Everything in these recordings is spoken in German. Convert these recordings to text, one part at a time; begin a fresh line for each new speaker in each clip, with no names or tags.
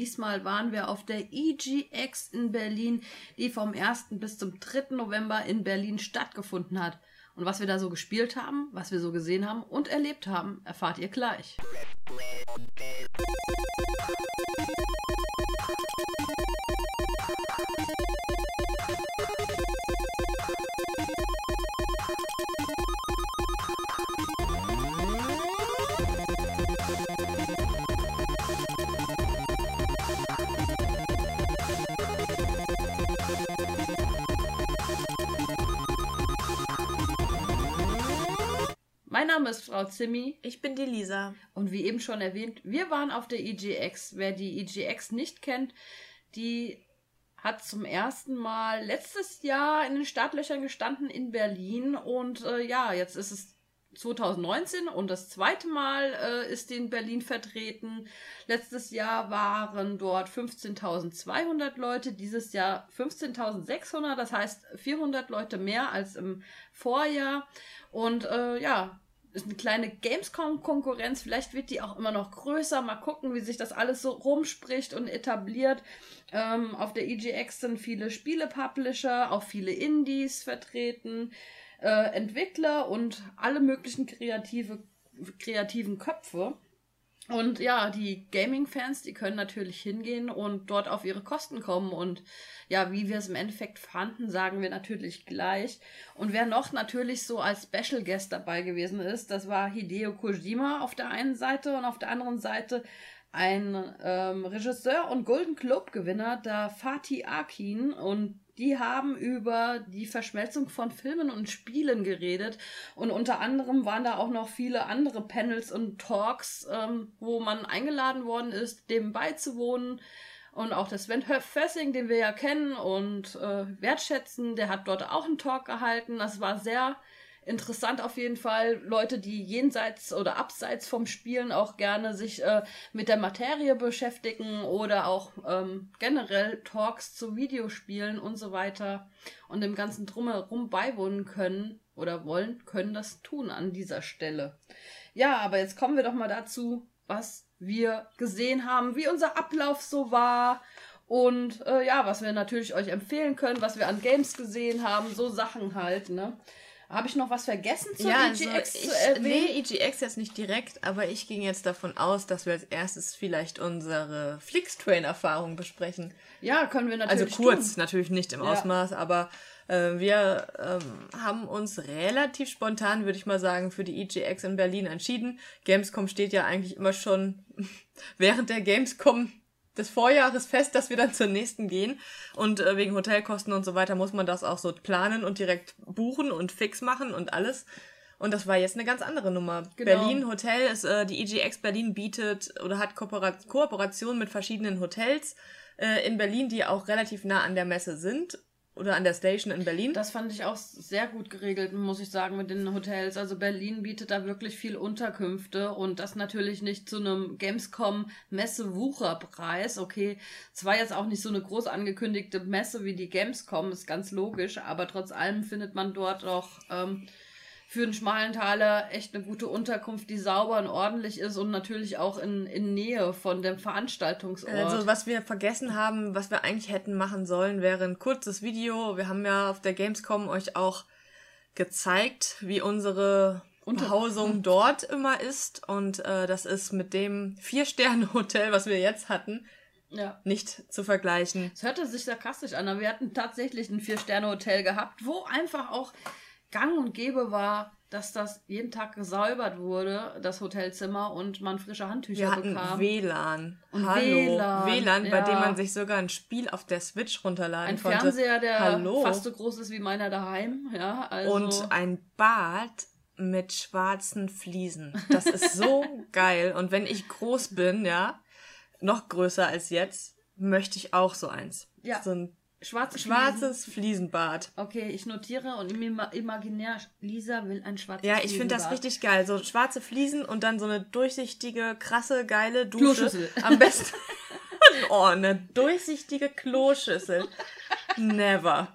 diesmal waren wir auf der EGX in Berlin, die vom 1. bis zum 3. November in Berlin stattgefunden hat. Und was wir da so gespielt haben, was wir so gesehen haben und erlebt haben, erfahrt ihr gleich. Mein Name ist Frau Zimmi.
Ich bin die Lisa.
Und wie eben schon erwähnt, wir waren auf der EGX. Wer die EGX nicht kennt, die hat zum ersten Mal letztes Jahr in den Startlöchern gestanden in Berlin. Und jetzt ist es 2019 und das zweite Mal ist die in Berlin vertreten. Letztes Jahr waren dort 15.200 Leute, dieses Jahr 15.600, das heißt 400 Leute mehr als im Vorjahr. Und ist eine kleine Gamescom-Konkurrenz. Vielleicht wird die auch immer noch größer. Mal gucken, wie sich das alles so rumspricht und etabliert. Auf der EGX sind viele Spiele-Publisher, auch viele Indies vertreten, Entwickler und alle möglichen kreativen Köpfe. Und ja, die Gaming-Fans, die können natürlich hingehen und dort auf ihre Kosten kommen. Und ja, wie wir es im Endeffekt fanden, sagen wir natürlich gleich. Und wer noch natürlich so als Special Guest dabei gewesen ist, das war Hideo Kojima auf der einen Seite und auf der anderen Seite ein Regisseur und Golden Globe-Gewinner, der Fatih Akin, und die haben über die Verschmelzung von Filmen und Spielen geredet. Und unter anderem waren da auch noch viele andere Panels und Talks, wo man eingeladen worden ist, dem beizuwohnen. Und auch der Sven Fössing, den wir ja kennen und wertschätzen, der hat dort auch einen Talk gehalten. Das war sehr interessant auf jeden Fall. Leute, die jenseits oder abseits vom Spielen auch gerne sich mit der Materie beschäftigen oder auch generell Talks zu Videospielen und so weiter und dem ganzen Drumherum beiwohnen können oder können das tun an dieser Stelle. Ja, aber jetzt kommen wir doch mal dazu, was wir gesehen haben, wie unser Ablauf so war und was wir natürlich euch empfehlen können, was wir an Games gesehen haben, so Sachen halt, ne? Habe ich noch was vergessen zur EGX zu erwähnen?
Nee, EGX jetzt nicht direkt, aber ich ging jetzt davon aus, dass wir als erstes vielleicht unsere Flixtrain-Erfahrung besprechen.
Ja, können wir natürlich
Also kurz, natürlich nicht im Ausmaß, aber wir haben uns relativ spontan, würde ich mal sagen, für die EGX in Berlin entschieden. Gamescom steht ja eigentlich immer schon während der Gamescom des Vorjahres fest, dass wir dann zur nächsten gehen. Und wegen Hotelkosten und so weiter muss man das auch so planen und direkt buchen und fix machen und alles. Und das war jetzt eine ganz andere Nummer. Genau. Berlin Hotel ist, die EGX Berlin bietet oder hat Kooperation mit verschiedenen Hotels in Berlin, die auch relativ nah an der Messe sind. Oder an der Station in Berlin.
Das fand ich auch sehr gut geregelt, muss ich sagen, mit den Hotels. Also Berlin bietet da wirklich viel Unterkünfte und das natürlich nicht zu einem Gamescom-Messe-Wucherpreis. Okay, es war jetzt auch nicht so eine groß angekündigte Messe wie die Gamescom, ist ganz logisch, aber trotz allem findet man dort auch für einen schmalen Taler echt eine gute Unterkunft, die sauber und ordentlich ist und natürlich auch in Nähe von dem Veranstaltungsort.
Also was wir vergessen haben, was wir eigentlich hätten machen sollen, wäre ein kurzes Video. Wir haben ja auf der Gamescom euch auch gezeigt, wie unsere Behausung dort immer ist. Und das ist mit dem 4-Sterne-Hotel, was wir jetzt hatten, nicht zu vergleichen.
Es hörte sich sarkastisch an, aber wir hatten tatsächlich ein 4-Sterne-Hotel gehabt, wo einfach auch gang und gäbe war, dass das jeden Tag gesäubert wurde, das Hotelzimmer, und man frische Handtücher bekam.
Wir hatten WLAN.
Und
WLAN, bei dem man sich sogar ein Spiel auf der Switch runterladen konnte.
Ein Fernseher, der fast so groß ist wie meiner daheim. Ja, also.
Und ein Bad mit schwarzen Fliesen. Das ist so geil. Und wenn ich groß bin, noch größer als jetzt, möchte ich auch so eins.
Ja.
So ein schwarzes Fliesenbad.
Okay, ich notiere und imaginär, Lisa will ein schwarzes Fliesenbad.
Ja, ich finde das richtig geil. So schwarze Fliesen und dann so eine durchsichtige, krasse, geile Dusche.
Kloschüssel.
Am besten. Eine durchsichtige Kloschüssel. Never.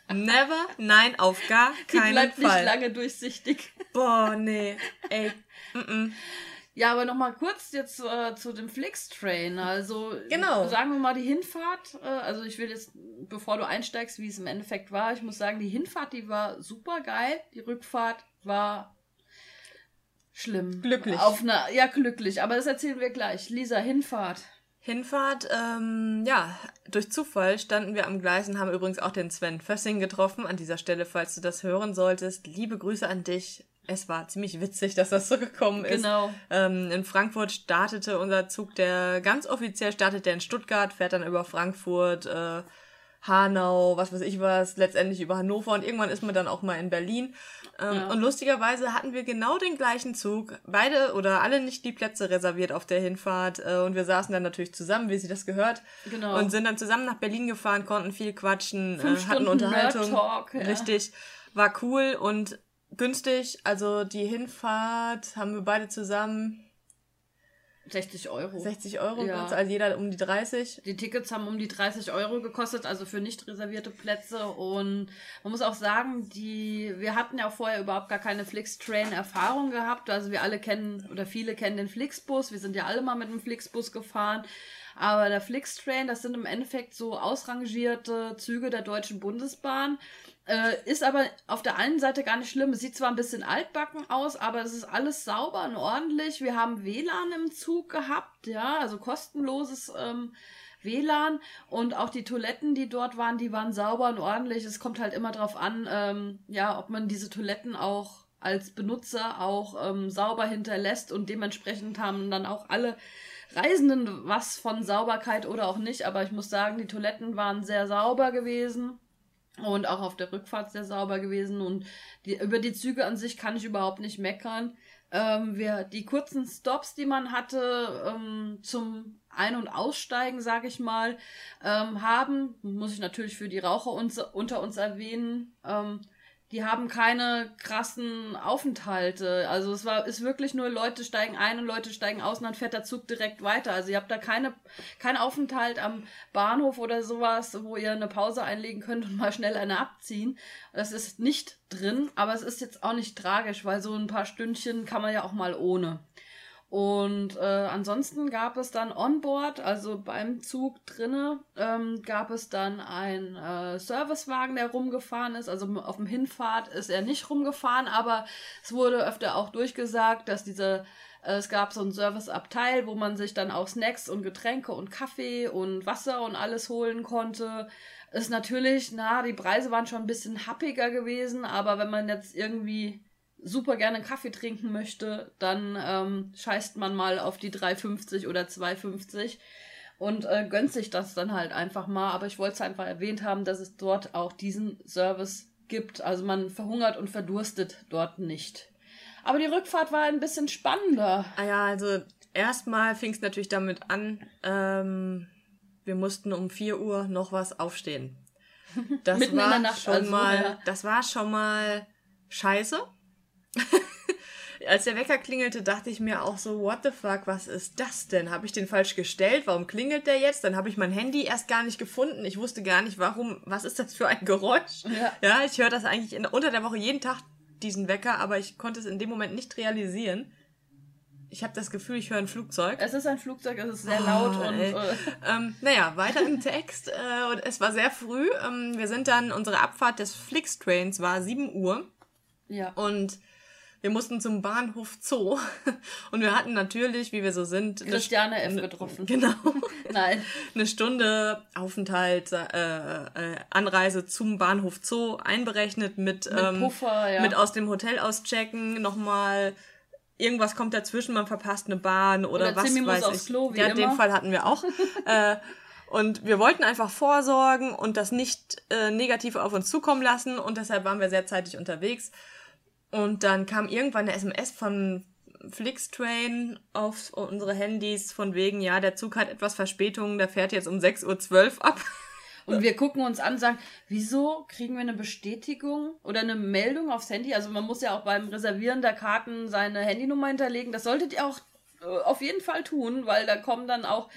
Nein, auf gar keinen Fall.
Die bleibt nicht lange durchsichtig.
Boah, nee. Ey.
Ja, aber nochmal kurz jetzt zu dem Flixtrain. Also sagen wir mal die Hinfahrt. Also ich will jetzt, bevor du einsteigst, wie es im Endeffekt war, ich muss sagen, die Hinfahrt, die war super geil. Die Rückfahrt war schlimm.
Glücklich.
Glücklich. Aber das erzählen wir gleich. Lisa, Hinfahrt.
Durch Zufall standen wir am Gleis und haben übrigens auch den Sven Fössing getroffen. An dieser Stelle, falls du das hören solltest, liebe Grüße an dich. Es war ziemlich witzig, dass das so gekommen ist.
Genau.
In Frankfurt startete unser Zug, der ganz offiziell startet, der in Stuttgart, fährt dann über Frankfurt, Hanau, was weiß ich was, letztendlich über Hannover und irgendwann ist man dann auch mal in Berlin. Und lustigerweise hatten wir genau den gleichen Zug, beide oder alle nicht die Plätze reserviert auf der Hinfahrt und wir saßen dann natürlich zusammen, wie sich das gehört.
Genau.
Und sind dann zusammen nach Berlin gefahren, konnten viel quatschen,
5
hatten
Stunden
Unterhaltung.
Nerd-Talk, ja.
Richtig, war cool und günstig. Also die Hinfahrt haben wir beide zusammen
60 Euro.
60 Euro,
Ja.
also jeder um die 30.
Die Tickets haben um die 30 Euro gekostet, also für nicht reservierte Plätze. Und man muss auch sagen, wir hatten ja auch vorher überhaupt gar keine Flixtrain-Erfahrung gehabt. Also wir alle kennen, oder viele kennen den Flixbus. Wir sind ja alle mal mit dem Flixbus gefahren. Aber der Flixtrain, das sind im Endeffekt so ausrangierte Züge der Deutschen Bundesbahn. Ist aber auf der einen Seite gar nicht schlimm. Es sieht zwar ein bisschen altbacken aus, aber es ist alles sauber und ordentlich. Wir haben WLAN im Zug gehabt, ja, also kostenloses WLAN. Und auch die Toiletten, die dort waren, die waren sauber und ordentlich. Es kommt halt immer drauf an, ob man diese Toiletten auch als Benutzer auch sauber hinterlässt. Und dementsprechend haben dann auch alle Reisenden was von Sauberkeit oder auch nicht. Aber ich muss sagen, die Toiletten waren sehr sauber gewesen. Und auch auf der Rückfahrt sehr sauber gewesen. Und über die Züge an sich kann ich überhaupt nicht meckern. Die kurzen Stops, die man hatte, zum Ein- und Aussteigen, sage ich mal, muss ich natürlich für die Raucher unter uns erwähnen, die haben keine krassen Aufenthalte. Also ist wirklich nur, Leute steigen ein und Leute steigen aus und dann fährt der Zug direkt weiter. Also ihr habt da keinen Aufenthalt am Bahnhof oder sowas, wo ihr eine Pause einlegen könnt und mal schnell eine abziehen. Das ist nicht drin, aber es ist jetzt auch nicht tragisch, weil so ein paar Stündchen kann man ja auch mal ohne. Und ansonsten gab es dann onboard, also beim Zug drinne, gab es dann einen Servicewagen, der rumgefahren ist. Also auf dem Hinfahrt ist er nicht rumgefahren, aber es wurde öfter auch durchgesagt, dass es gab so ein Serviceabteil, wo man sich dann auch Snacks und Getränke und Kaffee und Wasser und alles holen konnte. Ist natürlich, die Preise waren schon ein bisschen happiger gewesen, aber wenn man jetzt irgendwie super gerne Kaffee trinken möchte, dann scheißt man mal auf die 3,50 oder 2,50 und gönnt sich das dann halt einfach mal. Aber ich wollte es einfach erwähnt haben, dass es dort auch diesen Service gibt. Also man verhungert und verdurstet dort nicht. Aber die Rückfahrt war ein bisschen spannender.
Also erstmal fing es natürlich damit an, wir mussten um 4 Uhr noch was aufstehen. Das
Mitten in der Nacht
das war schon mal scheiße. Als der Wecker klingelte, dachte ich mir auch so, what the fuck, was ist das denn? Habe ich den falsch gestellt? Warum klingelt der jetzt? Dann habe ich mein Handy erst gar nicht gefunden. Ich wusste gar nicht, was ist das für ein Geräusch? Ja, ich höre das eigentlich unter der Woche jeden Tag, diesen Wecker, aber ich konnte es in dem Moment nicht realisieren. Ich habe das Gefühl, ich höre ein Flugzeug.
Es ist ein Flugzeug, es ist sehr laut.
Weiter im Text. Und es war sehr früh. Unsere Abfahrt des Flixtrains war 7 Uhr.
Ja.
Und wir mussten zum Bahnhof Zoo und wir hatten natürlich, wie wir so sind,
Christiane F. getroffen.
Genau.
Nein.
Eine Stunde Aufenthalt, Anreise zum Bahnhof Zoo einberechnet mit
Puffer, ja.
Mit aus dem Hotel auschecken, nochmal irgendwas kommt dazwischen, man verpasst eine Bahn oder was
Timmy
weiß
muss aufs Klo, wie immer.
Den Fall hatten wir auch. Und wir wollten einfach vorsorgen und das nicht negativ auf uns zukommen lassen und deshalb waren wir sehr zeitig unterwegs. Und dann kam irgendwann eine SMS von Flixtrain auf unsere Handys von wegen, ja, der Zug hat etwas Verspätung, der fährt jetzt um 6.12 Uhr ab.
Und wir gucken uns an und sagen, wieso kriegen wir eine Bestätigung oder eine Meldung aufs Handy? Also man muss ja auch beim Reservieren der Karten seine Handynummer hinterlegen. Das solltet ihr auch auf jeden Fall tun, weil da kommen dann auch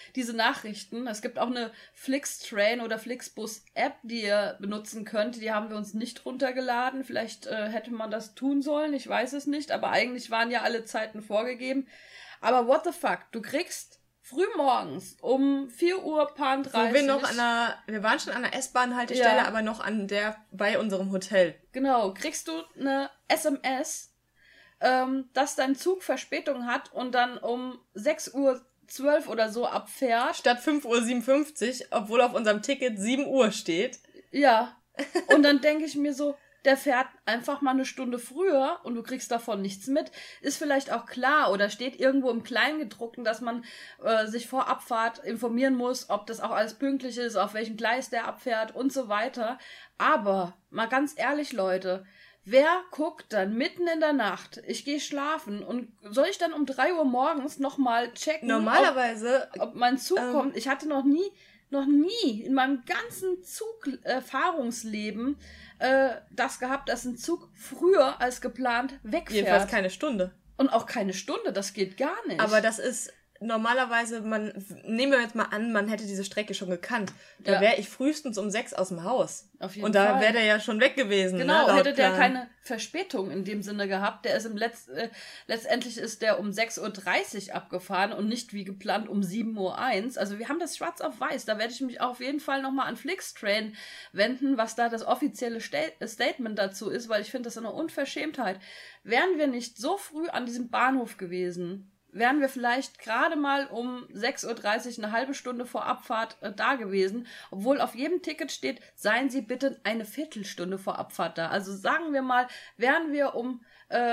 diese Nachrichten. Es gibt auch eine Flixtrain oder Flixbus-App, die ihr benutzen könnt. Die haben wir uns nicht runtergeladen. Vielleicht hätte man das tun sollen, ich weiß es nicht. Aber eigentlich waren ja alle Zeiten vorgegeben. Aber what the fuck, du kriegst frühmorgens um 4:30 Uhr.
Wir waren schon an der S-Bahn-Haltestelle, aber noch bei unserem Hotel.
Genau, kriegst du eine SMS, dass dein Zug Verspätung hat und dann um 6:12 Uhr oder so abfährt.
Statt 5:57 Uhr, obwohl auf unserem Ticket 7 Uhr steht.
Ja, und dann denke ich mir so, der fährt einfach mal eine Stunde früher und du kriegst davon nichts mit. Ist vielleicht auch klar oder steht irgendwo im Kleingedruckten, dass man sich vor Abfahrt informieren muss, ob das auch alles pünktlich ist, auf welchem Gleis der abfährt und so weiter. Aber, mal ganz ehrlich, Leute, wer guckt dann mitten in der Nacht, ich gehe schlafen und soll ich dann um 3 Uhr morgens nochmal checken,
Normalerweise,
ob mein Zug kommt? Ich hatte noch nie in meinem ganzen Zug-Erfahrungsleben das gehabt, dass ein Zug früher als geplant wegfährt.
Jedenfalls keine Stunde.
Und auch keine Stunde, das geht gar nicht.
Aber das ist normalerweise, nehmen wir jetzt mal an, man hätte diese Strecke schon gekannt. Da wäre ich frühestens um 6 aus dem Haus.
Auf jeden
Und
Fall.
Da wäre der ja schon weg gewesen.
Genau,
ne,
hätte der keine Verspätung in dem Sinne gehabt. Der ist letztendlich ist der um 6:30 Uhr abgefahren und nicht wie geplant um 7:01 Uhr. Also wir haben das schwarz auf weiß. Da werde ich mich auf jeden Fall nochmal an Flixtrain wenden, was da das offizielle Statement dazu ist, weil ich finde das eine Unverschämtheit. Wären wir nicht so früh an diesem Bahnhof gewesen, wären wir vielleicht gerade mal um 6:30 Uhr, eine halbe Stunde vor Abfahrt da gewesen, obwohl auf jedem Ticket steht, seien Sie bitte eine Viertelstunde vor Abfahrt da. Also sagen wir mal, wären wir um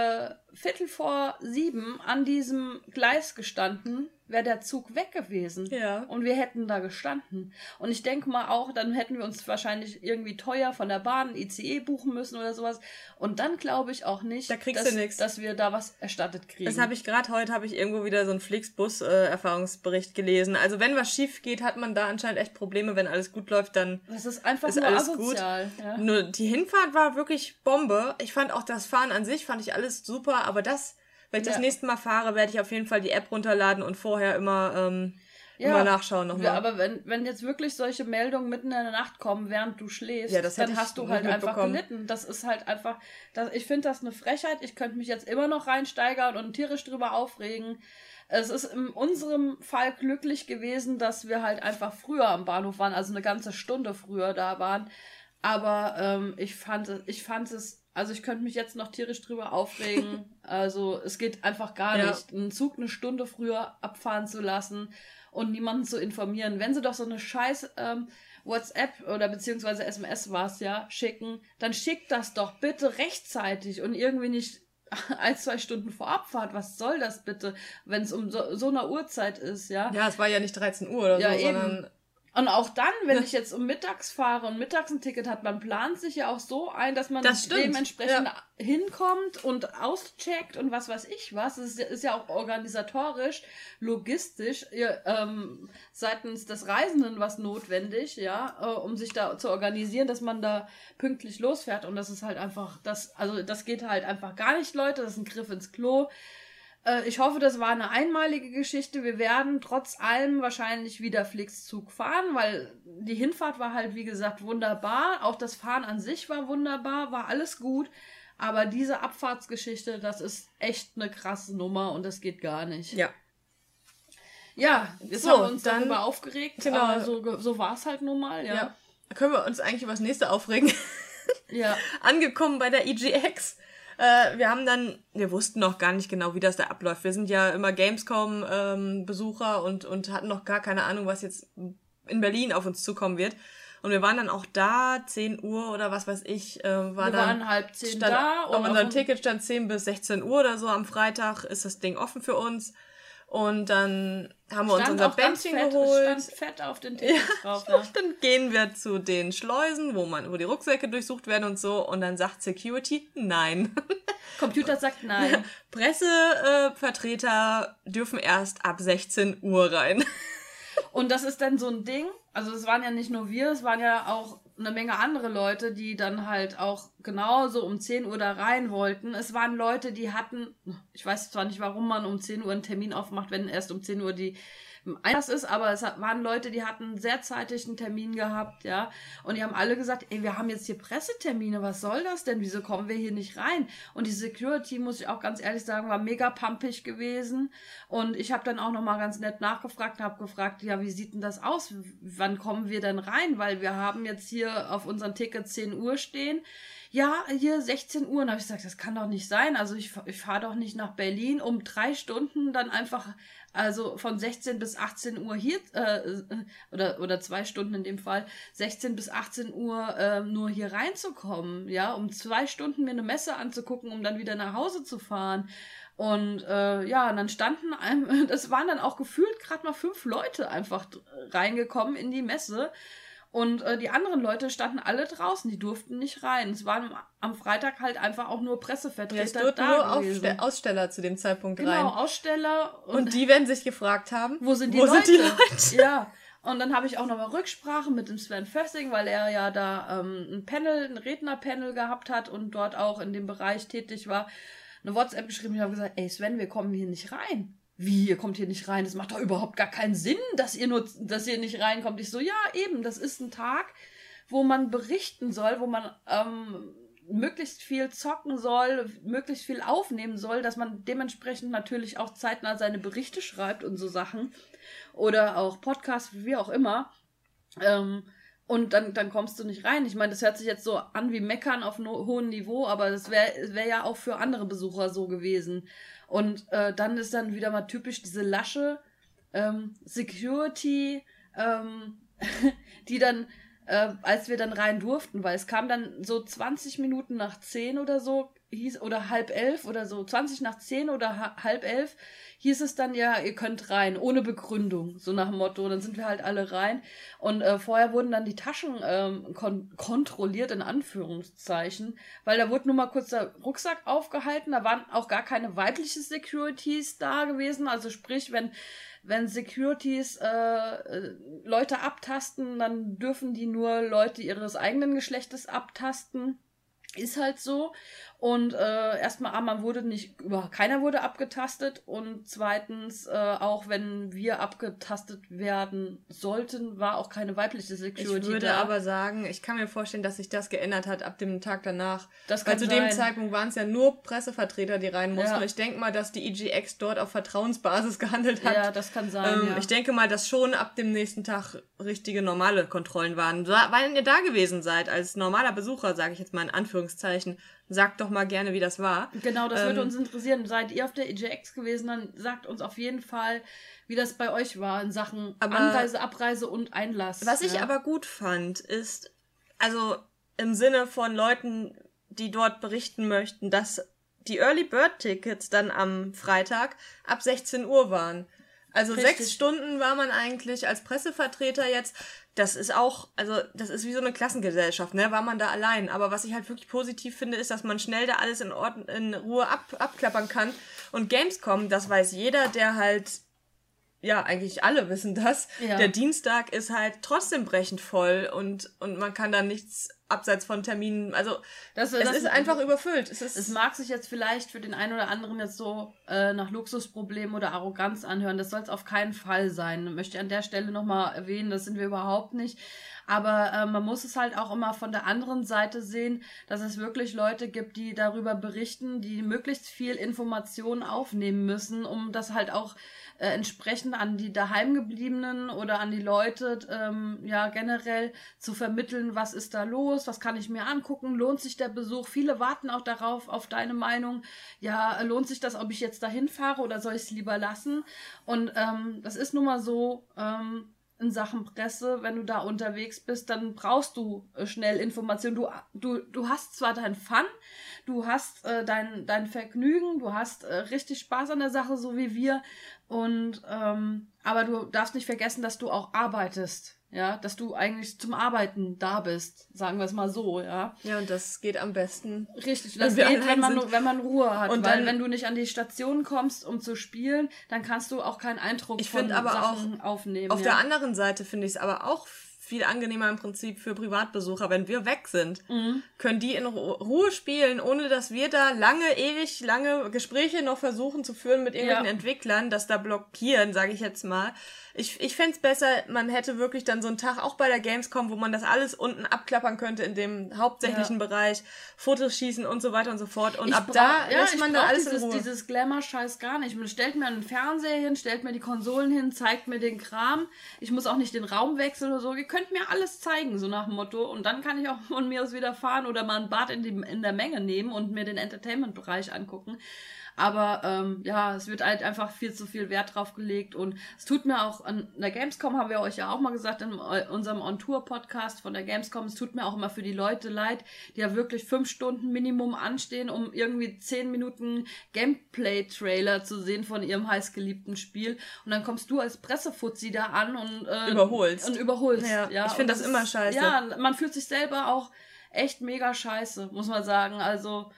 6:45 an diesem Gleis gestanden, wäre der Zug weg gewesen.
Ja.
Und wir hätten da gestanden. Und ich denke mal auch, dann hätten wir uns wahrscheinlich irgendwie teuer von der Bahn ICE buchen müssen oder sowas. Und dann glaube ich auch nicht, dass wir da was erstattet kriegen.
Das habe ich gerade heute, irgendwo wieder so einen Flixbus-Erfahrungsbericht gelesen. Also wenn was schief geht, hat man da anscheinend echt Probleme. Wenn alles gut läuft, dann
das ist einfach nur
alles
asozial.
Gut.
Ja.
Nur die Hinfahrt war wirklich Bombe. Ich fand auch das Fahren an sich, fand ich alles super. Aber wenn ich das nächste Mal fahre, werde ich auf jeden Fall die App runterladen und vorher immer nachschauen nochmal.
Aber wenn jetzt wirklich solche Meldungen mitten in der Nacht kommen, während du schläfst, dann hast du halt einfach gelitten. Das ist halt einfach, ich finde das eine Frechheit. Ich könnte mich jetzt immer noch reinsteigern und tierisch drüber aufregen. Es ist in unserem Fall glücklich gewesen, dass wir halt einfach früher am Bahnhof waren, also eine ganze Stunde früher da waren. Aber ich fand es, also ich könnte mich jetzt noch tierisch drüber aufregen. Also es geht einfach gar nicht, einen Zug eine Stunde früher abfahren zu lassen und niemanden zu informieren. Wenn sie doch so eine scheiß WhatsApp oder beziehungsweise SMS war es schicken, dann schickt das doch bitte rechtzeitig und irgendwie nicht 1-2 Stunden vor Abfahrt. Was soll das bitte, wenn es um so eine Uhrzeit ist, ja?
Ja, es war ja nicht 13 Uhr oder so,
eben.
sondern...
Und auch dann, wenn ich jetzt um mittags fahre und mittags ein Ticket hat, man plant sich ja auch so ein, dass man dementsprechend hinkommt und auscheckt und was weiß ich was. Das ist ja auch organisatorisch, logistisch seitens des Reisenden was notwendig, um sich da zu organisieren, dass man da pünktlich losfährt. Und das ist halt einfach, das geht halt einfach gar nicht, Leute. Das ist ein Griff ins Klo. Ich hoffe, das war eine einmalige Geschichte. Wir werden trotz allem wahrscheinlich wieder Flixzug fahren, weil die Hinfahrt war halt, wie gesagt, wunderbar. Auch das Fahren an sich war wunderbar, war alles gut. Aber diese Abfahrtsgeschichte, das ist echt eine krasse Nummer und das geht gar nicht.
Ja.
Ja, jetzt haben wir uns darüber aufgeregt. Genau. Aber so war es halt nun mal, ja.
Können wir uns eigentlich über das nächste aufregen?
Ja.
Angekommen bei der EGX. Wir wussten noch gar nicht genau, wie das da abläuft. Wir sind ja immer Gamescom-Besucher und hatten noch gar keine Ahnung, was jetzt in Berlin auf uns zukommen wird. Und wir waren dann auch da, 10 Uhr oder was weiß ich.
Wir waren 9:30 da.
Auf unserem Ticket stand 10 bis 16 Uhr oder so. Am Freitag ist das Ding offen für uns. Und dann haben wir uns unser Bändchen geholt.
Stand fett auf den Tickets drauf. Ja.
Dann gehen wir zu den Schleusen, wo die Rucksäcke durchsucht werden und so. Und dann sagt Security, nein.
Computer sagt nein.
Pressevertreter dürfen erst ab 16 Uhr rein.
Und das ist dann so ein Ding, also es waren ja nicht nur wir, es waren ja auch eine Menge andere Leute, die dann halt auch genauso um 10 Uhr da rein wollten. Es waren Leute, die hatten, ich weiß zwar nicht, warum man um 10 Uhr einen Termin aufmacht, wenn erst um 10 Uhr die anders ist, aber es waren Leute, die hatten sehr zeitig einen Termin gehabt, ja, und die haben alle gesagt, ey, wir haben jetzt hier Pressetermine, was soll das denn, wieso kommen wir hier nicht rein? Und die Security, muss ich auch ganz ehrlich sagen, war mega pumpig gewesen und ich habe dann auch nochmal ganz nett nachgefragt, habe gefragt, ja, wie sieht denn das aus, wann kommen wir denn rein, weil wir haben jetzt hier auf unseren Ticket 10 Uhr stehen, ja, hier 16 Uhr. Und habe ich gesagt, das kann doch nicht sein. Also ich fahre doch nicht nach Berlin, um 3 Stunden dann einfach, also von 16 bis 18 Uhr hier, oder 2 Stunden in dem Fall, 16 bis 18 Uhr nur hier reinzukommen, ja, um 2 Stunden mir eine Messe anzugucken, um dann wieder nach Hause zu fahren. Und ja, und dann das waren dann auch gefühlt gerade mal 5 Leute einfach reingekommen in die Messe. Und die anderen Leute standen alle draußen, die durften nicht rein. Es waren am Freitag halt einfach auch nur Pressevertreter
es durften nur Aussteller zu dem Zeitpunkt rein.
Genau, Aussteller.
Und die werden sich gefragt haben,
wo sind die Leute? Ja, und dann habe ich auch nochmal Rücksprache mit dem Sven Fössing, weil er ja da ein Rednerpanel gehabt hat und dort auch in dem Bereich tätig war, eine WhatsApp geschrieben. Ich habe gesagt, ey Sven, wir kommen hier nicht rein. Wie, ihr kommt hier nicht rein? Das macht doch überhaupt gar keinen Sinn, dass ihr nicht reinkommt. Ich so, ja, eben, das ist ein Tag, wo man berichten soll, wo man möglichst viel zocken soll, möglichst viel aufnehmen soll, dass man dementsprechend natürlich auch zeitnah seine Berichte schreibt und so Sachen. Oder auch Podcasts, wie auch immer. Und dann kommst du nicht rein. Ich meine, das hört sich jetzt so an wie Meckern auf einem hohen Niveau, aber das wär ja auch für andere Besucher so gewesen. Und dann ist dann wieder mal typisch diese lasche Security, die dann, als wir dann rein durften, weil es kam dann so 20 Minuten nach 10 oder so, oder 10:30 oder so, 20 nach 10 oder 10:30, hieß es dann, ja, ihr könnt rein, ohne Begründung, so nach dem Motto. Dann sind wir halt alle rein. Und vorher wurden dann die Taschen kontrolliert, in Anführungszeichen, weil da wurde nur mal kurz der Rucksack aufgehalten, da waren auch gar keine weibliche Securities da gewesen, also sprich, wenn Securities Leute abtasten, dann dürfen die nur Leute ihres eigenen Geschlechtes abtasten. Ist halt so. Und erstmal, keiner wurde abgetastet und zweitens, auch wenn wir abgetastet werden sollten, war auch keine weibliche Security.
Ich würde aber sagen, ich kann mir vorstellen, dass sich das geändert hat ab dem Tag danach. Weil zu dem Zeitpunkt waren es ja nur Pressevertreter, die rein mussten. Ja. Und ich denke mal, dass die EGX dort auf Vertrauensbasis gehandelt hat.
Ja, das kann sein, ja.
Ich denke mal, dass schon ab dem nächsten Tag richtige normale Kontrollen waren. Weil ihr da gewesen seid, als normaler Besucher, sage ich jetzt mal in Anführungszeichen, sagt doch mal gerne, wie das war.
Genau, das würde uns interessieren. Seid ihr auf der EGX gewesen, dann sagt uns auf jeden Fall, wie das bei euch war in Sachen Anreise, Abreise und Einlass.
Was ich aber gut fand, ist, also im Sinne von Leuten, die dort berichten möchten, dass die Early Bird Tickets dann am Freitag ab 16 Uhr waren. Also Richtig. 6 Stunden war man eigentlich als Pressevertreter jetzt. Das ist auch, also das ist wie so eine Klassengesellschaft, ne? War man da allein. Aber was ich halt wirklich positiv finde, ist, dass man schnell da alles in Ruhe abklappern kann. Und Gamescom, das weiß jeder, der halt, ja, eigentlich alle wissen das. Ja. Der Dienstag ist halt trotzdem brechend voll und man kann da nichts abseits von Terminen, also es ist einfach überfüllt.
Es mag sich jetzt vielleicht für den einen oder anderen jetzt so nach Luxusproblem oder Arroganz anhören. Das soll es auf keinen Fall sein. Möchte ich an der Stelle nochmal erwähnen, das sind wir überhaupt nicht. Aber man muss es halt auch immer von der anderen Seite sehen, dass es wirklich Leute gibt, die darüber berichten, die möglichst viel Informationen aufnehmen müssen, um das halt auch entsprechend an die Daheimgebliebenen oder an die Leute ja generell zu vermitteln, was ist da los, was kann ich mir angucken, lohnt sich der Besuch? Viele warten auch darauf, auf deine Meinung, ja, lohnt sich das, ob ich jetzt dahin fahre oder soll ich es lieber lassen? Und das ist nun mal so, in Sachen Presse, wenn du da unterwegs bist, dann brauchst du schnell Informationen. Du hast zwar deinen Fun, du hast dein Vergnügen, du hast richtig Spaß an der Sache, so wie wir, und aber du darfst nicht vergessen, dass du auch arbeitest. Ja, dass du eigentlich zum Arbeiten da bist, sagen wir es mal so, ja.
Ja, und das geht am besten.
Richtig, das geht, wenn man Ruhe hat. Und weil wenn du nicht an die Station kommst, um zu spielen, dann kannst du auch keinen Eindruck von Sachen aufnehmen.
Auf der anderen Seite finde ich es aber auch viel angenehmer im Prinzip für Privatbesucher. Wenn wir weg sind, können die in Ruhe spielen, ohne dass wir da ewig lange Gespräche noch versuchen zu führen mit irgendwelchen Entwicklern, das da blockieren, sage ich jetzt mal. Ich fände es besser, man hätte wirklich dann so einen Tag auch bei der Gamescom, wo man das alles unten abklappern könnte in dem hauptsächlichen Bereich, Fotos schießen und so weiter und so fort. Und lässt man da alles in Ruhe.
Dieses Glamour-Scheiß gar nicht. Man stellt mir einen Fernseher hin, stellt mir die Konsolen hin, zeigt mir den Kram. Ich muss auch nicht den Raum wechseln oder so. Ihr könnt mir alles zeigen, so nach dem Motto. Und dann kann ich auch von mir aus wieder fahren oder mal ein Bad in der Menge nehmen und mir den Entertainment-Bereich angucken. Aber es wird halt einfach viel zu viel Wert drauf gelegt und es tut mir auch, an der Gamescom haben wir euch ja auch mal gesagt, in unserem On-Tour-Podcast von der Gamescom, es tut mir auch immer für die Leute leid, die ja wirklich 5 Stunden Minimum anstehen, um irgendwie 10 Minuten Gameplay-Trailer zu sehen von ihrem heißgeliebten Spiel und dann kommst du als Pressefuzzi da an und überholst.
Ja. Ich finde das immer scheiße.
Ja, man fühlt sich selber auch echt mega scheiße, muss man sagen. Also,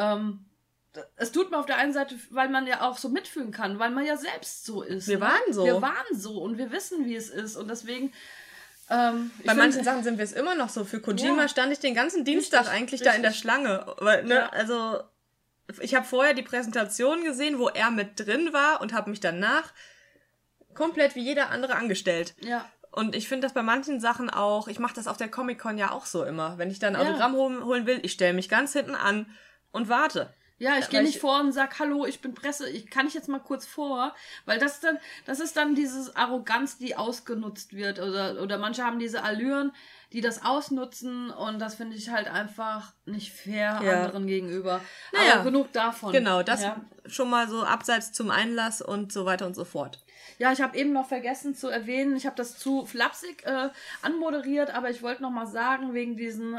es tut mir auf der einen Seite, weil man ja auch so mitfühlen kann, weil man ja selbst so ist.
Wir waren
so und wir wissen, wie es ist und deswegen
bei manchen Sachen sind wir es immer noch so. Für Kojima stand ich den ganzen Dienstag da in der Schlange. Weil, also ich habe vorher die Präsentation gesehen, wo er mit drin war und habe mich danach komplett wie jeder andere angestellt.
Ja.
Und ich finde das bei manchen Sachen auch, ich mache das auf der Comic-Con ja auch so immer. Wenn ich dann ein Autogramm holen will, ich stelle mich ganz hinten an und warte.
Ja, ich gehe nicht vor und sag, hallo, ich bin Presse, kann ich jetzt mal kurz vor, weil das ist dann diese Arroganz, die ausgenutzt wird oder manche haben diese Allüren, die das ausnutzen und das finde ich halt einfach nicht fair anderen gegenüber. Aber genug davon.
Genau, das schon mal so abseits zum Einlass und so weiter und so fort.
Ja, ich habe eben noch vergessen zu erwähnen, ich habe das zu flapsig anmoderiert, aber ich wollte noch mal sagen, wegen diesen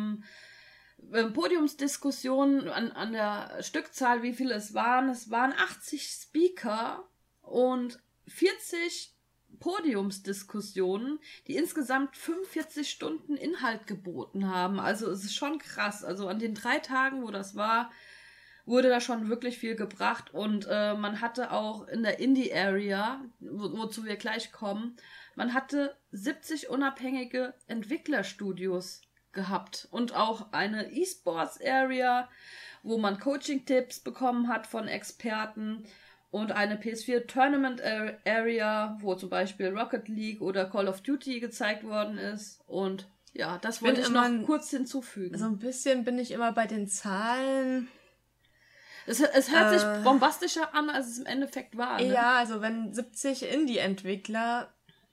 Podiumsdiskussionen an der Stückzahl, wie viele es waren. Es waren 80 Speaker und 40 Podiumsdiskussionen, die insgesamt 45 Stunden Inhalt geboten haben. Also es ist schon krass. Also an den 3 Tagen, wo das war, wurde da schon wirklich viel gebracht und man hatte auch in der Indie-Area, wozu wir gleich kommen, man hatte 70 unabhängige Entwicklerstudios gehabt und auch eine E-Sports-Area, wo man Coaching-Tipps bekommen hat von Experten und eine PS4 Tournament-Area, wo zum Beispiel Rocket League oder Call of Duty gezeigt worden ist und ja, das wollte ich noch kurz hinzufügen.
So ein bisschen bin ich immer bei den Zahlen.
Es hört sich bombastischer an, als es im Endeffekt war. Ne?
Ja, also wenn 70 Indie-Entwickler,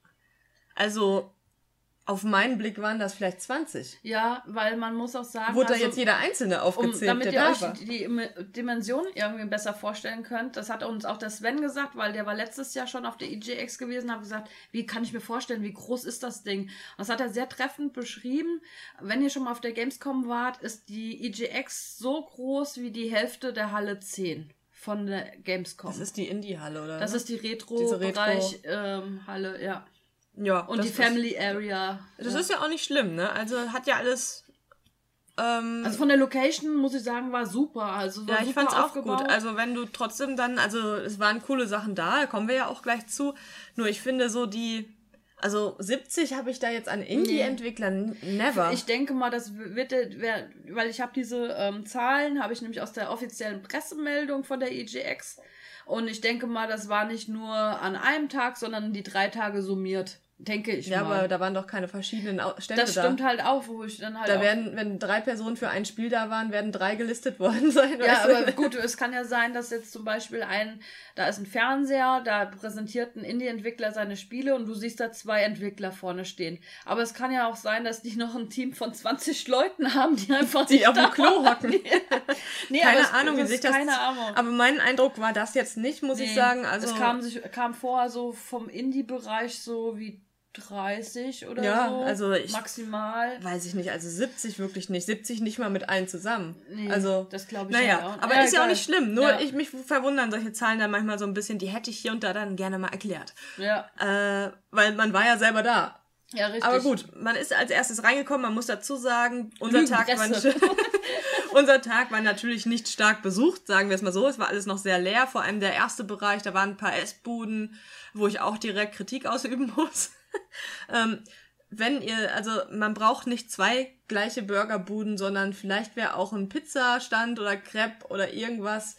also auf meinen Blick waren das vielleicht 20.
Ja, weil man muss auch sagen...
Wurde da jetzt jeder Einzelne aufgezählt,
damit ihr euch die Dimension irgendwie besser vorstellen könnt, das hat uns auch der Sven gesagt, weil der war letztes Jahr schon auf der EGX gewesen und hat gesagt, wie kann ich mir vorstellen, wie groß ist das Ding? Und das hat er sehr treffend beschrieben. Wenn ihr schon mal auf der Gamescom wart, ist die EGX so groß wie die Hälfte der Halle 10 von der Gamescom.
Das ist die Indie-Halle, oder?
Das ist die Retro-Bereich Halle, ja.
Ja,
und die Family Area.
Das ist ja auch nicht schlimm, ne? Also hat ja alles...
also von der Location, muss ich sagen, war super. Also war
ja, ich fand's auch gut. Also wenn du trotzdem dann... Also es waren coole Sachen da kommen wir ja auch gleich zu. Nur ich finde so also 70 habe ich da jetzt an Indie-Entwicklern never.
Ich denke mal, das wird, weil ich habe diese Zahlen, habe ich nämlich aus der offiziellen Pressemeldung von der EGX. Und ich denke mal, das war nicht nur an einem Tag, sondern die 3 Tage summiert. Denke ich mal.
Ja, aber da waren doch keine verschiedenen Stände da.
Das stimmt halt auch, wo ich dann halt
da werden, wenn 3 Personen für ein Spiel da waren, werden 3 gelistet worden sein.
Ja, aber gut, es kann ja sein, dass jetzt zum Beispiel da ist ein Fernseher, da präsentiert ein Indie-Entwickler seine Spiele und du siehst da 2 Entwickler vorne stehen. Aber es kann ja auch sein, dass die noch ein Team von 20 Leuten haben, die einfach
die auf dem Klo hocken.
Nee,
keine Ahnung, wie sich das...
Keine Ahnung.
Aber mein Eindruck war das jetzt nicht, muss ich sagen. Also
es kam vor so vom Indie-Bereich so wie 30 oder so.
Also
maximal.
Weiß ich nicht, also 70 wirklich nicht. 70 nicht mal mit allen zusammen.
Nee,
also,
das glaube ich
auch. Aber ist ja auch nicht schlimm. Nur mich verwundern solche Zahlen dann manchmal so ein bisschen, die hätte ich hier und da dann gerne mal erklärt.
Ja.
Weil man war ja selber da.
Ja, richtig.
Aber gut, man ist als erstes reingekommen, man muss dazu sagen, unser Tag war natürlich nicht stark besucht, sagen wir es mal so. Es war alles noch sehr leer, vor allem der erste Bereich, da waren ein paar Essbuden, wo ich auch direkt Kritik ausüben muss. also man braucht nicht 2 gleiche Burgerbuden, sondern vielleicht wäre auch ein Pizzastand oder Crepe oder irgendwas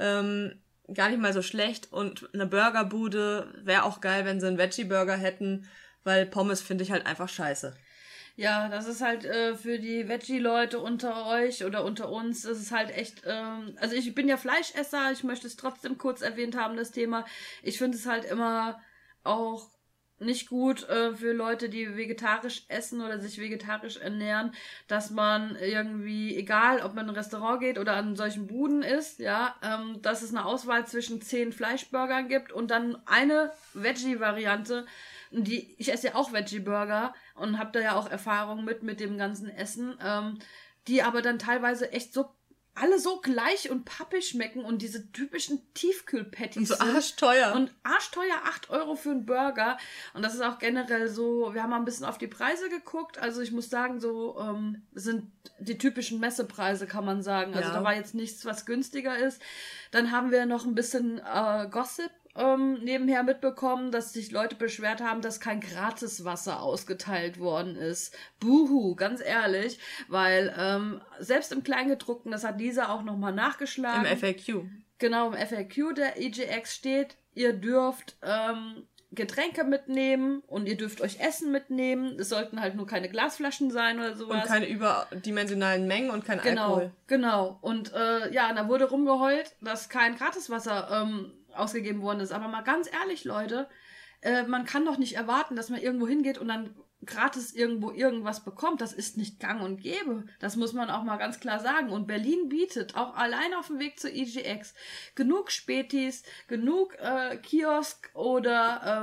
gar nicht mal so schlecht. Und eine Burgerbude wäre auch geil, wenn sie einen Veggie-Burger hätten, weil Pommes finde ich halt einfach scheiße.
Ja, das ist halt für die Veggie-Leute unter euch oder unter uns, das ist halt echt, also ich bin ja Fleischesser, ich möchte es trotzdem kurz erwähnt haben, das Thema. Ich finde es halt immer auch nicht gut für Leute, die vegetarisch essen oder sich vegetarisch ernähren, dass man irgendwie, egal ob man in ein Restaurant geht oder an solchen Buden ist, ja, dass es eine Auswahl zwischen 10 Fleischburgern gibt und dann eine Veggie-Variante. Ich esse ja auch Veggie-Burger und habe da ja auch Erfahrung mit dem ganzen Essen, die aber dann teilweise echt alle so gleich und pappig schmecken und diese typischen Tiefkühl-Patties
und so arschteuer.
Und arschteuer, 8 Euro für einen Burger. Und das ist auch generell so, wir haben mal ein bisschen auf die Preise geguckt. Also ich muss sagen, so sind die typischen Messepreise, kann man sagen. Also da war jetzt nichts, was günstiger ist. Dann haben wir noch ein bisschen Gossip nebenher mitbekommen, dass sich Leute beschwert haben, dass kein Gratiswasser ausgeteilt worden ist. Buhu, ganz ehrlich, weil selbst im Kleingedruckten, das hat Lisa auch nochmal nachgeschlagen.
Im FAQ.
Genau, im FAQ der EGX steht, ihr dürft Getränke mitnehmen und ihr dürft euch Essen mitnehmen. Es sollten halt nur keine Glasflaschen sein oder sowas.
Und keine überdimensionalen Mengen und kein Alkohol.
Genau. Und da wurde rumgeheult, dass kein Gratiswasser ausgegeben worden ist. Aber mal ganz ehrlich, Leute, man kann doch nicht erwarten, dass man irgendwo hingeht und dann gratis irgendwo irgendwas bekommt. Das ist nicht gang und gäbe. Das muss man auch mal ganz klar sagen. Und Berlin bietet auch allein auf dem Weg zur EGX genug Spätis, genug Kiosk oder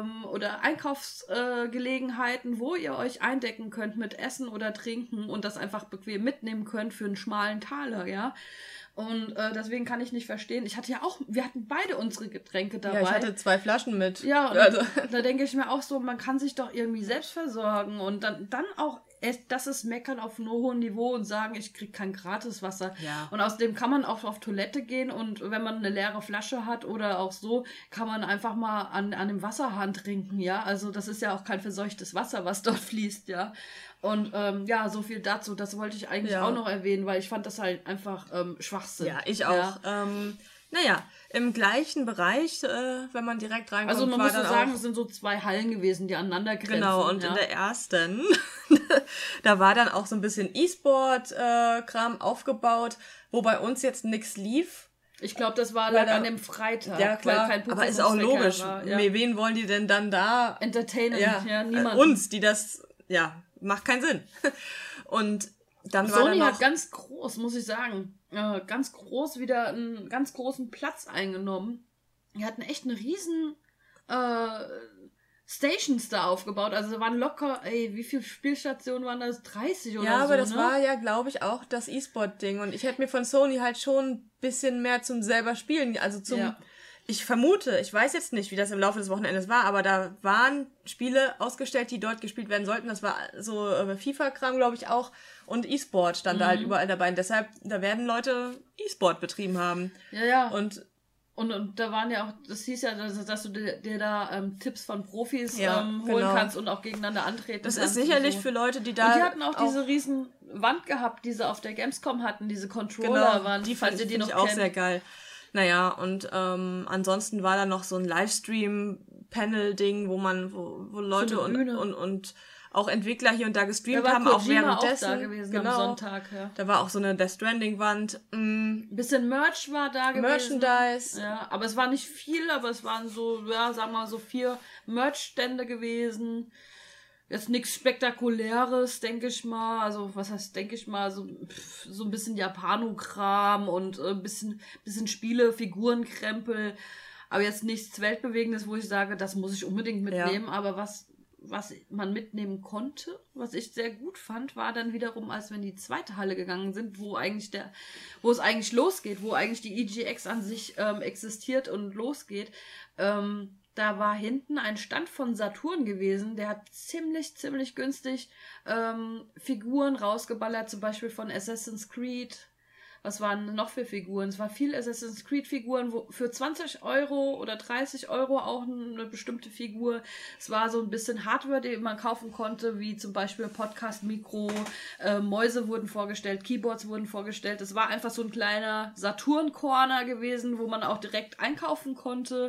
Einkaufsgelegenheiten, wo ihr euch eindecken könnt mit Essen oder Trinken und das einfach bequem mitnehmen könnt für einen schmalen Taler, ja. Und deswegen kann ich nicht verstehen. Wir hatten beide unsere Getränke dabei.
Ja, ich hatte 2 Flaschen mit.
Ja, und da denke ich mir auch so, man kann sich doch irgendwie selbst versorgen und dann auch, das ist Meckern auf einem hohen Niveau und sagen, ich krieg kein Gratiswasser.
Ja.
Und außerdem kann man auch auf Toilette gehen und wenn man eine leere Flasche hat oder auch so, kann man einfach mal an dem Wasserhahn trinken, ja. Also das ist ja auch kein verseuchtes Wasser, was dort fließt, ja. Und so viel dazu. Das wollte ich eigentlich auch noch erwähnen, weil ich fand das halt einfach Schwachsinn.
Ja, ich auch. Ja. Im gleichen Bereich, wenn man direkt reinkommt,
also man muss so sagen, es sind so 2 Hallen gewesen, die aneinander grenzen.
Genau, und in der ersten, da war dann auch so ein bisschen E-Sport-Kram aufgebaut, wo bei uns jetzt nichts lief.
Ich glaube, das war leider an dem Freitag.
Ja, klar,
weil kein
aber ist auch logisch.
War, ja.
Wen wollen die denn dann da
entertainen? Ja, niemand.
Uns, die das, macht keinen Sinn. Und dann war
Sony
dann
hat ganz groß, muss ich sagen, ganz groß wieder einen ganz großen Platz eingenommen. Die hatten echt eine riesen Stations da aufgebaut. Also da waren locker, wie viele Spielstationen waren das? 30 oder so.
Ja, aber das
ne?
war ja, glaube ich, auch das E-Sport-Ding. Und ich hätte mir von Sony halt schon ein bisschen mehr zum selber Spielen, also ich vermute, ich weiß jetzt nicht, wie das im Laufe des Wochenendes war, aber da waren Spiele ausgestellt, die dort gespielt werden sollten. Das war so FIFA-Kram, glaube ich, auch. Und E-Sport stand da halt überall dabei. Und deshalb, da werden Leute E-Sport betrieben haben.
Ja.
Und
da waren ja auch, das hieß ja, dass du dir da Tipps von Profis holen kannst und auch gegeneinander antreten
das
kannst.
Das ist sicherlich so. Für Leute, die da...
Und die hatten auch diese riesen Wand gehabt, die sie auf der Gamescom hatten, diese Controller waren.
Die fand ich noch auch sehr geil. Naja, und ansonsten war da noch so ein Livestream-Panel-Ding, wo Leute und auch Entwickler hier und da gestreamt haben, auch währenddessen.
Auch da gewesen am Sonntag, ja.
Da war auch so eine Death Stranding-Wand.
Bisschen Merch war da gewesen.
Merchandise.
Ja, aber es war nicht viel, aber es waren so, sagen wir mal, so 4 Merch-Stände gewesen. Jetzt nichts Spektakuläres, denke ich mal. Also, was heißt, denke ich mal, so ein bisschen Japanokram und ein bisschen Spiele, Figurenkrempel. Aber jetzt nichts Weltbewegendes, wo ich sage, das muss ich unbedingt mitnehmen. Ja. Aber was man mitnehmen konnte, was ich sehr gut fand, war dann wiederum, als wir in die zweite Halle gegangen sind, wo es eigentlich losgeht, wo eigentlich die EGX an sich existiert und losgeht. Da war hinten ein Stand von Saturn gewesen, der hat ziemlich, ziemlich günstig Figuren rausgeballert, zum Beispiel von Assassin's Creed, was waren noch für Figuren? Es war viel Assassin's Creed Figuren, wo für 20 € oder 30 € auch eine bestimmte Figur. Es war so ein bisschen Hardware, die man kaufen konnte, wie zum Beispiel Podcast-Mikro, Mäuse wurden vorgestellt, Keyboards wurden vorgestellt. Es war einfach so ein kleiner Saturn-Corner gewesen, wo man auch direkt einkaufen konnte.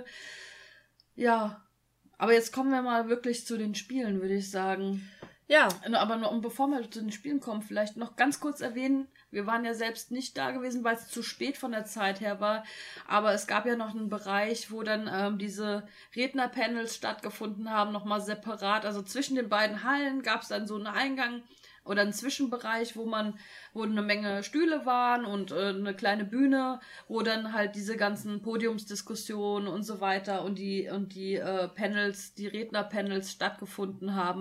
Ja, aber jetzt kommen wir mal wirklich zu den Spielen, würde ich sagen.
Ja.
Aber bevor wir zu den Spielen kommen, vielleicht noch ganz kurz erwähnen, wir waren ja selbst nicht da gewesen, weil es zu spät von der Zeit her war, aber es gab ja noch einen Bereich, wo dann diese Rednerpanels stattgefunden haben, nochmal separat, also zwischen den beiden Hallen gab es dann so einen Eingang oder einen Zwischenbereich, wo eine Menge Stühle waren und eine kleine Bühne, wo dann halt diese ganzen Podiumsdiskussionen und so weiter und die Panels, die Rednerpanels stattgefunden haben,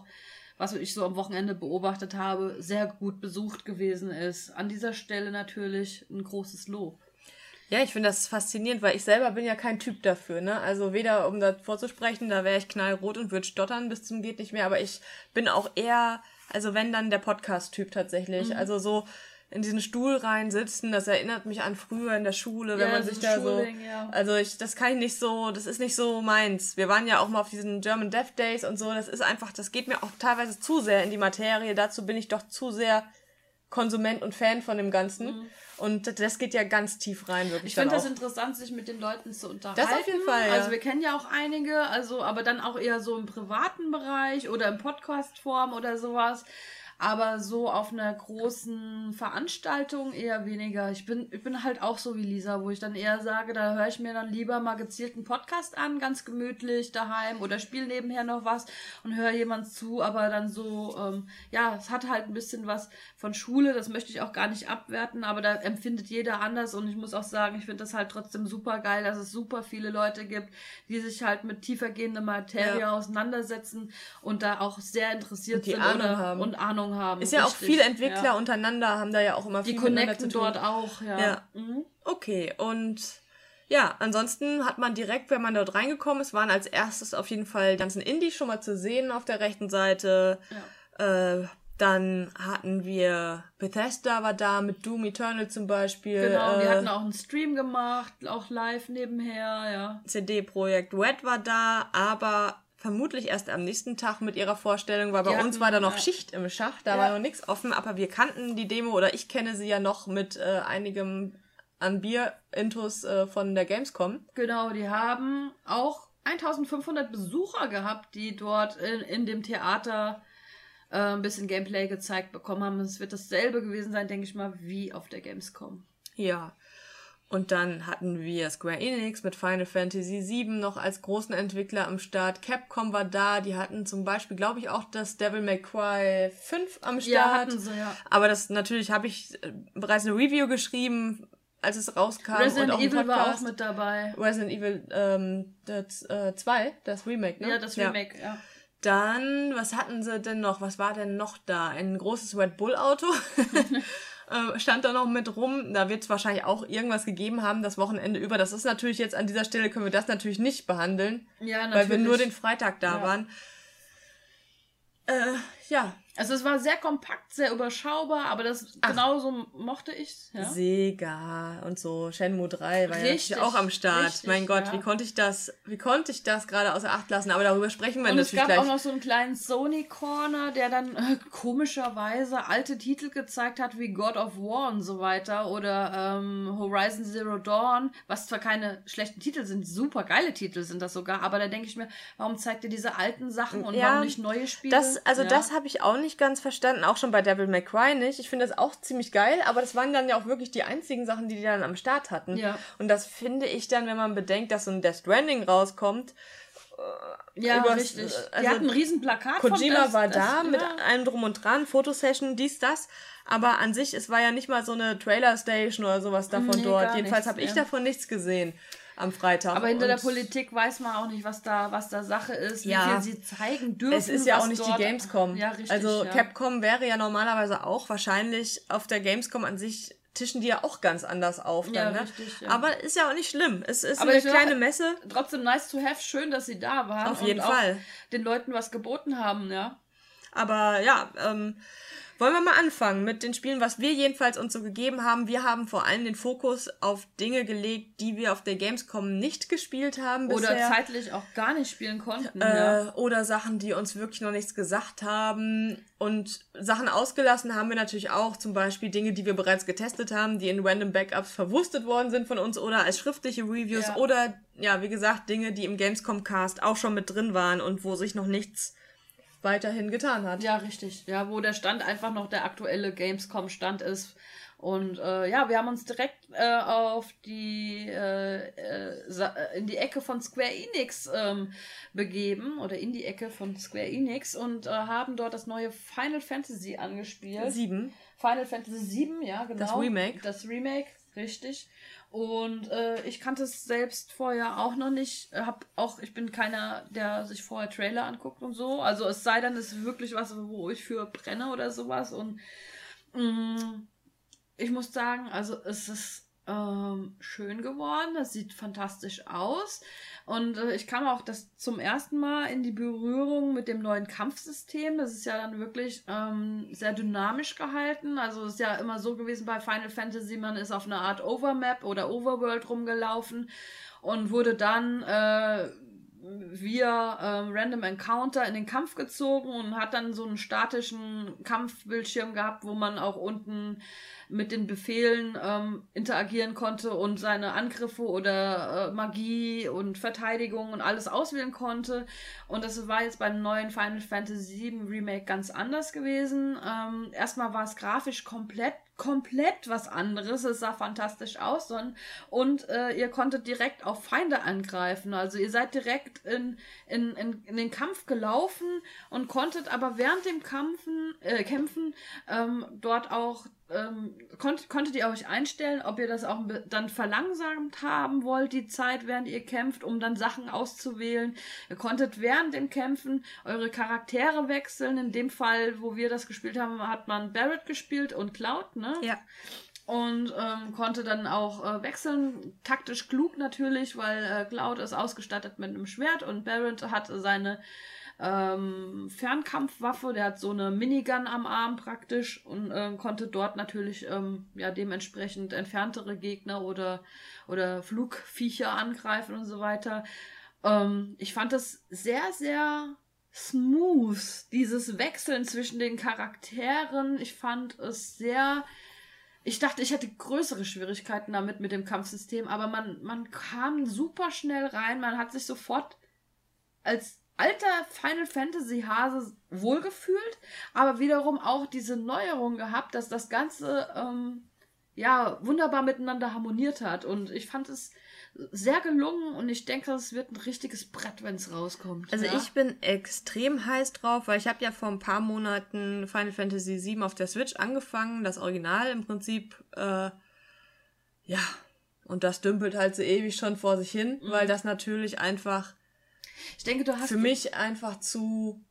was ich so am Wochenende beobachtet habe, sehr gut besucht gewesen ist. An dieser Stelle natürlich ein großes Lob.
Ja, ich finde das faszinierend, weil ich selber bin ja kein Typ dafür, ne? Also weder, um das vorzusprechen, da wäre ich knallrot und würde stottern bis zum geht nicht mehr, aber ich bin auch eher, also wenn dann der Podcast-Typ tatsächlich. Also so in diesen Stuhl rein sitzen, das erinnert mich an früher in der Schule, wenn man sich da
Schuling,
so...
Ja.
Also das kann ich nicht so, das ist nicht so meins. Wir waren ja auch mal auf diesen German Deaf Days und so, das ist einfach, das geht mir auch teilweise zu sehr in die Materie, dazu bin ich doch zu sehr Konsument und Fan von dem Ganzen. Und das geht ja ganz tief rein, wirklich.
Ich finde das interessant, sich mit den Leuten zu unterhalten.
Das auf jeden Fall, ja.
Also wir kennen ja auch einige, aber dann auch eher so im privaten Bereich oder in Podcast-Form oder sowas. Aber so auf einer großen Veranstaltung eher weniger. Ich bin halt auch so wie Lisa, wo ich dann eher sage, da höre ich mir dann lieber mal gezielt einen Podcast an, ganz gemütlich daheim oder spiele nebenher noch was und höre jemand zu, aber dann so, es hat halt ein bisschen was von Schule, das möchte ich auch gar nicht abwerten, aber da empfindet jeder anders und ich muss auch sagen, ich finde das halt trotzdem super geil, dass es super viele Leute gibt, die sich halt mit tiefergehender Materie auseinandersetzen und da auch sehr interessiert sind und Ahnung haben.
Ist ja richtig. Auch viele Entwickler untereinander haben da ja auch immer viel
miteinander zu tun. Die connecten dort auch, ja.
Okay, und ja, ansonsten hat man direkt, wenn man dort reingekommen ist, waren als erstes auf jeden Fall die ganzen Indies schon mal zu sehen auf der rechten Seite. Ja. Dann hatten wir Bethesda war da mit Doom Eternal zum Beispiel.
Genau, die hatten auch einen Stream gemacht, auch live nebenher, ja.
CD Projekt Red war da, aber vermutlich erst am nächsten Tag mit ihrer Vorstellung, weil bei uns war da noch Schicht im Schacht, da war noch nichts offen, aber wir kannten die Demo oder ich kenne sie ja noch mit einigem an Bier-Intus von der Gamescom.
Genau, die haben auch 1500 Besucher gehabt, die dort in dem Theater ein bisschen Gameplay gezeigt bekommen haben. Es wird dasselbe gewesen sein, denke ich mal, wie auf der Gamescom.
Ja. Und dann hatten wir Square Enix mit Final Fantasy VII noch als großen Entwickler am Start. Capcom war da, die hatten zum Beispiel, glaube ich, auch das Devil May Cry 5 am Start.
Ja, hatten sie, ja.
Aber das natürlich habe ich bereits eine Review geschrieben, als es rauskam.
Resident
und auch
Evil war auch mit dabei.
Resident Evil 2, das Remake, ne?
Ja, das Remake, ja.
Dann, was hatten sie denn noch? Was war denn noch da? Ein großes Red Bull Auto. Stand da noch mit rum. Da wird es wahrscheinlich auch irgendwas gegeben haben, das Wochenende über. Das ist natürlich jetzt an dieser Stelle, können wir das natürlich nicht behandeln. Ja, natürlich. Weil wir nur den Freitag da waren. Ja.
Also es war sehr kompakt, sehr überschaubar, aber genauso mochte ich's. Ja?
Sega und so, Shenmue 3 war ja natürlich auch am Start. Richtig, mein Gott, ja. Wie konnte ich das gerade außer Acht lassen? Aber darüber sprechen wir natürlich gleich. Und es gab
auch noch so einen kleinen Sony-Corner, der dann komischerweise alte Titel gezeigt hat, wie God of War und so weiter oder Horizon Zero Dawn, was zwar keine schlechten Titel sind, super geile Titel sind das sogar, aber da denke ich mir, warum zeigt ihr diese alten Sachen und warum nicht neue Spiele?
Das habe ich auch nicht ganz verstanden, auch schon bei Devil May Cry nicht. Ich finde das auch ziemlich geil, aber das waren dann ja auch wirklich die einzigen Sachen, die dann am Start hatten. Ja. Und das finde ich dann, wenn man bedenkt, dass so ein Death Stranding rauskommt.
Richtig. Die hatten ein riesen Plakat
Kojima war da mit allem drum und dran, Fotosession, dies, das. Aber an sich, es war ja nicht mal so eine Trailer-Station oder sowas davon dort. Jedenfalls habe ich davon nichts gesehen am Freitag.
Aber hinter der Politik weiß man auch nicht, was da Sache ist, wie viel sie zeigen dürfen.
Es ist ja auch nicht die Gamescom. Ja, richtig, also Capcom wäre ja normalerweise auch wahrscheinlich auf der Gamescom an sich, tischen die ja auch ganz anders auf. Dann, ne? Richtig, ja. Aber ist ja auch nicht schlimm. Es ist eine kleine Messe.
Trotzdem nice to have, schön, dass sie da waren.
Auf jeden Fall.
Auch den Leuten was geboten haben, ja.
Aber ja, wollen wir mal anfangen mit den Spielen, was wir jedenfalls uns so gegeben haben. Wir haben vor allem den Fokus auf Dinge gelegt, die wir auf der Gamescom nicht gespielt haben bisher.
Oder zeitlich auch gar nicht spielen konnten.
Oder Sachen, die uns wirklich noch nichts gesagt haben. Und Sachen ausgelassen haben wir natürlich auch, zum Beispiel Dinge, die wir bereits getestet haben, die in Random Backups verwurstet worden sind von uns oder als schriftliche Reviews oder, ja, wie gesagt, Dinge, die im Gamescom-Cast auch schon mit drin waren und wo sich noch nichts weiterhin getan hat.
Ja, richtig. Ja, wo der Stand einfach noch der aktuelle Gamescom-Stand ist. Und wir haben uns direkt auf die in die Ecke von Square Enix begeben oder in die Ecke von Square Enix und haben dort das neue Final Fantasy angespielt.
7.
Final Fantasy 7, ja, genau. Das Remake, richtig. Und ich kannte es selbst vorher auch noch nicht. Ich bin keiner, der sich vorher Trailer anguckt und so. Also es sei denn, es ist wirklich was, wo ich für brenne oder sowas. Und ich muss sagen, also es ist schön geworden. Das sieht fantastisch aus. Und ich kam auch zum ersten Mal in die Berührung mit dem neuen Kampfsystem. Das ist ja dann wirklich sehr dynamisch gehalten. Also es ist ja immer so gewesen bei Final Fantasy, man ist auf einer Art Overmap oder Overworld rumgelaufen und wurde dann via Random Encounter in den Kampf gezogen und hat dann so einen statischen Kampfbildschirm gehabt, wo man auch unten mit den Befehlen interagieren konnte und seine Angriffe oder Magie und Verteidigung und alles auswählen konnte. Und das war jetzt beim neuen Final Fantasy VII Remake ganz anders gewesen. Erstmal war es grafisch komplett was anderes. Es sah fantastisch aus und ihr konntet direkt auf Feinde angreifen. Also ihr seid direkt in den Kampf gelaufen und konntet aber während dem Kämpfen dort auch konntet ihr euch einstellen, ob ihr das auch dann verlangsamt haben wollt, die Zeit, während ihr kämpft, um dann Sachen auszuwählen. Ihr konntet während dem Kämpfen eure Charaktere wechseln. In dem Fall, wo wir das gespielt haben, hat man Barret gespielt und Cloud, ne?
Ja.
Und konnte dann auch wechseln, taktisch klug natürlich, weil Cloud ist ausgestattet mit einem Schwert und Barret hat seine Fernkampfwaffe, der hat so eine Minigun am Arm praktisch und konnte dort natürlich dementsprechend entferntere Gegner oder Flugviecher angreifen und so weiter. Ich fand das sehr, sehr smooth, dieses Wechseln zwischen den Charakteren. Ich fand es sehr... Ich dachte, ich hätte größere Schwierigkeiten damit mit dem Kampfsystem, aber man kam super schnell rein, man hat sich sofort als alter Final Fantasy Hase wohlgefühlt, aber wiederum auch diese Neuerung gehabt, dass das Ganze wunderbar miteinander harmoniert hat. Und ich fand es sehr gelungen und ich denke, es wird ein richtiges Brett, wenn es rauskommt.
Also ich bin extrem heiß drauf, weil ich habe ja vor ein paar Monaten Final Fantasy VII auf der Switch angefangen, das Original im Prinzip, und das dümpelt halt so ewig schon vor sich hin, weil das natürlich einfach
ich denke,
für mich einfach zu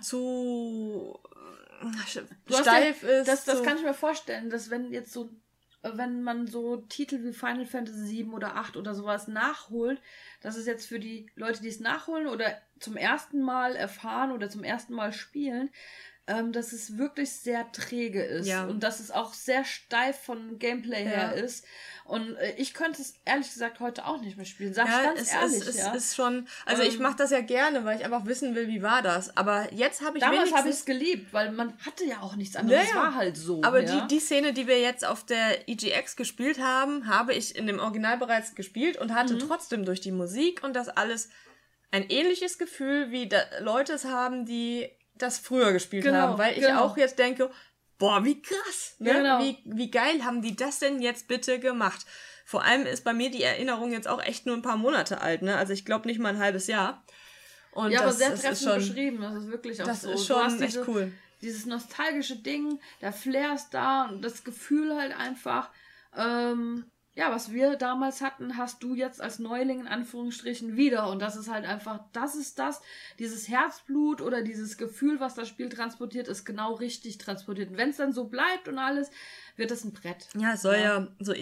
steif ist.
Das kann ich mir vorstellen, dass wenn man so Titel wie Final Fantasy 7 oder 8 oder sowas nachholt, dass es jetzt für die Leute, die es nachholen oder zum ersten Mal erfahren oder zum ersten Mal spielen, dass es wirklich sehr träge ist und dass es auch sehr steif von Gameplay her ist. Und ich könnte es ehrlich gesagt heute auch nicht mehr spielen. Sag ich ganz ehrlich.
Es ist schon, also ich mache das ja gerne, weil ich einfach wissen will, wie war das. Aber jetzt habe ich
damals habe ich es geliebt, weil man hatte ja auch nichts anderes. Es war halt so.
Aber die Szene, die wir jetzt auf der EGX gespielt haben, habe ich in dem Original bereits gespielt und hatte trotzdem durch die Musik und das alles ein ähnliches Gefühl, wie Leute es haben, die das früher gespielt haben. Weil ich auch jetzt denke, boah, wie krass. Ne? Genau. Wie geil haben die das denn jetzt bitte gemacht? Vor allem ist bei mir die Erinnerung jetzt auch echt nur ein paar Monate alt. Ne? Also ich glaube nicht mal ein halbes Jahr. Und
aber sehr treffend beschrieben. Das ist wirklich auch
das
so.
Das ist schon echt cool.
Dieses nostalgische Ding, der Flair ist da und das Gefühl halt einfach... was wir damals hatten, hast du jetzt als Neuling in Anführungsstrichen wieder. Und das ist halt einfach, dieses Herzblut oder dieses Gefühl, was das Spiel transportiert, ist genau richtig transportiert. Und wenn es dann so bleibt und alles, wird das ein Brett.
Ja, es soll ja so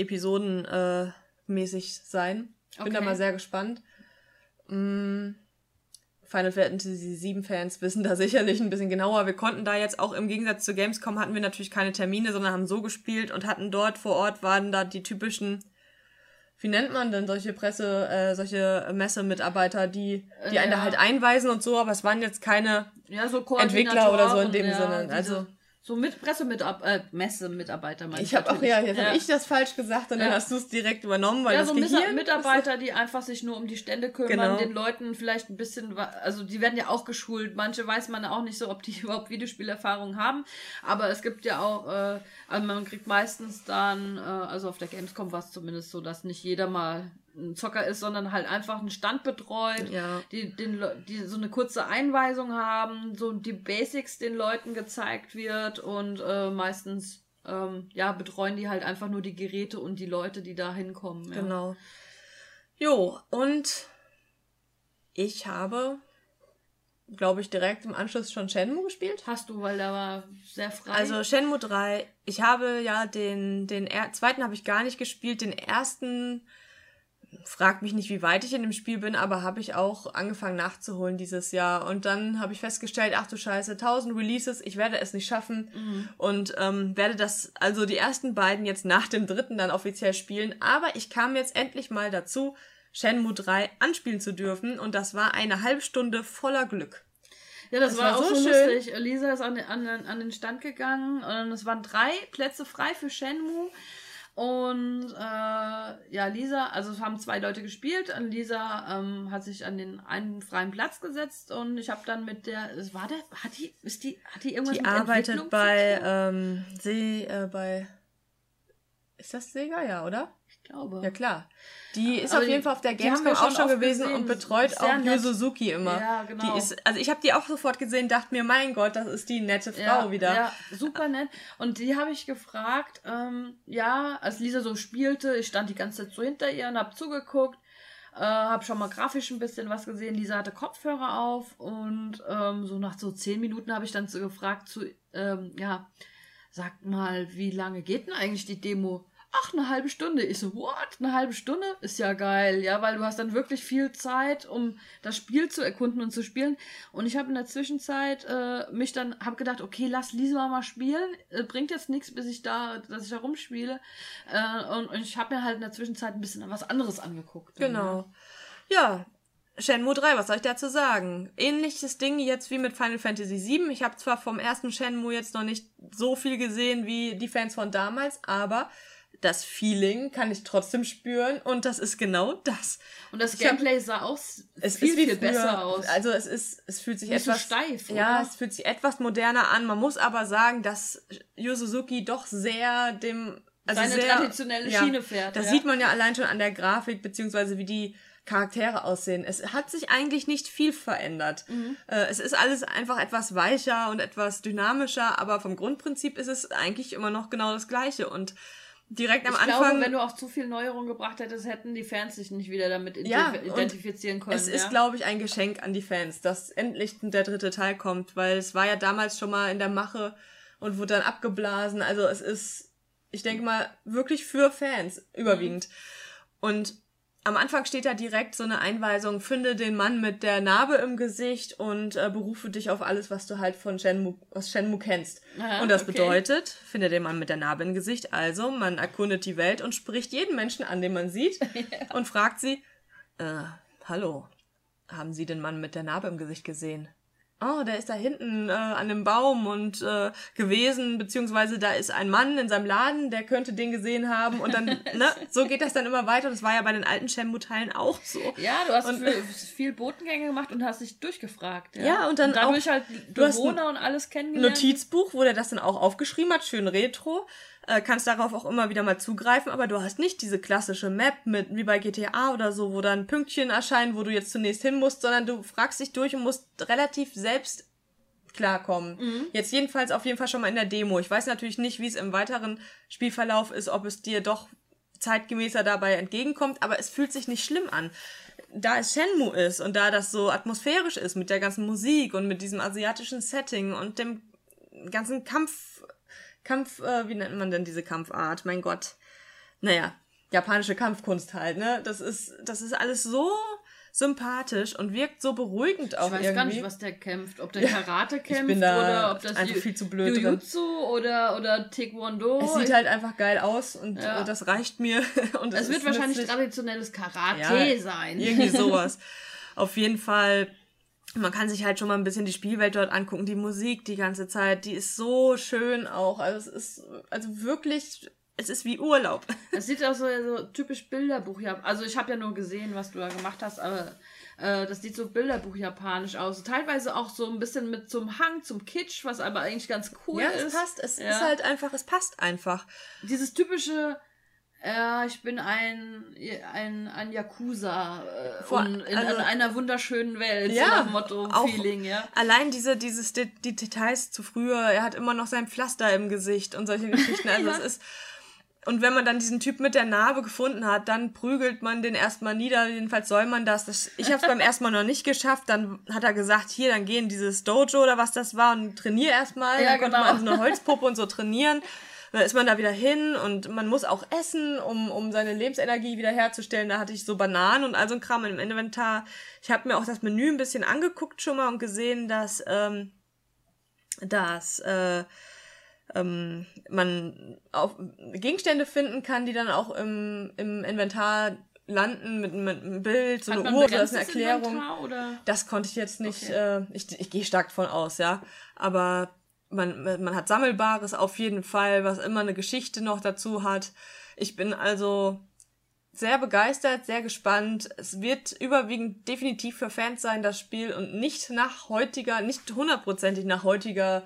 episodenmäßig sein. Ich bin da mal sehr gespannt. Von Final Fantasy VII-Fans wissen da sicherlich ein bisschen genauer. Wir konnten da jetzt auch im Gegensatz zu Gamescom hatten wir natürlich keine Termine, sondern haben so gespielt und hatten dort vor Ort, waren da die typischen, wie nennt man denn solche solche Messemitarbeiter, die einen da halt einweisen und so, aber es waren jetzt keine Entwickler oder so in dem Sinne. Also
so Messemitarbeiter meine
ich. Habe auch, jetzt habe ich das falsch gesagt und dann hast du es direkt übernommen, weil das
so
Gehirn...
Mitarbeiter, die einfach sich nur um die Stände kümmern, den Leuten vielleicht ein bisschen, also die werden ja auch geschult, manche weiß man auch nicht so, ob die überhaupt Videospielerfahrung haben, aber es gibt ja auch, also man kriegt meistens dann, also auf der Gamescom war es zumindest so, dass nicht jeder mal ein Zocker ist, sondern halt einfach einen Stand betreut, die so eine kurze Einweisung haben, so die Basics den Leuten gezeigt wird und meistens betreuen die halt einfach nur die Geräte und die Leute, die da hinkommen. Ja.
Genau. Jo, und ich habe, glaube ich, direkt im Anschluss schon Shenmue gespielt.
Hast du, weil der war sehr frei.
Also Shenmue 3, ich habe ja den zweiten habe ich gar nicht gespielt, den ersten... Frag mich nicht, wie weit ich in dem Spiel bin, aber habe ich auch angefangen nachzuholen dieses Jahr. Und dann habe ich festgestellt, ach du Scheiße, 1000 Releases, ich werde es nicht schaffen. Und werde also die ersten beiden jetzt nach dem dritten dann offiziell spielen. Aber ich kam jetzt endlich mal dazu, Shenmue 3 anspielen zu dürfen. Und das war eine halbe Stunde voller Glück.
Ja, das war auch so schön. Lustig. Lisa ist an den Stand gegangen und es waren 3 Plätze frei für Shenmue. Und Lisa, also es haben 2 Leute gespielt und Lisa hat sich an den einen freien Platz gesetzt und ich habe dann mit der, hat die irgendwas
die
mit
arbeitet
Entwicklung
bei ist das Sega, ja, oder?
Ich glaube.
Ja, klar. Die ist auf jeden Fall auf der Gamescom auch schon gewesen und betreut auch Yu Suzuki immer.
Ja, genau.
Also ich habe die auch sofort gesehen, dachte mir, mein Gott, das ist die nette Frau wieder.
Ja, super nett. Und die habe ich gefragt, als Lisa so spielte, ich stand die ganze Zeit so hinter ihr und habe zugeguckt, habe schon mal grafisch ein bisschen was gesehen. Lisa hatte Kopfhörer auf und so nach so 10 Minuten habe ich dann so gefragt, sag mal, wie lange geht denn eigentlich die Demo? Ach, eine halbe Stunde. Ich so, what? Eine halbe Stunde? Ist ja geil, ja, weil du hast dann wirklich viel Zeit, um das Spiel zu erkunden und zu spielen. Und ich habe in der Zwischenzeit hab gedacht, okay, lass Lisa mal spielen. Bringt jetzt nichts, dass ich da rumspiele. Und ich habe mir halt in der Zwischenzeit ein bisschen was anderes angeguckt.
Genau. Ja. Shenmue 3, was soll ich dazu sagen? Ähnliches Ding jetzt wie mit Final Fantasy VII. Ich habe zwar vom ersten Shenmue jetzt noch nicht so viel gesehen wie die Fans von damals, aber das Feeling kann ich trotzdem spüren und das ist genau das.
Und das Gameplay sah auch viel besser aus.
Also es fühlt sich
nicht
etwas
so steif, oder?
Ja, es fühlt sich etwas moderner an. Man muss aber sagen, dass Yu Suzuki doch sehr
seine traditionelle Schiene fährt.
Das sieht man ja allein schon an der Grafik beziehungsweise wie die Charaktere aussehen. Es hat sich eigentlich nicht viel verändert. Es ist alles einfach etwas weicher und etwas dynamischer, aber vom Grundprinzip ist es eigentlich immer noch genau das Gleiche und direkt am Anfang... Ich glaube,
wenn du auch zu viel Neuerung gebracht hättest, hätten die Fans sich nicht wieder damit identifizieren können.
Es ist, glaube ich, ein Geschenk an die Fans, dass endlich der 3. Teil kommt, weil es war ja damals schon mal in der Mache und wurde dann abgeblasen. Also es ist, ich denke mal, wirklich für Fans überwiegend. Und am Anfang steht da direkt so eine Einweisung, finde den Mann mit der Narbe im Gesicht und berufe dich auf alles, was du halt aus Shenmue kennst. Und das bedeutet, finde den Mann mit der Narbe im Gesicht, also man erkundet die Welt und spricht jeden Menschen an, den man sieht und fragt sie, hallo, haben Sie den Mann mit der Narbe im Gesicht gesehen? Oh, der ist da hinten an einem Baum und gewesen, beziehungsweise da ist ein Mann in seinem Laden, der könnte den gesehen haben und dann, so geht das dann immer weiter. Das war ja bei den alten Shenmue-Teilen auch so.
Ja, du hast viel Botengänge gemacht und hast dich durchgefragt.
Ja, und dann und
dadurch
auch,
halt Bewohner und alles kennengelernt.
Notizbuch, wo der das dann auch aufgeschrieben hat, schön retro. Kannst darauf auch immer wieder mal zugreifen, aber du hast nicht diese klassische Map wie bei GTA oder so, wo dann Pünktchen erscheinen, wo du jetzt zunächst hin musst, sondern du fragst dich durch und musst relativ selbst klarkommen. Jetzt jedenfalls auf jeden Fall schon mal in der Demo. Ich weiß natürlich nicht, wie es im weiteren Spielverlauf ist, ob es dir doch zeitgemäßer dabei entgegenkommt, aber es fühlt sich nicht schlimm an. Da es Shenmue ist und da das so atmosphärisch ist mit der ganzen Musik und mit diesem asiatischen Setting und dem ganzen Kampf, wie nennt man denn diese Kampfart? Mein Gott. Naja, japanische Kampfkunst halt, ne? Das ist alles so sympathisch und wirkt so beruhigend auch irgendwie.
Ich weiß gar nicht, was der kämpft. Ob der Karate kämpft
ich bin da
oder ob das
einfach viel zu blöd
Jiu-Jitsu oder Taekwondo.
Es sieht halt einfach geil aus und das reicht mir. Und
es wird wahrscheinlich traditionelles Karate sein.
Irgendwie sowas. Auf jeden Fall, man kann sich halt schon mal ein bisschen die Spielwelt dort angucken, die Musik die ganze Zeit, die ist so schön auch. Also es ist wirklich... Es ist wie Urlaub.
Es sieht auch so typisch Bilderbuch. Also ich habe ja nur gesehen, was du da gemacht hast, aber das sieht so Bilderbuch-japanisch aus. Teilweise auch so ein bisschen mit so einem Hang zum Kitsch, was aber eigentlich ganz cool ist.
Ja, es passt. Es ist halt einfach, es passt einfach.
Dieses typische, ich bin ein Yakuza in einer wunderschönen Welt, so nach Motto-Feeling, ja.
Allein die Details zu früher, er hat immer noch sein Pflaster im Gesicht und solche Geschichten. Also es ist... Und wenn man dann diesen Typ mit der Narbe gefunden hat, dann prügelt man den erstmal nieder. Jedenfalls soll man das. Ich habe es beim ersten Mal noch nicht geschafft. Dann hat er gesagt, hier, dann geh in dieses Dojo oder was das war und trainier erstmal.
Ja,
dann konnte man so eine Holzpuppe und so trainieren. Dann ist man da wieder hin und man muss auch essen, um seine Lebensenergie wieder herzustellen. Da hatte ich so Bananen und all so ein Kram im Inventar. Ich habe mir auch das Menü ein bisschen angeguckt schon mal und gesehen, dass man auch Gegenstände finden kann, die dann auch im Inventar landen mit einem Bild, so eine Uhr oder eine Erklärung.
Inventar, oder?
Das konnte ich jetzt nicht, okay. Ich gehe stark von aus, ja. Aber man hat Sammelbares auf jeden Fall, was immer eine Geschichte noch dazu hat. Ich bin also sehr begeistert, sehr gespannt. Es wird überwiegend definitiv für Fans sein, das Spiel, und nicht hundertprozentig nach heutiger,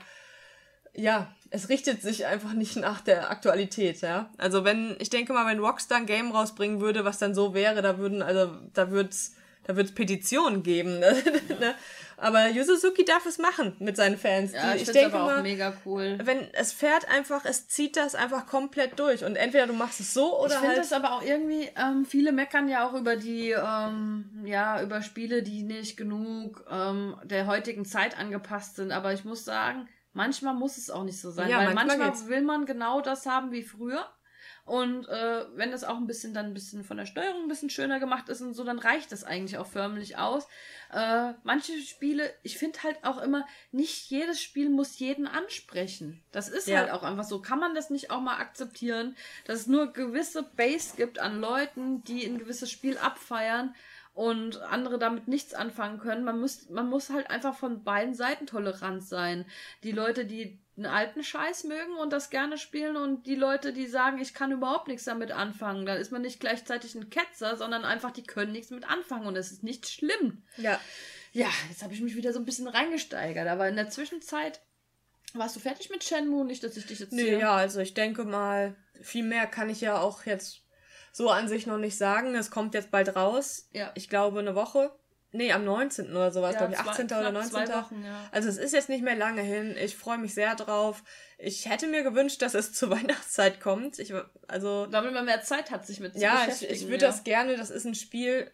es richtet sich einfach nicht nach der Aktualität, ja. Also ich denke mal, wenn Rockstar ein Game rausbringen würde, was dann so wäre, da wird's Petitionen geben, ne? Aber Yu Suzuki darf es machen mit seinen Fans.
Ja, ich denke aber auch mega cool.
Wenn es zieht das einfach komplett durch. Und entweder du machst es so oder
ich finde es aber auch irgendwie, viele meckern ja auch über die, über Spiele, die nicht genug der heutigen Zeit angepasst sind. Aber ich muss sagen, manchmal muss es auch nicht so sein. Weil manchmal will man genau das haben wie früher. Und wenn das auch ein bisschen von der Steuerung ein bisschen schöner gemacht ist und so, dann reicht das eigentlich auch förmlich aus. Manche Spiele, ich finde halt auch immer, nicht jedes Spiel muss jeden ansprechen. Das ist halt auch einfach so. Kann man das nicht auch mal akzeptieren, dass es nur gewisse Base gibt an Leuten, die ein gewisses Spiel abfeiern und andere damit nichts anfangen können. Man muss halt einfach von beiden Seiten tolerant sein. Die Leute, die einen alten Scheiß mögen und das gerne spielen, und die Leute, die sagen, ich kann überhaupt nichts damit anfangen. Da ist man nicht gleichzeitig ein Ketzer, sondern einfach, die können nichts mit anfangen, und es ist nicht schlimm. Ja, jetzt habe ich mich wieder so ein bisschen reingesteigert, aber in der Zwischenzeit warst du fertig mit Shenmue? Nicht, dass ich dich jetzt
also ich denke mal, viel mehr kann ich ja auch jetzt so an sich noch nicht sagen. Es kommt jetzt bald raus. Ja. Ich glaube, eine Woche. Nee, am 19. oder sowas, glaube ich, 18. oder 19.
2 Wochen, ja.
Also es ist jetzt nicht mehr lange hin. Ich freue mich sehr drauf. Ich hätte mir gewünscht, dass es zur Weihnachtszeit kommt.
Damit man mehr Zeit hat, sich mit zu beschäftigen.
Ich würde das gerne. Das ist ein Spiel,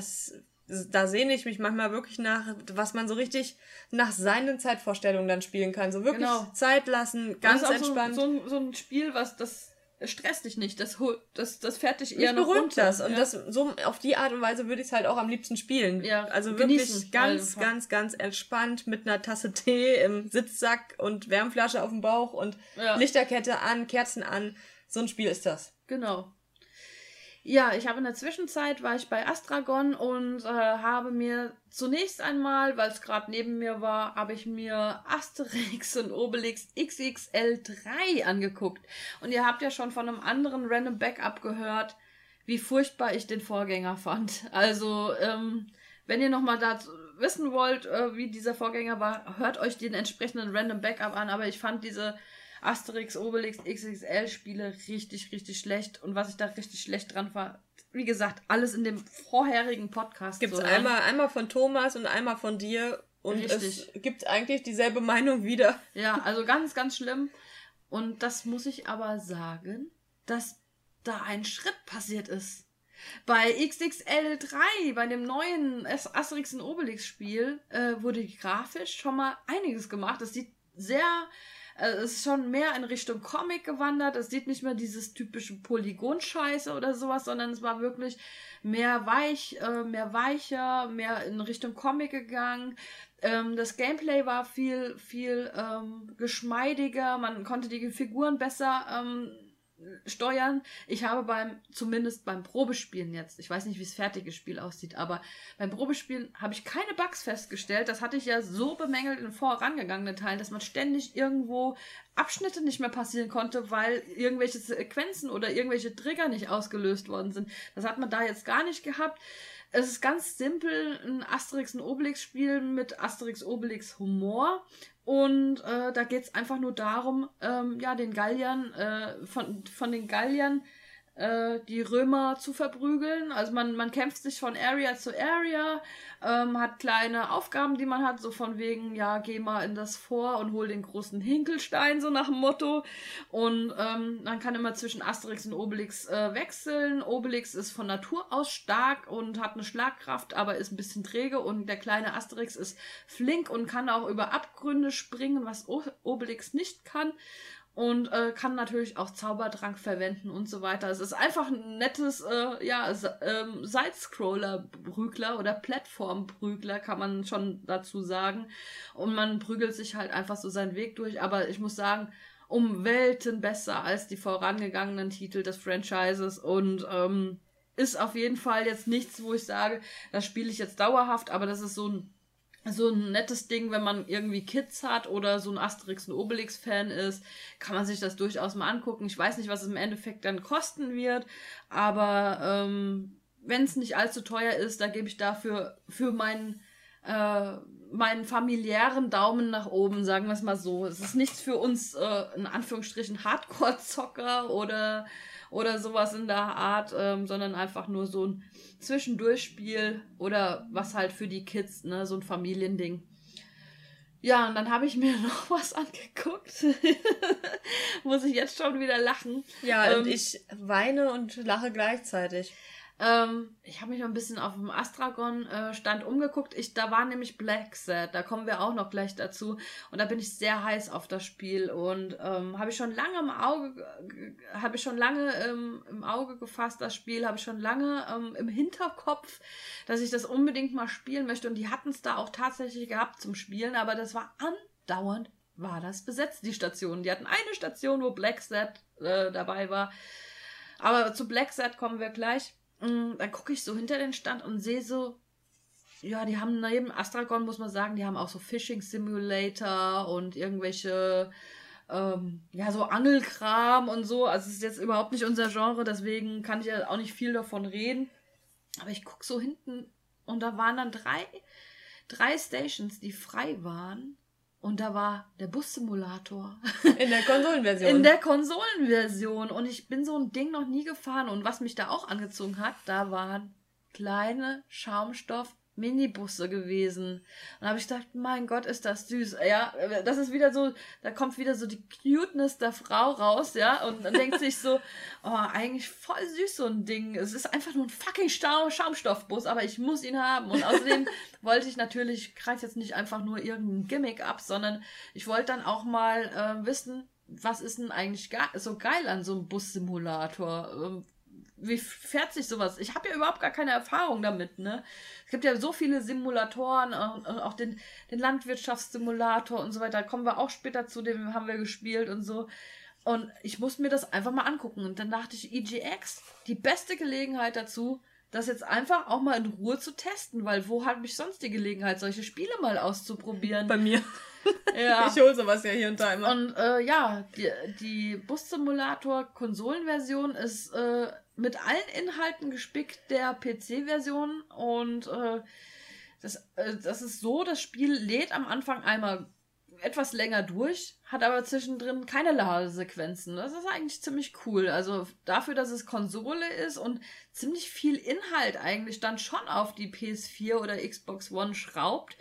da sehne ich mich manchmal wirklich nach, was man so richtig nach seinen Zeitvorstellungen dann spielen kann. So wirklich Zeit lassen, ganz entspannt.
So ein Spiel, das stresst dich nicht, das fährt dich eher
noch runter. Das. Und
das
so auf die Art und Weise würde ich es halt auch am liebsten spielen. Ja, also wirklich ganz entspannt mit einer Tasse Tee im Sitzsack und Wärmflasche auf dem Bauch und Lichterkette an, Kerzen an. So ein Spiel ist das.
Genau. Ja, in der Zwischenzeit war ich bei Astragon und habe mir zunächst einmal, weil es gerade neben mir war, habe ich mir Asterix und Obelix XXL 3 angeguckt. Und ihr habt ja schon von einem anderen Random Backup gehört, wie furchtbar ich den Vorgänger fand. Also, wenn ihr nochmal dazu wissen wollt, wie dieser Vorgänger war, hört euch den entsprechenden Random Backup an. Aber ich fand diese Asterix, Obelix, XXL Spiele richtig, richtig schlecht. Und was ich da richtig schlecht dran war, wie gesagt, alles in dem vorherigen Podcast.
Gibt's einmal von Thomas und einmal von dir. Und richtig. Es gibt eigentlich dieselbe Meinung wieder.
Ja, also ganz, ganz schlimm. Und das muss ich aber sagen, dass da ein Schritt passiert ist. Bei XXL 3, bei dem neuen Asterix und Obelix Spiel, wurde grafisch schon mal einiges gemacht. Das sieht sehr es ist schon mehr in Richtung Comic gewandert. Es sieht nicht mehr dieses typische Polygon-Scheiße oder sowas, sondern es war wirklich mehr weicher, mehr in Richtung Comic gegangen. Das Gameplay war viel geschmeidiger. Man konnte die Figuren besser steuern. Ich habe zumindest beim Probespielen jetzt, ich weiß nicht, wie das fertige Spiel aussieht, aber beim Probespielen habe ich keine Bugs festgestellt. Das hatte ich ja so bemängelt in vorangegangenen Teilen, dass man ständig irgendwo Abschnitte nicht mehr passieren konnte, weil irgendwelche Sequenzen oder irgendwelche Trigger nicht ausgelöst worden sind. Das hat man da jetzt gar nicht gehabt. Es ist ganz simpel, ein Asterix und Obelix Spiel mit Asterix Obelix Humor. Und da geht es einfach nur darum, den Galliern, von den Galliern die Römer zu verprügeln. Also man kämpft sich von Area zu Area, hat kleine Aufgaben, die man hat, so von wegen, ja, geh mal in das Fort und hol den großen Hinkelstein, so nach dem Motto. Und man kann immer zwischen Asterix und Obelix wechseln. Obelix ist von Natur aus stark und hat eine Schlagkraft, aber ist ein bisschen träge. Und der kleine Asterix ist flink und kann auch über Abgründe springen, was Obelix nicht kann. Und kann natürlich auch Zaubertrank verwenden und so weiter. Es ist einfach ein nettes Side-Scroller-Prügler oder Plattform-Prügler, kann man schon dazu sagen. Und man prügelt sich halt einfach so seinen Weg durch. Aber ich muss sagen, um Welten besser als die vorangegangenen Titel des Franchises. Und ist auf jeden Fall jetzt nichts, wo ich sage, das spiele ich jetzt dauerhaft. Aber das ist so ein nettes Ding, wenn man irgendwie Kids hat oder so ein Asterix- und Obelix-Fan ist, kann man sich das durchaus mal angucken. Ich weiß nicht, was es im Endeffekt dann kosten wird, aber wenn es nicht allzu teuer ist, da gebe ich dafür für meinen familiären Daumen nach oben, sagen wir es mal so. Es ist nichts für uns, in Anführungsstrichen, Hardcore-Zocker oder sowas in der Art, sondern einfach nur so ein Zwischendurchspiel oder was halt für die Kids, ne, so ein Familiending. Ja, und dann habe ich mir noch was angeguckt. Muss ich jetzt schon wieder lachen.
Ja, und ich weine und lache gleichzeitig.
Ich habe mich noch ein bisschen auf dem Astragon-Stand umgeguckt. Da war nämlich Blacksad, da kommen wir auch noch gleich dazu. Und da bin ich sehr heiß auf das Spiel und habe ich schon lange im Auge gefasst, das Spiel, habe ich schon lange im Hinterkopf, dass ich das unbedingt mal spielen möchte. Und die hatten es da auch tatsächlich gehabt zum Spielen, aber das war andauernd, war das besetzt, die Station. Die hatten eine Station, wo Blacksad dabei war. Aber zu Blacksad kommen wir gleich. Dann gucke ich so hinter den Stand und sehe so, ja, die haben neben Astragon, muss man sagen, die haben auch so Fishing Simulator und irgendwelche, so Angelkram und so. Also es ist jetzt überhaupt nicht unser Genre, deswegen kann ich ja auch nicht viel davon reden. Aber ich gucke so hinten und da waren dann drei Stations, die frei waren. Und da war der Bussimulator.
In der Konsolenversion.
In der Konsolenversion. Und ich bin so ein Ding noch nie gefahren. Und was mich da auch angezogen hat, da waren kleine Schaumstoff-Minibusse gewesen. Und da habe ich gedacht, mein Gott, ist das süß. Ja, das ist wieder so, da kommt wieder so die Cuteness der Frau raus, ja. Und dann denkt sich so, oh, eigentlich voll süß so ein Ding. Es ist einfach nur ein fucking Schaumstoffbus, aber ich muss ihn haben. Und außerdem wollte ich natürlich, ich greife jetzt nicht einfach nur irgendein Gimmick ab, sondern ich wollte dann auch mal wissen, was ist denn eigentlich so geil an so einem Bussimulator? Wie fährt sich sowas? Ich habe ja überhaupt gar keine Erfahrung damit, ne? Es gibt ja so viele Simulatoren, auch den Landwirtschaftssimulator und so weiter. Da kommen wir auch später zu, dem haben wir gespielt und so. Und ich musste mir das einfach mal angucken. Und dann dachte ich, EGX, die beste Gelegenheit dazu, das jetzt einfach auch mal in Ruhe zu testen, weil wo habe ich sonst die Gelegenheit, solche Spiele mal auszuprobieren?
Bei mir.
Ja.
Ich hole sowas ja hier und da immer.
Und die Bus-Simulator-Konsolenversion ist mit allen Inhalten gespickt der PC-Version und das ist so, das Spiel lädt am Anfang einmal etwas länger durch, hat aber zwischendrin keine Ladesequenzen. Das ist eigentlich ziemlich cool. Also dafür, dass es Konsole ist und ziemlich viel Inhalt eigentlich dann schon auf die PS4 oder Xbox One schraubt,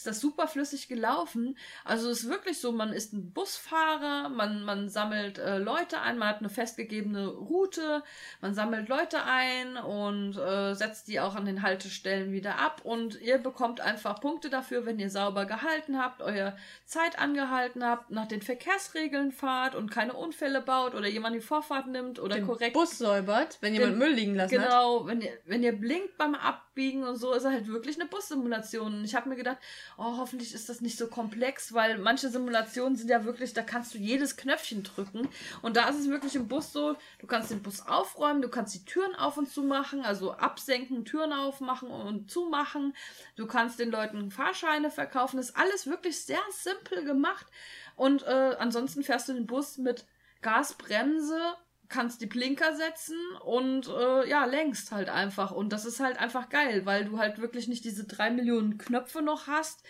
ist das super flüssig gelaufen. Also es ist wirklich so, man ist ein Busfahrer, man sammelt Leute ein, man hat eine festgegebene Route, man sammelt Leute ein und setzt die auch an den Haltestellen wieder ab und ihr bekommt einfach Punkte dafür, wenn ihr sauber gehalten habt, eure Zeit angehalten habt, nach den Verkehrsregeln fahrt und keine Unfälle baut oder jemand die Vorfahrt nimmt oder
den
korrekt
Bus säubert, wenn jemand Müll liegen lassen hat.
Genau, wenn ihr blinkt beim Abbiegen und so, ist er halt wirklich eine Bussimulation. Und ich habe mir gedacht, oh, hoffentlich ist das nicht so komplex, weil manche Simulationen sind ja wirklich, da kannst du jedes Knöpfchen drücken. Und da ist es wirklich im Bus so, du kannst den Bus aufräumen, du kannst die Türen auf und zu machen, also absenken, Türen aufmachen und zumachen. Du kannst den Leuten Fahrscheine verkaufen. Das ist alles wirklich sehr simpel gemacht. Und ansonsten fährst du den Bus mit Gasbremse, kannst die Blinker setzen und lenkst halt einfach. Und das ist halt einfach geil, weil du halt wirklich nicht diese 3 Millionen Knöpfe noch hast,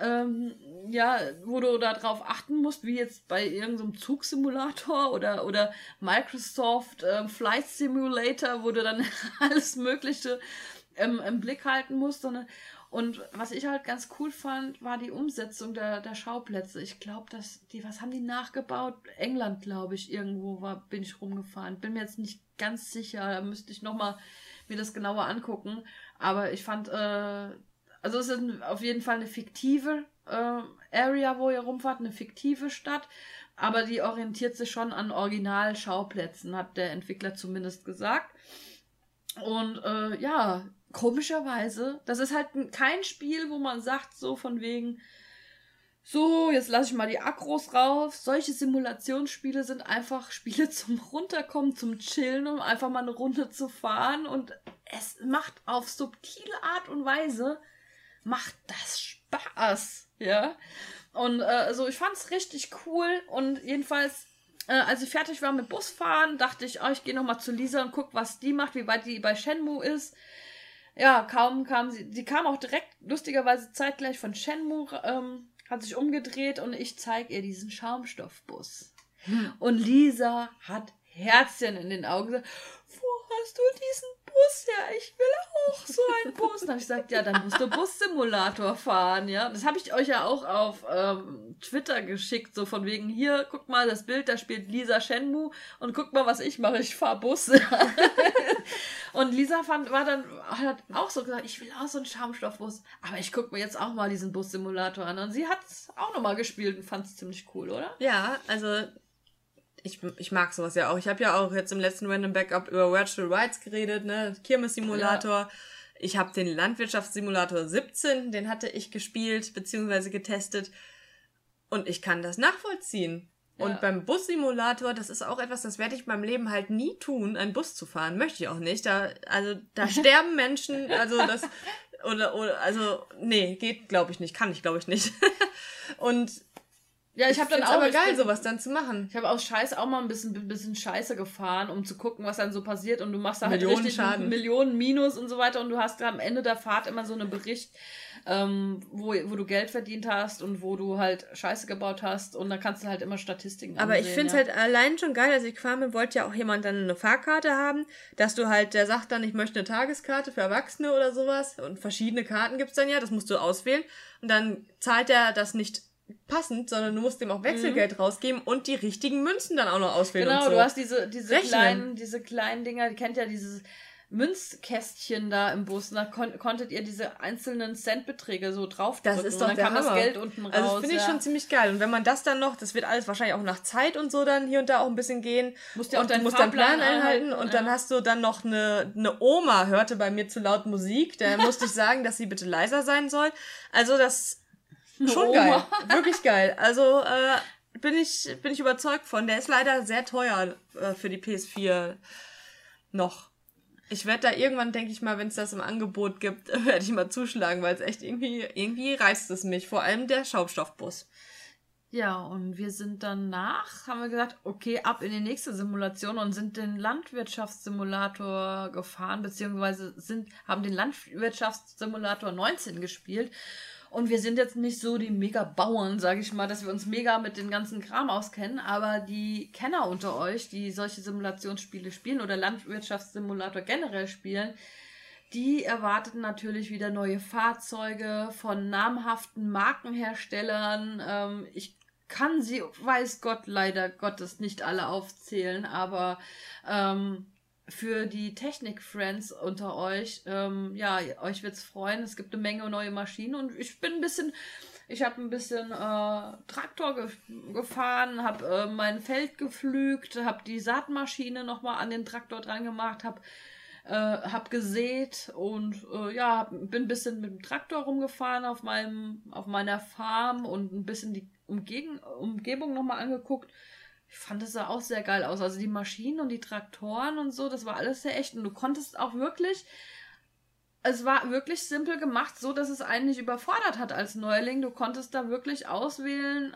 wo du da drauf achten musst, wie jetzt bei irgendeinem Zugsimulator oder Microsoft Flight Simulator, wo du dann alles Mögliche im Blick halten musst, sondern und was ich halt ganz cool fand, war die Umsetzung der Schauplätze. Ich glaube, was haben die nachgebaut? England, glaube ich, irgendwo bin ich rumgefahren. Bin mir jetzt nicht ganz sicher, da müsste ich nochmal mir das genauer angucken. Aber ich fand, also es ist auf jeden Fall eine fiktive Area, wo ihr rumfahrt, eine fiktive Stadt. Aber die orientiert sich schon an Original-Schauplätzen, hat der Entwickler zumindest gesagt. Und komischerweise, das ist halt kein Spiel, wo man sagt, so von wegen, so, jetzt lasse ich mal die Akros raus. Solche Simulationsspiele sind einfach Spiele zum Runterkommen, zum Chillen, um einfach mal eine Runde zu fahren. Und es macht auf subtile Art und Weise, macht das Spaß, ja. Und ich fand es richtig cool und jedenfalls als ich fertig war mit Busfahren, dachte ich, ich gehe nochmal zu Lisa und guck, was die macht, wie weit die bei Shenmue ist. Ja, kaum kam sie, die kam auch direkt, lustigerweise zeitgleich von Shenmue, hat sich umgedreht und ich zeige ihr diesen Schaumstoffbus. Und Lisa hat Herzchen in den Augen gesagt, wo hast du diesen Bus her? Ich will auch so einen Bus. Dann habe ich gesagt, ja, dann musst du Bussimulator fahren, ja. Das habe ich euch ja auch auf Twitter geschickt, so von wegen, hier, guck mal das Bild, da spielt Lisa Shenmue und guck mal, was ich mache, ich fahre Bus. Und Lisa hat auch so gesagt, ich will auch so einen Schaumstoffbus, aber ich gucke mir jetzt auch mal diesen Bussimulator an. Und sie hat es auch nochmal gespielt und fand es ziemlich cool, oder?
Ja, also ich mag sowas ja auch. Ich habe ja auch jetzt im letzten Random Backup über Virtual Rides geredet, ne? Kirmes-Simulator. Ja. Ich habe den Landwirtschaftssimulator 17, den hatte ich gespielt bzw. getestet. Und ich kann das nachvollziehen. Ja. Und beim Bussimulator, das ist auch etwas, das werde ich in meinem Leben halt nie tun, einen Bus zu fahren. Möchte ich auch nicht. Da sterben Menschen, nee, geht, glaube ich nicht. Kann ich, glaube ich, nicht. Und ja, ich habe dann auch aber geil, sowas dann zu machen.
Ich habe aus Scheiß auch mal ein bisschen Scheiße gefahren, um zu gucken, was dann so passiert. Und du machst da halt richtig Millionen Minus und so weiter. Und du hast am Ende der Fahrt immer so einen Bericht, wo du Geld verdient hast und wo du halt Scheiße gebaut hast. Und da kannst du halt immer Statistiken ansehen.
Aber ich finde es halt allein schon geil, als ich gefahren bin, wollte ja auch jemand dann eine Fahrkarte haben, dass du halt, der sagt dann, ich möchte eine Tageskarte für Erwachsene oder sowas. Und verschiedene Karten gibt's dann ja, das musst du auswählen. Und dann zahlt der das nicht passend, sondern du musst dem auch Wechselgeld rausgeben und die richtigen Münzen dann auch noch auswählen.
Genau,
und so.
Du hast diese kleinen Dinger, die kennt ja dieses Münzkästchen da im Bus, und da konntet ihr diese einzelnen Centbeträge so draufdrücken.
Das ist doch
und dann
der
kam
Hammer.
Das Geld unten raus.
Also das finde ich schon ziemlich geil. Und wenn man das dann noch, das wird alles wahrscheinlich auch nach Zeit und so dann hier und da auch ein bisschen gehen.
Du musst
deinen Plan einhalten und dann hast du dann noch eine Oma, hörte bei mir zu laut Musik, der musste ich sagen, dass sie bitte leiser sein soll. Also das schon geil. Wirklich geil. Also bin ich überzeugt von. Der ist leider sehr teuer für die PS4 noch. Ich werde da irgendwann, denke ich mal, wenn es das im Angebot gibt, werde ich mal zuschlagen, weil es echt irgendwie reizt es mich. Vor allem der Schaumstoffbus.
Ja, und wir sind danach, haben wir gesagt, okay, ab in die nächste Simulation und sind den Landwirtschaftssimulator gefahren, beziehungsweise haben den Landwirtschaftssimulator 19 gespielt. Und wir sind jetzt nicht so die Mega-Bauern, sage ich mal, dass wir uns mega mit den ganzen Kram auskennen, aber die Kenner unter euch, die solche Simulationsspiele spielen oder Landwirtschaftssimulator generell spielen, Die erwarteten natürlich wieder neue Fahrzeuge von namhaften Markenherstellern. Ich kann sie, weiß Gott, leider Gottes nicht alle aufzählen, aber für die Technik-Friends unter euch, ja, euch wird's freuen. Es gibt eine Menge neue Maschinen und ich habe ein bisschen Traktor gefahren, habe mein Feld gepflügt, habe die Saatmaschine nochmal an den Traktor dran gemacht, hab gesät und ja, bin ein bisschen mit dem Traktor rumgefahren auf meiner Farm und ein bisschen die Umgebung nochmal angeguckt. Ich fand, das sah auch sehr geil aus. Also die Maschinen und die Traktoren und so, das war alles sehr echt. Und du konntest auch wirklich, es war wirklich simpel gemacht, so dass es einen nicht überfordert hat als Neuling. Du konntest da wirklich auswählen,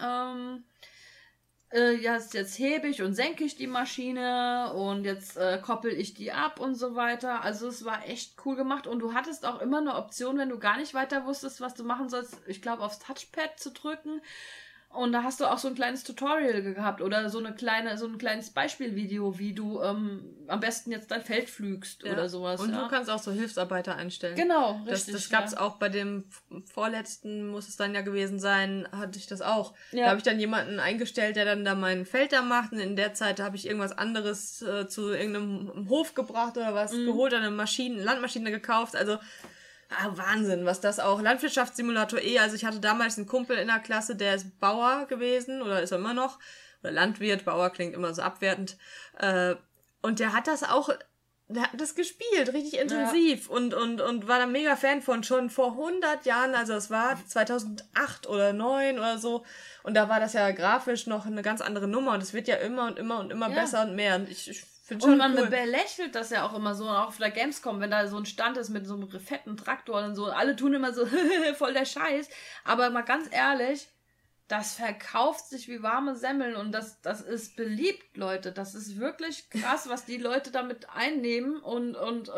ja, jetzt hebe ich und senke ich die Maschine und jetzt koppel ich die ab und so weiter. Also es war echt cool gemacht und du hattest auch immer eine Option, wenn du gar nicht weiter wusstest, was du machen sollst, ich glaube aufs Touchpad zu drücken. Und da hast du auch so ein kleines Tutorial gehabt oder so ein kleines Beispielvideo, wie du am besten jetzt dein Feld pflügst oder sowas.
Und du kannst auch so Hilfsarbeiter einstellen.
Genau, richtig.
Das gab's auch bei dem vorletzten, muss es dann ja gewesen sein, hatte ich das auch.
Ja.
Da habe ich dann jemanden eingestellt, der dann da mein Feld da macht und in der Zeit habe ich irgendwas anderes zu irgendeinem Hof gebracht oder was geholt, eine Landmaschine gekauft, also Wahnsinn, was das auch. Landwirtschaftssimulator also ich hatte damals einen Kumpel in der Klasse, der ist Bauer gewesen oder ist er immer noch. Oder Landwirt, Bauer klingt immer so abwertend. Und der hat das gespielt, richtig intensiv und war da mega Fan von schon vor 100 Jahren, also es war 2008 oder 2009 oder so. Und da war das ja grafisch noch eine ganz andere Nummer und es wird ja immer und immer und immer besser und mehr. Und ich
und man belächelt das ja auch immer so, auch auf der Gamescom, wenn da so ein Stand ist mit so einem fetten Traktor und so, alle tun immer so, voll der Scheiß. Aber mal ganz ehrlich, das verkauft sich wie warme Semmeln und das ist beliebt, Leute. Das ist wirklich krass, was die Leute damit einnehmen und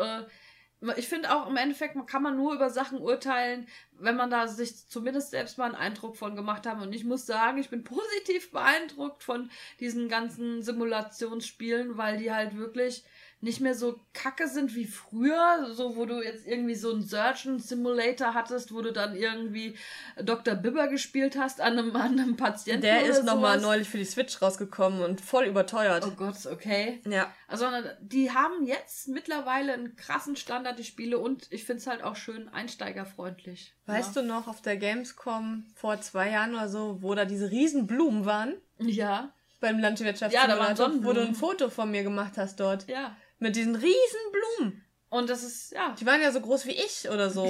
ich finde auch im Endeffekt, kann man nur über Sachen urteilen, wenn man da sich zumindest selbst mal einen Eindruck von gemacht hat. Und ich muss sagen, ich bin positiv beeindruckt von diesen ganzen Simulationsspielen, weil die halt wirklich nicht mehr so kacke sind wie früher, so wo du jetzt irgendwie so einen Surgeon Simulator hattest, wo du dann irgendwie Dr. Bibber gespielt hast an einem Patienten.
Der ist nochmal neulich für die Switch rausgekommen und voll überteuert.
Oh Gott, okay.
Ja.
Also die haben jetzt mittlerweile einen krassen Standard, die Spiele, und ich finde es halt auch schön einsteigerfreundlich.
Weißt du noch, auf der Gamescom vor 2 Jahren oder so, wo da diese riesen Blumen waren?
Ja.
Beim Landwirtschaftssimulator,
da waren Sonnenblumen,
wo du ein Foto von mir gemacht hast dort.
Ja.
Mit diesen riesen Blumen.
Und das ist, ja.
Die waren ja so groß wie ich oder so.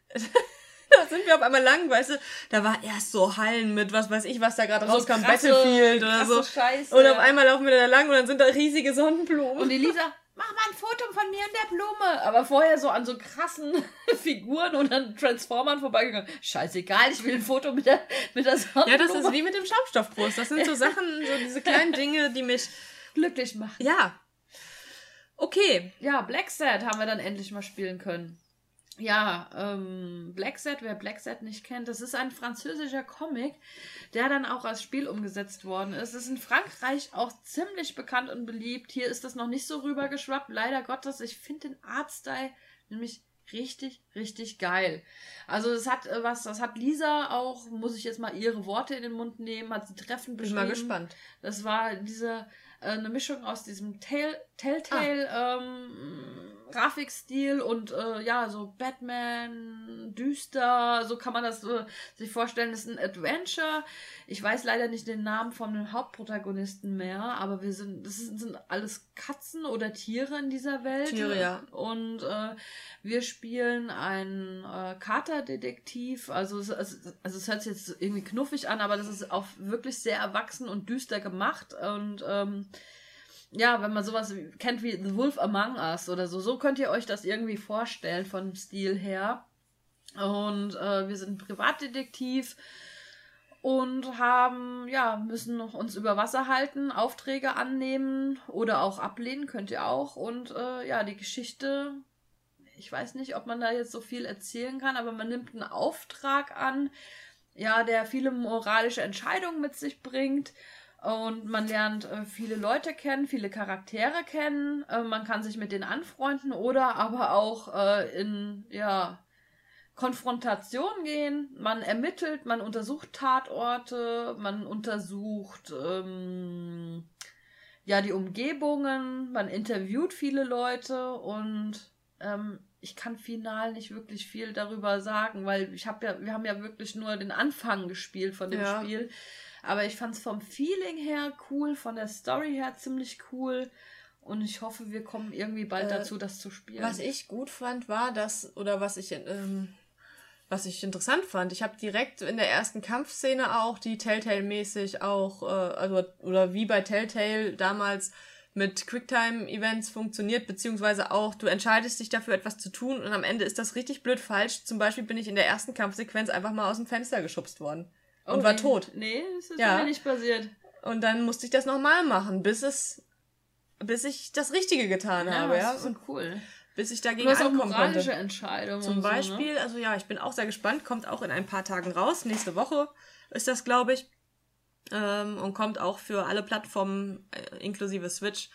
Da sind wir auf einmal lang, weißt du, da war erst so Hallen mit, was weiß ich, was da gerade rauskam, Battlefield oder so.
Scheiße,
und auf einmal laufen wir da lang und dann sind da riesige Sonnenblumen.
Und die Lisa, mach mal ein Foto von mir und der Blume. Aber vorher so an so krassen Figuren und an Transformern vorbeigegangen. Scheißegal, ich will ein Foto mit der Sonnenblume.
Ja, das ist wie mit dem Schaumstoffbrust. Das sind so Sachen, so diese kleinen Dinge, die mich
glücklich machen.
Ja. Okay.
Ja, Blacksad haben wir dann endlich mal spielen können. Ja, Blacksad, wer Blacksad nicht kennt, das ist ein französischer Comic, der dann auch als Spiel umgesetzt worden ist. Es ist in Frankreich auch ziemlich bekannt und beliebt. Hier ist das noch nicht so rübergeschwappt, leider Gottes. Ich finde den Artstyle nämlich richtig, richtig geil. Also das hat Lisa auch, muss ich jetzt mal ihre Worte in den Mund nehmen, hat sie treffend beschrieben.
Bin mal gespannt.
Das war eine Mischung aus diesem Telltale Grafikstil und ja, so Batman, düster, so kann man das sich vorstellen. Das ist ein Adventure. Ich weiß leider nicht den Namen von dem Hauptprotagonisten mehr, aber das sind alles Katzen oder Tiere in dieser Welt.
Tiere, ja.
Und wir spielen einen Katerdetektiv. Also es hört sich jetzt irgendwie knuffig an, aber das ist auch wirklich sehr erwachsen und düster gemacht und ja, wenn man sowas kennt wie The Wolf Among Us oder so könnt ihr euch das irgendwie vorstellen vom Stil her. Und wir sind Privatdetektiv und müssen uns über Wasser halten, Aufträge annehmen oder auch ablehnen, könnt ihr auch. Und die Geschichte, ich weiß nicht, ob man da jetzt so viel erzählen kann, aber man nimmt einen Auftrag an, ja, der viele moralische Entscheidungen mit sich bringt. Und man lernt viele Leute kennen, viele Charaktere kennen. Man kann sich mit denen anfreunden oder aber auch in Konfrontation gehen. Man ermittelt, man untersucht Tatorte, man untersucht die Umgebungen, man interviewt viele Leute und ich kann final nicht wirklich viel darüber sagen, weil wir haben ja wirklich nur den Anfang gespielt von dem Spiel. Aber ich fand es vom Feeling her cool, von der Story her ziemlich cool. Und ich hoffe, wir kommen irgendwie bald dazu, das zu spielen.
Was ich gut fand, war was ich interessant fand, ich habe direkt in der ersten Kampfszene auch, die Telltale-mäßig auch, oder wie bei Telltale damals mit Quicktime-Events funktioniert, beziehungsweise auch, du entscheidest dich dafür, etwas zu tun und am Ende ist das richtig blöd falsch. Zum Beispiel bin ich in der ersten Kampfsequenz einfach mal aus dem Fenster geschubst worden und war tot.
Nee, das ist mir nicht passiert.
Und dann musste ich das nochmal machen, bis ich das Richtige getan habe.
Das ist so cool.
Bis ich dagegen ankommen konnte.
Moralische Entscheidungen.
Zum Beispiel,
so, ne?
Ich bin auch sehr gespannt, kommt auch in ein paar Tagen raus, nächste Woche ist das, glaube ich, und kommt auch für alle Plattformen inklusive Switch.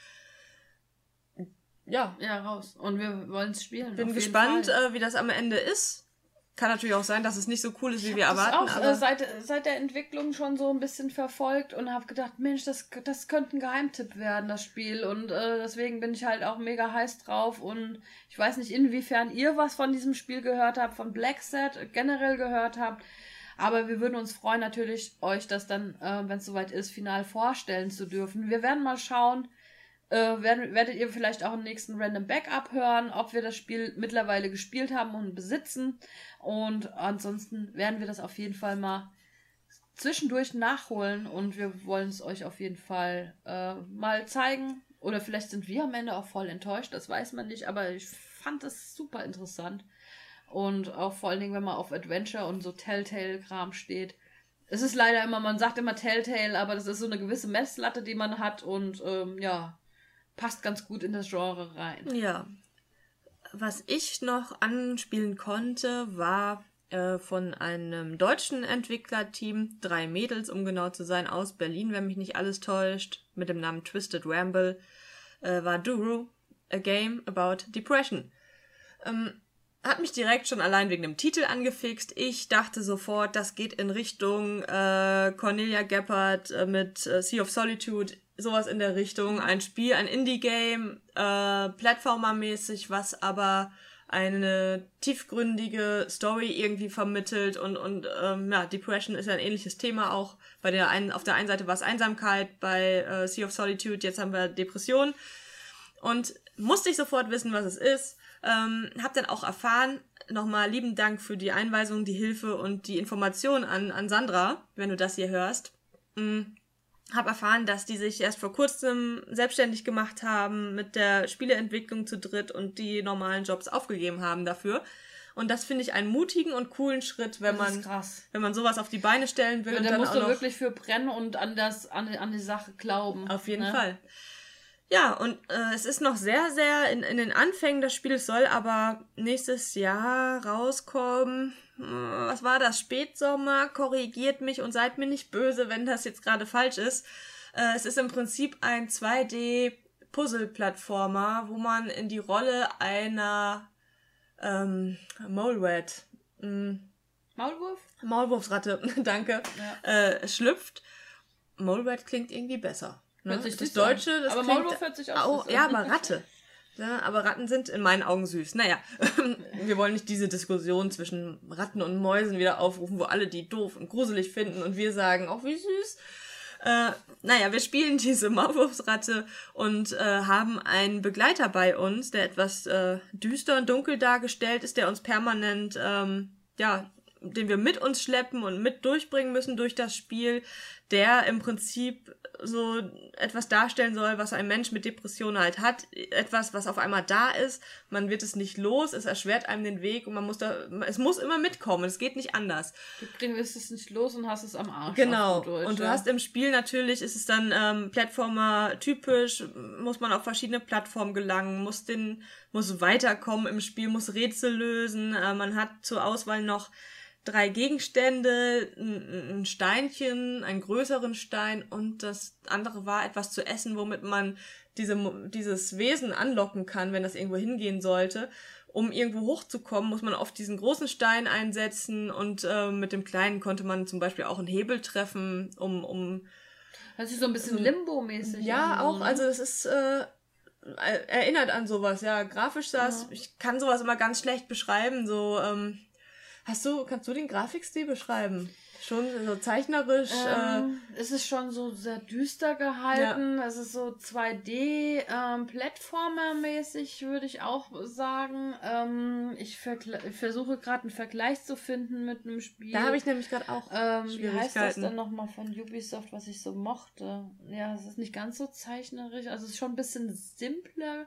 Ja, raus. Und wir wollen es spielen.
Bin gespannt, wie das am Ende ist. Kann natürlich auch sein, dass es nicht so cool ist, wie wir erwarten.
Ich habe das auch seit der Entwicklung schon so ein bisschen verfolgt und habe gedacht, Mensch, das könnte ein Geheimtipp werden, das Spiel. Und deswegen bin ich halt auch mega heiß drauf. Und ich weiß nicht, inwiefern ihr was von diesem Spiel gehört habt, von Black Set generell gehört habt. Aber wir würden uns freuen, natürlich euch das dann, wenn es soweit ist, final vorstellen zu dürfen. Wir werden mal schauen, werdet ihr vielleicht auch im nächsten Random Backup hören, ob wir das Spiel mittlerweile gespielt haben und besitzen. Und ansonsten werden wir das auf jeden Fall mal zwischendurch nachholen und wir wollen es euch auf jeden Fall mal zeigen. Oder vielleicht sind wir am Ende auch voll enttäuscht, das weiß man nicht, aber ich fand das super interessant. Und auch vor allen Dingen, wenn man auf Adventure und so Telltale-Kram steht. Es ist leider immer, man sagt immer Telltale, aber das ist so eine gewisse Messlatte, die man hat und passt ganz gut in das Genre rein.
Ja. Was ich noch anspielen konnte, war von einem deutschen Entwicklerteam, 3 Mädels, um genau zu sein, aus Berlin, wenn mich nicht alles täuscht, mit dem Namen Twisted Ramble, war Duru, a game about depression. Hat mich direkt schon allein wegen dem Titel angefixt. Ich dachte sofort, das geht in Richtung Cornelia Geppert mit Sea of Solitude, sowas in der Richtung. Ein Spiel, ein Indie-Game, Plattformer-mäßig, was aber eine tiefgründige Story irgendwie vermittelt und Depression ist ja ein ähnliches Thema auch. Auf der einen Seite war es Einsamkeit, bei Sea of Solitude, jetzt haben wir Depression. Und musste ich sofort wissen, was es ist. Hab dann auch erfahren, nochmal lieben Dank für die Einweisung, die Hilfe und die Information an Sandra, wenn du das hier hörst. Hab erfahren, dass die sich erst vor kurzem selbstständig gemacht haben mit der Spieleentwicklung zu dritt und die normalen Jobs aufgegeben haben dafür. Und das finde ich einen mutigen und coolen Schritt, wenn man sowas auf die Beine stellen will.
Ja, da musst du wirklich für brennen und an die Sache glauben.
Auf jeden Fall. Ja, und es ist noch sehr, sehr in den Anfängen des Spiels, soll aber nächstes Jahr rauskommen. Was war das? Spätsommer? Korrigiert mich und seid mir nicht böse, wenn das jetzt gerade falsch ist. Es ist im Prinzip ein 2D-Puzzle-Plattformer, wo man in die Rolle einer Mole-Rat. Maulwurfsratte, danke. Ja. Schlüpft. Mole-Rat klingt irgendwie besser. Ne?
Hört sich
das Deutsche, das
aber
klingt...
Maulwurf hört sich auch
ja, aber Ratte. Ja, aber Ratten sind in meinen Augen süß. Naja, wir wollen nicht diese Diskussion zwischen Ratten und Mäusen wieder aufrufen, wo alle die doof und gruselig finden und wir sagen, auch wie süß. Wir spielen diese Maulwurfsratte und haben einen Begleiter bei uns, der etwas düster und dunkel dargestellt ist, der uns permanent, den wir mit uns schleppen und mit durchbringen müssen durch das Spiel, der im Prinzip so etwas darstellen soll, was ein Mensch mit Depressionen halt hat. Etwas, was auf einmal da ist. Man wird es nicht los, es erschwert einem den Weg und es muss immer mitkommen. Es geht nicht anders.
Du kriegst es nicht los und hast es am Arsch.
Genau. Und du hast im Spiel natürlich, ist es dann Plattformer typisch, muss man auf verschiedene Plattformen gelangen, muss weiterkommen im Spiel, muss Rätsel lösen. Man hat zur Auswahl noch 3 Gegenstände, ein Steinchen, einen größeren Stein und das andere war etwas zu essen, womit man dieses Wesen anlocken kann, wenn das irgendwo hingehen sollte. Um irgendwo hochzukommen, muss man auf diesen großen Stein einsetzen und mit dem kleinen konnte man zum Beispiel auch einen Hebel treffen, um
das ist so ein bisschen Limbo-mäßig.
Ja, auch, ne? Also das ist erinnert an sowas, ja, grafisch saß, ich kann sowas immer ganz schlecht beschreiben, so, kannst du den Grafikstil beschreiben? Schon so zeichnerisch?
Es ist schon so sehr düster gehalten. Ja. Es ist so 2D, Plattformer-mäßig, würde ich auch sagen. Ich versuche gerade einen Vergleich zu finden mit einem Spiel.
Da habe ich nämlich gerade auch
wie heißt das denn nochmal von Ubisoft, was ich so mochte? Ja, es ist nicht ganz so zeichnerisch. Also es ist schon ein bisschen simpler.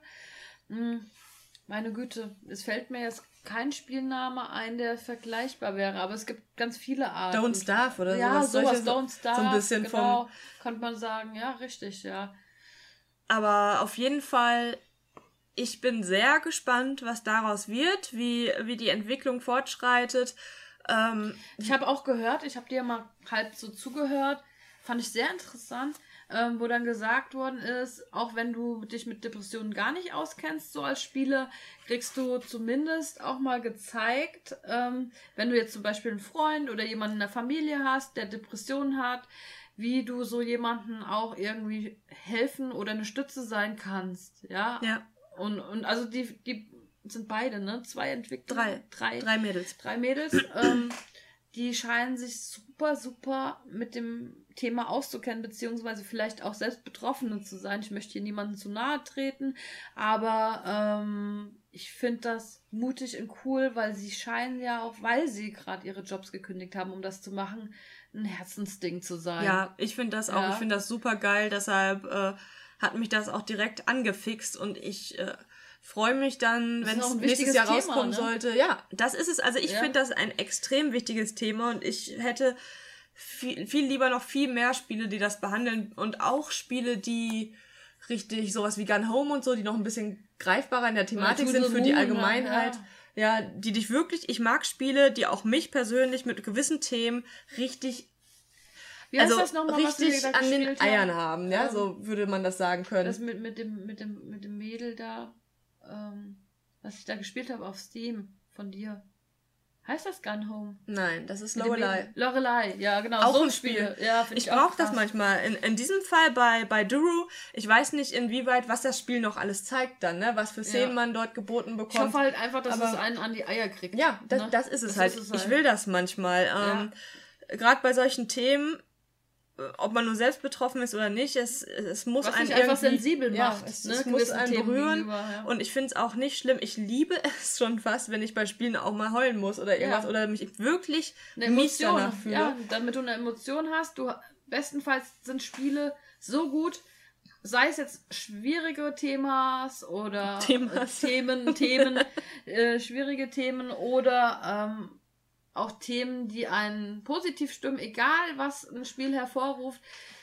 Meine Güte, es fällt mir jetzt kein Spielname ein, der vergleichbar wäre, aber es gibt ganz viele Arten.
Don't Starve oder
ja, sowas. Don't Starve,
so ein bisschen
genau, könnte man sagen. Ja, richtig, ja.
Aber auf jeden Fall, ich bin sehr gespannt, was daraus wird, wie die Entwicklung fortschreitet.
Ich habe auch gehört, ich habe dir mal halb so zugehört, fand ich sehr interessant, wo dann gesagt worden ist, auch wenn du dich mit Depressionen gar nicht auskennst, so als Spieler, kriegst du zumindest auch mal gezeigt, wenn du jetzt zum Beispiel einen Freund oder jemanden in der Familie hast, der Depressionen hat, wie du so jemanden auch irgendwie helfen oder eine Stütze sein kannst, ja.
Ja.
Und also die sind beide, ne? 2 Entwickler.
Drei Mädels.
3 Mädels, die scheinen sich super, super mit dem Thema auszukennen, beziehungsweise vielleicht auch selbst Betroffene zu sein. Ich möchte hier niemandem zu nahe treten, aber ich finde das mutig und cool, weil sie scheinen ja auch, weil sie gerade ihre Jobs gekündigt haben, um das zu machen, ein Herzensding zu sein.
Ja, ich finde das auch. Ja. Ich finde das super geil, deshalb hat mich das auch direkt angefixt und ich freue mich dann, wenn es nächstes Jahr rauskommen sollte. Ja, das ist es. Also ich finde das ein extrem wichtiges Thema und ich hätte viel lieber noch viel mehr Spiele, die das behandeln und auch Spiele, die richtig sowas wie Gone Home und so, die noch ein bisschen greifbarer in der Thematik sind für die Allgemeinheit. Ja, die dich wirklich, ich mag Spiele, die auch mich persönlich mit gewissen Themen richtig richtig an den Eiern haben, ja, so würde man das sagen können.
Das mit dem Mädel da, was ich da gespielt habe auf Steam von dir. Heißt das Gone Home?
Nein, das ist Lorelei.
Lorelei, ja, genau.
Auch so ein Spiel. Ja, ich brauche das manchmal. In diesem Fall bei Duru, ich weiß nicht, inwieweit, was das Spiel noch alles zeigt dann, ne? Was für Szenen man dort geboten bekommt. Ich
hoffe halt einfach, dass es einen an die Eier kriegt.
Ja, das ist es halt. Ich will das manchmal. Gerade bei solchen Themen, ob man nur selbst betroffen ist oder nicht, es muss einen
einfach sensibel macht.
Ja, es muss einen berühren. Und ich finde es auch nicht schlimm. Ich liebe es schon fast, wenn ich bei Spielen auch mal heulen muss oder irgendwas oder mich wirklich mies danach fühle.
Ja, damit du eine Emotion hast. Bestenfalls sind Spiele so gut, sei es jetzt schwierige Themas oder Themen, schwierige Themen oder auch Themen, die einen positiv stimmen, egal was ein Spiel hervorruft.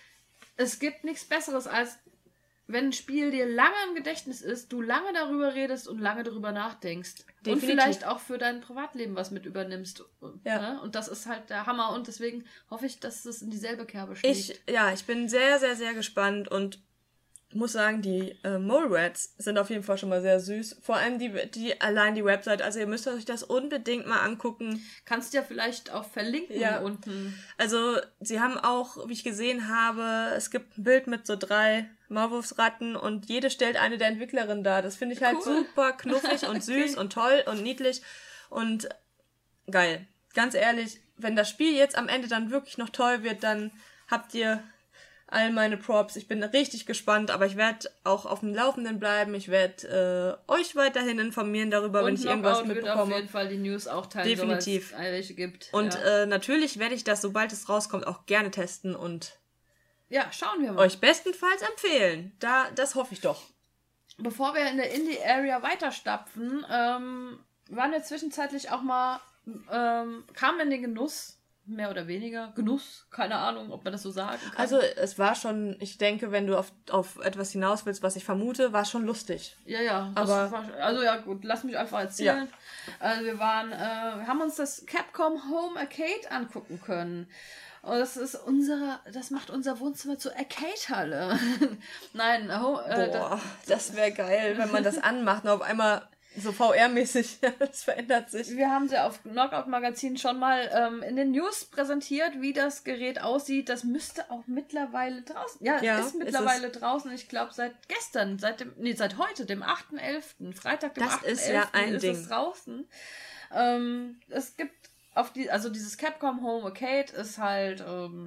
Es gibt nichts Besseres, als wenn ein Spiel dir lange im Gedächtnis ist, du lange darüber redest und lange darüber nachdenkst. Definitiv. Und vielleicht auch für dein Privatleben was mit übernimmst. Ja. Ne? Und das ist halt der Hammer. Und deswegen hoffe ich, dass es in dieselbe Kerbe schlägt.
Ich bin sehr, sehr, sehr gespannt und muss sagen, die Mole Rats sind auf jeden Fall schon mal sehr süß. Vor allem allein die Website. Also ihr müsst euch das unbedingt mal angucken.
Kannst du ja vielleicht auch verlinken unten.
Also sie haben auch, wie ich gesehen habe, es gibt ein Bild mit so 3 Maulwurfsratten und jede stellt eine der Entwicklerinnen dar. Das finde ich halt super knuffig und süß und toll und niedlich und geil. Ganz ehrlich, wenn das Spiel jetzt am Ende dann wirklich noch toll wird, dann habt ihr all meine Props. Ich bin richtig gespannt, aber ich werde auch auf dem Laufenden bleiben. Ich werde euch weiterhin informieren darüber, wenn ich irgendwas mitbekomme.
Und auf jeden Fall die News auch teilen,
definitiv,
so, welche gibt.
Und natürlich werde ich das, sobald es rauskommt, auch gerne testen und
schauen wir mal.
Euch bestenfalls empfehlen. Das hoffe ich doch.
Bevor wir in der Indie-Area weiterstapfen, waren wir zwischenzeitlich auch mal, kamen in den Genuss mehr oder weniger. Genuss, keine Ahnung, ob man das so sagen kann.
Also es war schon, ich denke, wenn du auf etwas hinaus willst, was ich vermute, war es schon lustig.
Ja,
aber
also ja gut, lass mich einfach erzählen. Ja. Also wir haben uns das Capcom Home Arcade angucken können. Und das macht unser Wohnzimmer zur Arcade-Halle. Nein,
das wäre geil, wenn man das anmacht und auf einmal so VR-mäßig, das verändert sich.
Wir haben sie auf Knockout Magazin schon mal in den News präsentiert, wie das Gerät aussieht. Das müsste auch mittlerweile draußen. Ja, es ist mittlerweile draußen. Ich glaube seit heute, dem 8.11. Freitag, dem 8.11. Das ist ja ein Ding. Es draußen. Es gibt dieses Capcom Home Arcade ist halt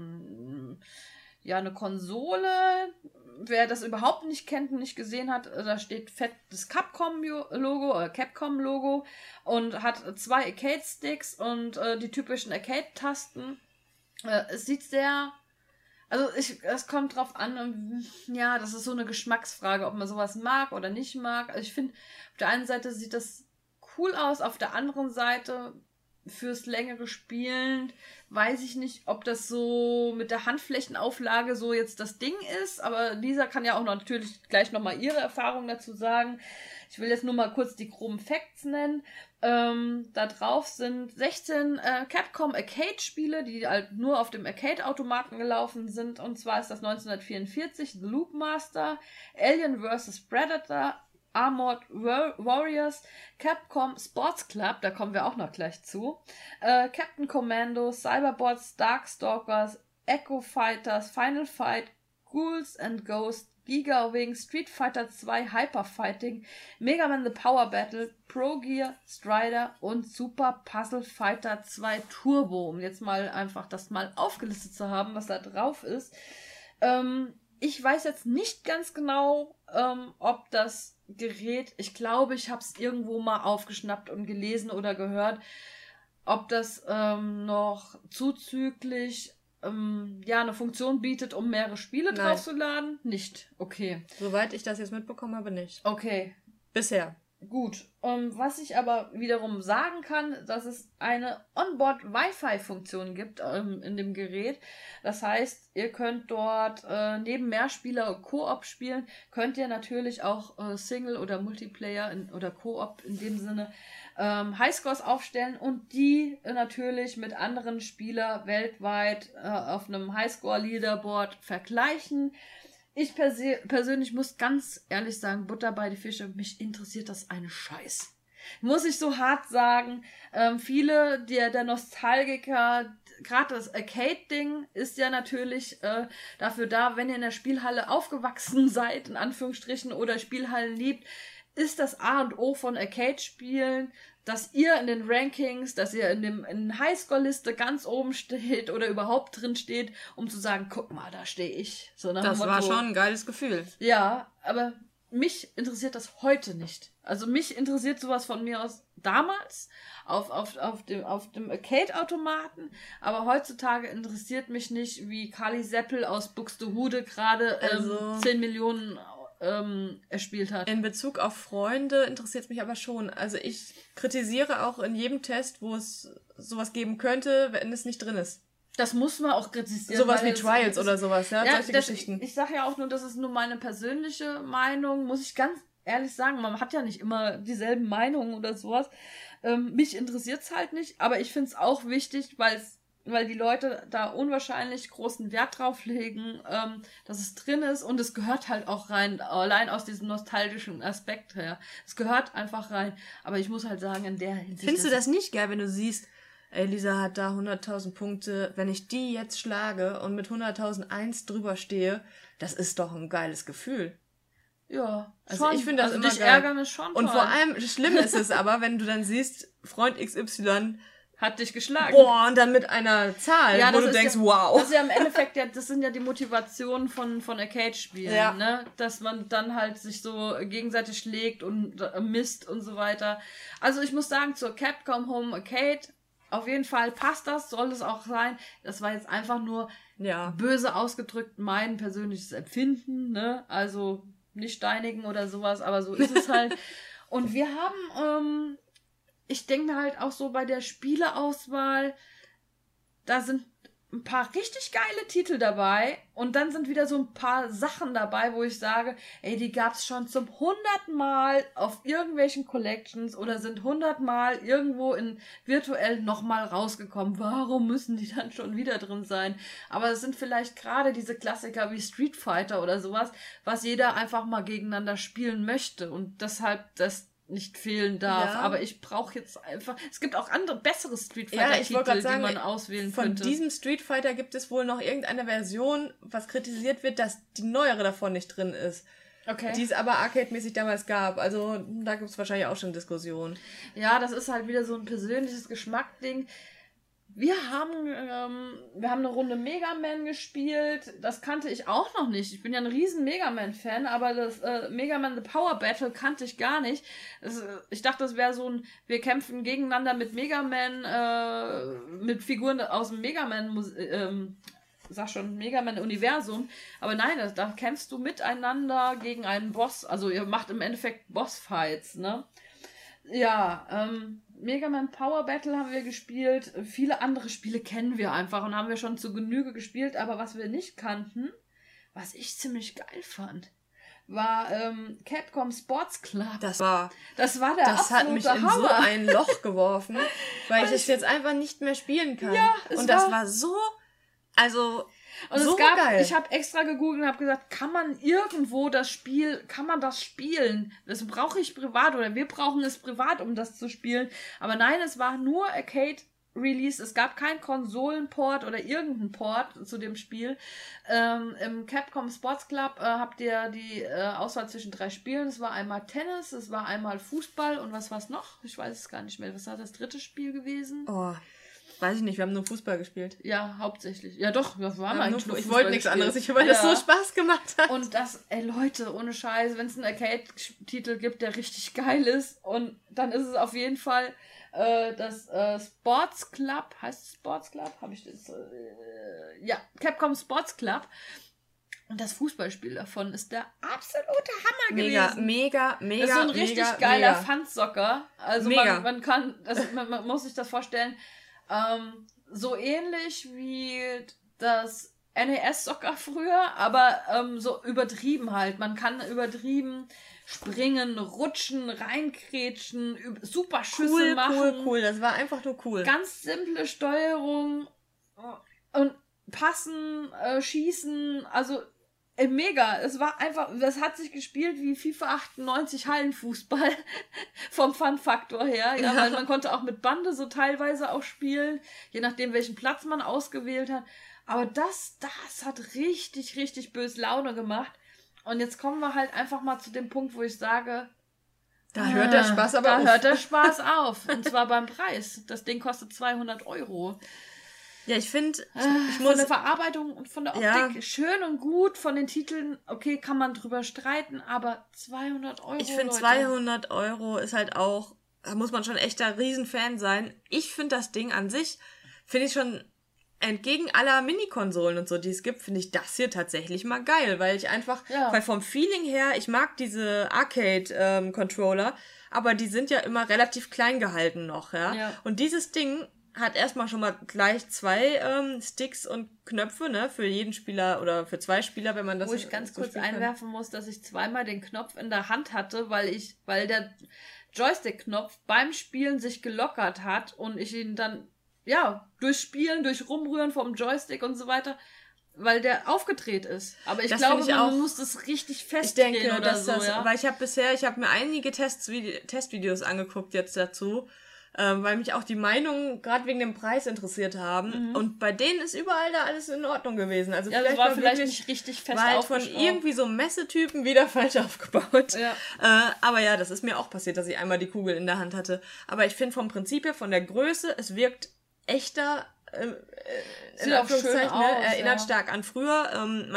eine Konsole. Wer das überhaupt nicht kennt und nicht gesehen hat, da steht fett das Capcom-Logo und hat 2 Arcade-Sticks und die typischen Arcade-Tasten. Es sieht sehr... Also es kommt drauf an, ja, das ist so eine Geschmacksfrage, ob man sowas mag oder nicht mag. Also ich finde, auf der einen Seite sieht das cool aus, auf der anderen Seite... Fürs längere Spielen weiß ich nicht, ob das so mit der Handflächenauflage so jetzt das Ding ist, aber Lisa kann ja auch natürlich gleich nochmal ihre Erfahrung dazu sagen. Ich will jetzt nur mal kurz die groben Facts nennen. Da drauf sind 16 Capcom Arcade-Spiele, die halt nur auf dem Arcade-Automaten gelaufen sind, und zwar ist das 1944 The Loop Master, Alien vs. Predator, Armored Warriors, Capcom Sports Club, da kommen wir auch noch gleich zu, Captain Commando, Cyberbots, Darkstalkers, Echo Fighters, Final Fight, Ghouls and Ghosts, Giga Wing, Street Fighter 2, Hyper Fighting, Mega Man The Power Battle, Pro Gear, Strider und Super Puzzle Fighter 2 Turbo, um jetzt mal einfach das mal aufgelistet zu haben, was da drauf ist. Ich weiß jetzt nicht ganz genau, ob das Gerät, ich glaube, ich habe es irgendwo mal aufgeschnappt und gelesen oder gehört, ob das noch zuzüglich eine Funktion bietet, um mehrere Spiele draufzuladen. Nicht. Okay.
Soweit ich das jetzt mitbekommen habe, nicht.
Okay.
Bisher.
Gut. Was ich aber wiederum sagen kann, dass es eine Onboard-Wi-Fi-Funktion gibt in dem Gerät. Das heißt, ihr könnt dort neben Mehrspieler- und Koop spielen, könnt ihr natürlich auch Single- oder Multiplayer oder Koop in dem Sinne Highscores aufstellen und die natürlich mit anderen Spielern weltweit auf einem Highscore-Leaderboard vergleichen. Ich persönlich muss ganz ehrlich sagen, Butter bei die Fische, mich interessiert das eine Scheiß. Muss ich so hart sagen. Viele der Nostalgiker, gerade das Arcade-Ding ist ja natürlich dafür da, wenn ihr in der Spielhalle aufgewachsen seid, in Anführungsstrichen, oder Spielhallen liebt, ist das A und O von Arcade-Spielen, dass ihr in den Rankings, dass ihr in Highscore-Liste ganz oben steht oder überhaupt drin steht, um zu sagen, guck mal, da stehe ich. So
das war schon ein geiles Gefühl.
Ja, aber mich interessiert das heute nicht. Also mich interessiert sowas von mir aus damals auf dem Arcade-Automaten, aber heutzutage interessiert mich nicht, wie Kali Seppel aus Buxtehude gerade 10 Millionen erspielt hat.
In Bezug auf Freunde interessiert es mich aber schon. Also ich kritisiere auch in jedem Test, wo es sowas geben könnte, wenn es nicht drin ist.
Das muss man auch kritisieren.
Sowas wie Trials oder sowas, ja, solche Geschichten.
Ich sage ja auch nur, das ist nur meine persönliche Meinung, muss ich ganz ehrlich sagen. Man hat ja nicht immer dieselben Meinungen oder sowas. Mich interessiert es halt nicht, aber ich finde es auch wichtig, weil die Leute da unwahrscheinlich großen Wert drauf legen, dass es drin ist, und es gehört halt auch rein, allein aus diesem nostalgischen Aspekt her. Es gehört einfach rein, aber ich muss halt sagen, in der Hinsicht...
Findest du das nicht geil, wenn du siehst, ey, Lisa hat da 100.000 Punkte, wenn ich die jetzt schlage und mit 100.001 drüber stehe, das ist doch ein geiles Gefühl.
Ja,
also schon. Ich finde das immer
dich ärgern ist schon
und
toll.
vor allem, schlimm ist es aber, wenn du dann siehst, Freund XY
hat dich geschlagen.
Boah, und dann mit einer Zahl, wo du denkst, wow.
Das ist ja im Endeffekt, das sind ja die Motivationen von Arcade-Spielen, ne? Dass man dann halt sich so gegenseitig schlägt und misst und so weiter. Also ich muss sagen, zur Capcom Home Arcade, auf jeden Fall passt das, soll es auch sein. Das war jetzt einfach nur böse ausgedrückt mein persönliches Empfinden, ne? Also nicht steinigen oder sowas, aber so ist es halt. Und wir haben... ich denke mir halt auch so bei der Spieleauswahl, da sind ein paar richtig geile Titel dabei und dann sind wieder so ein paar Sachen dabei, wo ich sage, ey, die gab's schon zum 100. Mal auf irgendwelchen Collections oder sind 100 Mal irgendwo in virtuell nochmal rausgekommen. Warum müssen die dann schon wieder drin sein? Aber es sind vielleicht gerade diese Klassiker wie Street Fighter oder sowas, was jeder einfach mal gegeneinander spielen möchte und deshalb das nicht fehlen darf, aber ich brauche jetzt einfach, es gibt auch andere, bessere Street Fighter-Titel, die man auswählen könnte.
Von diesem Street Fighter gibt es wohl noch irgendeine Version, was kritisiert wird, dass die neuere davon nicht drin ist. Okay. Die es aber arcade-mäßig damals gab. Also da gibt es wahrscheinlich auch schon Diskussionen.
Ja, das ist halt wieder so ein persönliches Geschmackding. Wir haben eine Runde Mega Man gespielt. Das kannte ich auch noch nicht. Ich bin ja ein riesen Mega Man-Fan, aber das Mega Man The Power Battle kannte ich gar nicht. Ich dachte, das wäre so ein, wir kämpfen gegeneinander mit Mega Man, mit Figuren aus dem Mega Man, sag schon, Mega Man-Universum. Aber nein, da kämpfst du miteinander gegen einen Boss. Also ihr macht im Endeffekt Bossfights, ne? Ja, Mega Man Power Battle haben wir gespielt. Viele andere Spiele kennen wir einfach und haben wir schon zu Genüge gespielt. Aber was wir nicht kannten, was ich ziemlich geil fand, war Capcom Sports Club.
Das war der
Das hat mich in
so ein Loch geworfen, weil ich es jetzt einfach nicht mehr spielen kann.
Ja,
das war so, also...
Und so geil. Ich habe extra gegoogelt und habe gesagt, kann man irgendwo das spielen? Das brauche ich privat oder wir brauchen es privat, um das zu spielen. Aber nein, es war nur Arcade-Release. Es gab keinen Konsolenport oder irgendeinen Port zu dem Spiel. Im Capcom Sports Club habt ihr die Auswahl zwischen 3 Spielen. Es war einmal Tennis, es war einmal Fußball und was war's noch? Ich weiß es gar nicht mehr. Was war das 3. Spiel gewesen?
Oh, weiß ich nicht, wir haben nur Fußball gespielt.
Ja, hauptsächlich. Ja doch, wir haben eigentlich nur
Fußball. Ich wollte nichts anderes, weil das so Spaß gemacht hat.
Und das, Leute, ohne Scheiß, wenn es einen Arcade-Titel gibt, der richtig geil ist, und dann ist es auf jeden Fall das Sports Club, heißt es Sports Club? Habe ich das? Ja, Capcom Sports Club. Und das Fußballspiel davon ist der absolute Hammer gewesen.
Mega.
Das ist so ein richtig geiler Pfandsocker. Also man muss sich das vorstellen, so ähnlich wie das NES-Soccer früher, aber so übertrieben halt. Man kann übertrieben springen, rutschen, reinkrätschen, super Schüsse machen.
Cool. Das war einfach nur cool.
Ganz simple Steuerung und passen, schießen, also mega. Es war einfach, das hat sich gespielt wie FIFA 98 Hallenfußball vom Fun-Faktor her. Ja, weil man konnte auch mit Bande so teilweise auch spielen, je nachdem welchen Platz man ausgewählt hat. Aber das hat richtig, richtig böse Laune gemacht. Und jetzt kommen wir halt einfach mal zu dem Punkt, wo ich sage,
da hört der Spaß aber auf.
Da hört der Spaß auf. Und zwar beim Preis. Das Ding kostet 200 €.
Ja, ich finde,
von der Verarbeitung und von der Optik schön und gut, von den Titeln, okay, kann man drüber streiten, aber 200 €.
Ich finde 200 € ist halt auch, da muss man schon echter Riesenfan sein. Ich finde das Ding an sich, finde ich schon, entgegen aller Mini-Konsolen und so, die es gibt, finde ich das hier tatsächlich mal geil, weil ich einfach, weil vom Feeling her, ich mag diese Arcade-Controller, aber die sind ja immer relativ klein gehalten noch, ja. Und dieses Ding hat erstmal schon mal gleich 2 Sticks und Knöpfe, ne, für jeden Spieler oder für 2 Spieler, wenn man das.
Wo ich ganz kurz einwerfen muss, dass ich zweimal den Knopf in der Hand hatte, weil der Joystick-Knopf beim Spielen sich gelockert hat und ich ihn dann, durch Spielen, durch Rumrühren vom Joystick und so weiter, weil der aufgedreht ist. Aber ich glaube, man muss das richtig festdrehen. Ich denke, dass
weil ich habe mir einige Testvideos angeguckt jetzt dazu, weil mich auch die Meinungen gerade wegen dem Preis interessiert haben. Mhm. Und bei denen ist überall da alles in Ordnung gewesen. Also
das war vielleicht nicht richtig fest aufgebaut.
Von irgendwie so Messetypen wieder falsch aufgebaut. Ja. Aber ja, das ist mir auch passiert, dass ich einmal die Kugel in der Hand hatte. Aber ich finde vom Prinzip her, von der Größe, es wirkt echter, in Anführungszeichen, erinnert stark an früher.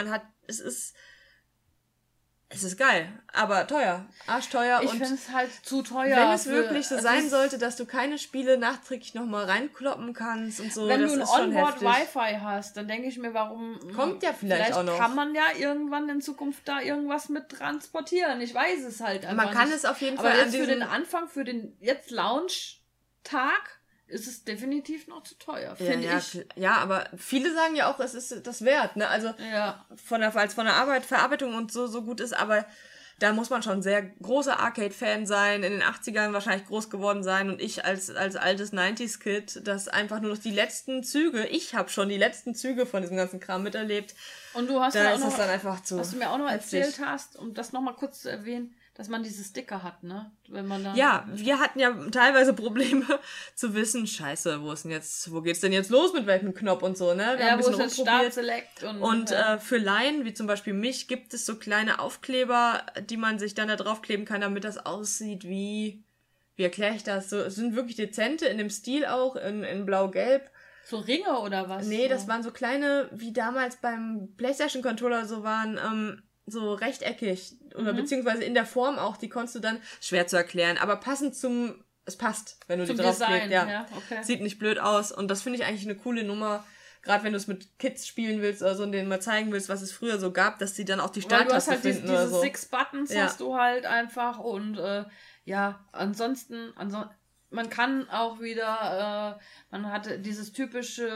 Es ist geil, aber teuer. Arschteuer.
Ich finde es halt zu teuer.
Wenn es wirklich so sein sollte, dass du keine Spiele nachträglich nochmal reinkloppen kannst und so,
wenn du ein Onboard-Wi-Fi hast, dann denke ich mir, warum...
Kommt ja vielleicht auch noch.
Kann man ja irgendwann in Zukunft da irgendwas mit transportieren. Ich weiß es halt einfach
Man kann es auf jeden Fall
aber jetzt für den Anfang, für den jetzt Launch-Tag, ist es definitiv noch zu teuer,
finde ich. Ja, aber viele sagen ja auch, es ist das wert, ne? Also weil es von der Verarbeitung und so gut ist, aber da muss man schon sehr großer Arcade-Fan sein, in den 80ern wahrscheinlich groß geworden sein und ich als altes 90s-Kid, das einfach nur noch die letzten Züge, ich habe schon die letzten Züge von diesem ganzen Kram miterlebt.
Und du hast
da
ja
ist
auch noch,
das dann einfach zu
was du mir auch noch
heftig
erzählt hast, um das nochmal kurz zu erwähnen, dass man diese Sticker hat, ne? Wenn man dann
ja, wir hatten ja teilweise Probleme zu wissen, scheiße, wo geht's denn jetzt los mit welchem Knopf und so, ne? Wir haben ein bisschen rumprobiert. Start-Select und für Laien, wie zum Beispiel mich, gibt es so kleine Aufkleber, die man sich dann da draufkleben kann, damit das aussieht wie erkläre ich das? So, es sind wirklich dezente, in dem Stil auch, in blau-gelb.
So Ringe oder was?
Nee, das waren so kleine, wie damals beim PlayStation-Controller so waren, so rechteckig oder beziehungsweise in der Form auch, die konntest du dann, schwer zu erklären, aber passend es passt, wenn du die draufklickst. Ja, okay. Sieht nicht blöd aus und das finde ich eigentlich eine coole Nummer, gerade wenn du es mit Kids spielen willst oder so und denen mal zeigen willst, was es früher so gab, dass die dann auch die Starttaste
halt
finden
diese
so.
6 Buttons hast du halt einfach und ansonsten man kann auch wieder, man hatte dieses typische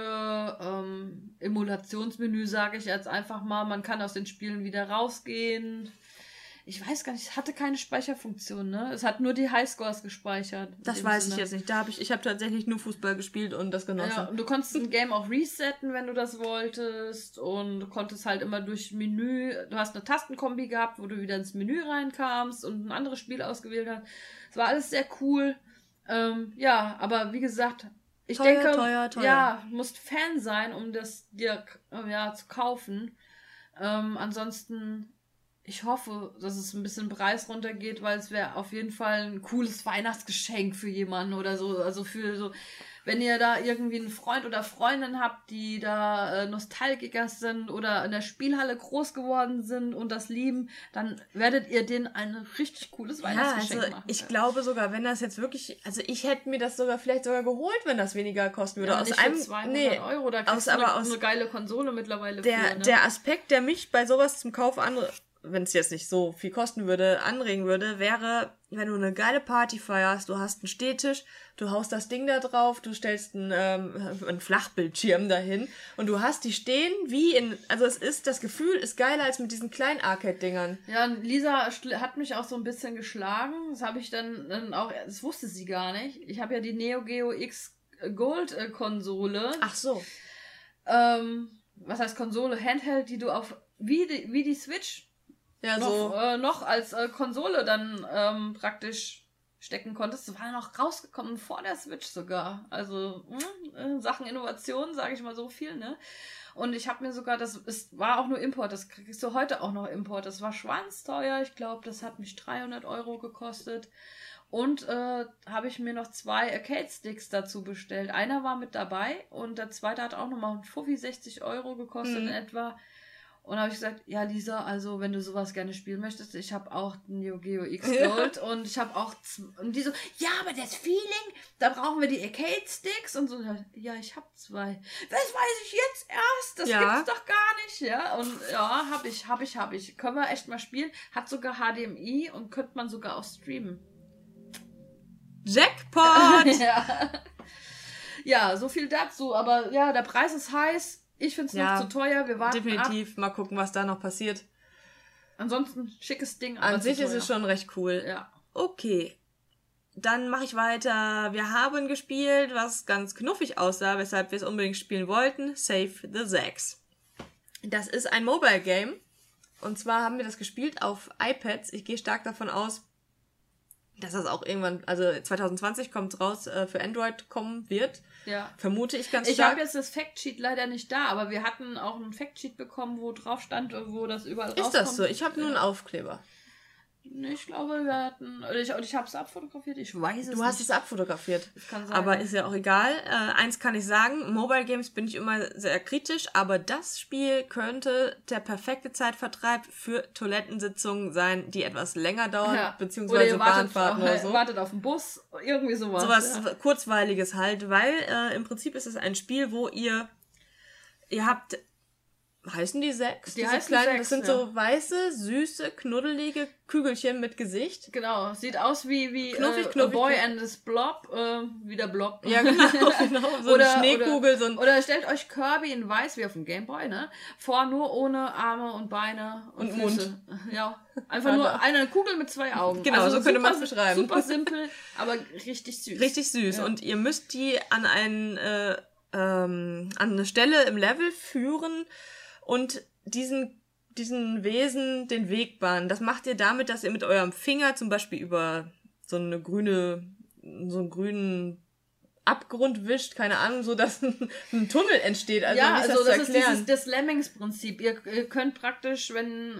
Emulationsmenü, sage ich jetzt einfach mal. Man kann aus den Spielen wieder rausgehen. Ich weiß gar nicht, es hatte keine Speicherfunktion, ne? Es hat nur die Highscores gespeichert.
Das weiß ich jetzt nicht. Ich habe tatsächlich nur Fußball gespielt und das genossen.
Ja, und du konntest ein Game auch resetten, wenn du das wolltest. Und du konntest halt immer durch Menü, du hast eine Tastenkombi gehabt, wo du wieder ins Menü reinkamst und ein anderes Spiel ausgewählt hast. Es war alles sehr cool. Aber wie gesagt, ich denke,
teuer.
ja, du musst Fan sein, um das dir zu kaufen. Ansonsten, ich hoffe, dass es ein bisschen Preis runtergeht, weil es wäre auf jeden Fall ein cooles Weihnachtsgeschenk für jemanden oder so. Also für so, wenn ihr da irgendwie einen Freund oder Freundin habt, die da Nostalgiker sind oder in der Spielhalle groß geworden sind und das lieben, dann werdet ihr denen ein richtig cooles Weihnachtsgeschenk machen.
Ich glaube sogar, wenn das jetzt wirklich, also ich hätte mir das vielleicht sogar geholt, wenn das weniger kosten würde.
Ja, aus nicht einem 200 Euro, da kriegst du eine geile Konsole mittlerweile
für. Der Aspekt, der mich bei sowas zum Kauf wenn es jetzt nicht so viel kosten würde, anregen würde, wäre, wenn du eine geile Party feierst, du hast einen Stehtisch, du haust das Ding da drauf, du stellst einen Flachbildschirm dahin und du hast die stehen also das Gefühl ist geiler als mit diesen kleinen Arcade-Dingern.
Ja, und Lisa hat mich auch so ein bisschen geschlagen, das habe ich dann auch, das wusste sie gar nicht. Ich habe ja die Neo Geo X Gold Konsole.
Ach so.
Was heißt Konsole? Handheld, die du auf, wie die Switch noch als Konsole dann praktisch stecken konntest. Das war noch rausgekommen vor der Switch sogar. Also Sachen Innovation, sage ich mal so viel, ne? Und ich habe mir sogar, es war auch nur Import, das kriegst du heute auch noch Import. Das war schwanzteuer, ich glaube, das hat mich 300 Euro gekostet. Und habe ich mir noch 2 Arcade-Sticks dazu bestellt. Einer war mit dabei und der zweite hat auch nochmal 60 Euro gekostet in etwa. Und habe ich gesagt, ja Lisa, also wenn du sowas gerne spielen möchtest, ich habe auch den Neo Geo X Gold und ich habe auch, und die so, ja, aber das Feeling, da brauchen wir die Arcade-Sticks und so. Ja, ich habe 2. Das weiß ich jetzt erst, das gibt's doch gar nicht, ja. Und ja, hab ich. Können wir echt mal spielen. Hat sogar HDMI und könnte man sogar auch streamen.
Jackpot!
Ja, so viel dazu, aber ja, der Preis ist heiß. Ich finde es noch zu teuer. Wir warten
definitiv. Mal gucken, was da noch passiert.
Ansonsten schickes Ding.
An sich ist es schon recht cool.
Ja.
Okay. Dann mache ich weiter. Wir haben gespielt, was ganz knuffig aussah, weshalb wir es unbedingt spielen wollten. Save the Zags. Das ist ein Mobile Game. Und zwar haben wir das gespielt auf iPads. Ich gehe stark davon aus, dass das auch irgendwann, also 2020 kommt raus, für Android kommen wird.
Ja.
Vermute ich ganz stark.
Ich habe jetzt das Factsheet leider nicht da, aber wir hatten auch ein Factsheet bekommen, wo drauf stand, wo das überall rauskommt.
Ist das so? Ich habe nur einen Aufkleber.
Ich glaube, wir hatten, ich habe es abfotografiert, ich weiß es nicht.
Du hast es abfotografiert.
Das kann sein.
Aber ist ja auch egal. Eins kann ich sagen, Mobile Games bin ich immer sehr kritisch, aber das Spiel könnte der perfekte Zeitvertreib für Toilettensitzungen sein, die etwas länger dauern, beziehungsweise Bahnfahrten oder so.
Wartet auf den Bus, irgendwie sowas.
Sowas Kurzweiliges halt, weil im Prinzip ist es ein Spiel, wo ihr habt heißen die 6?
Die
Diese
heißen
kleinen,
6,
das sind so weiße, süße, knuddelige Kügelchen mit Gesicht.
Genau, sieht aus wie
Knuffig,
A Boy and his Blob, wie der Blob.
Ja, genau, so eine Schneekugel.
Oder stellt euch Kirby in weiß, wie auf dem Gameboy, ne? Vor, nur ohne Arme und Beine und Füße. Mund. Ja, einfach nur eine Kugel mit 2 Augen.
Genau, also so könnte man es beschreiben.
Super simpel, aber richtig süß.
Richtig süß. Ja. Und ihr müsst die an eine Stelle im Level führen und diesen Wesen den Weg bahnen. Das macht ihr damit, dass ihr mit eurem Finger zum Beispiel über so einen grünen Abgrund wischt, keine Ahnung, so dass ein Tunnel entsteht. Also
ja, also das ist das Lemmings-Prinzip. Ihr könnt praktisch, wenn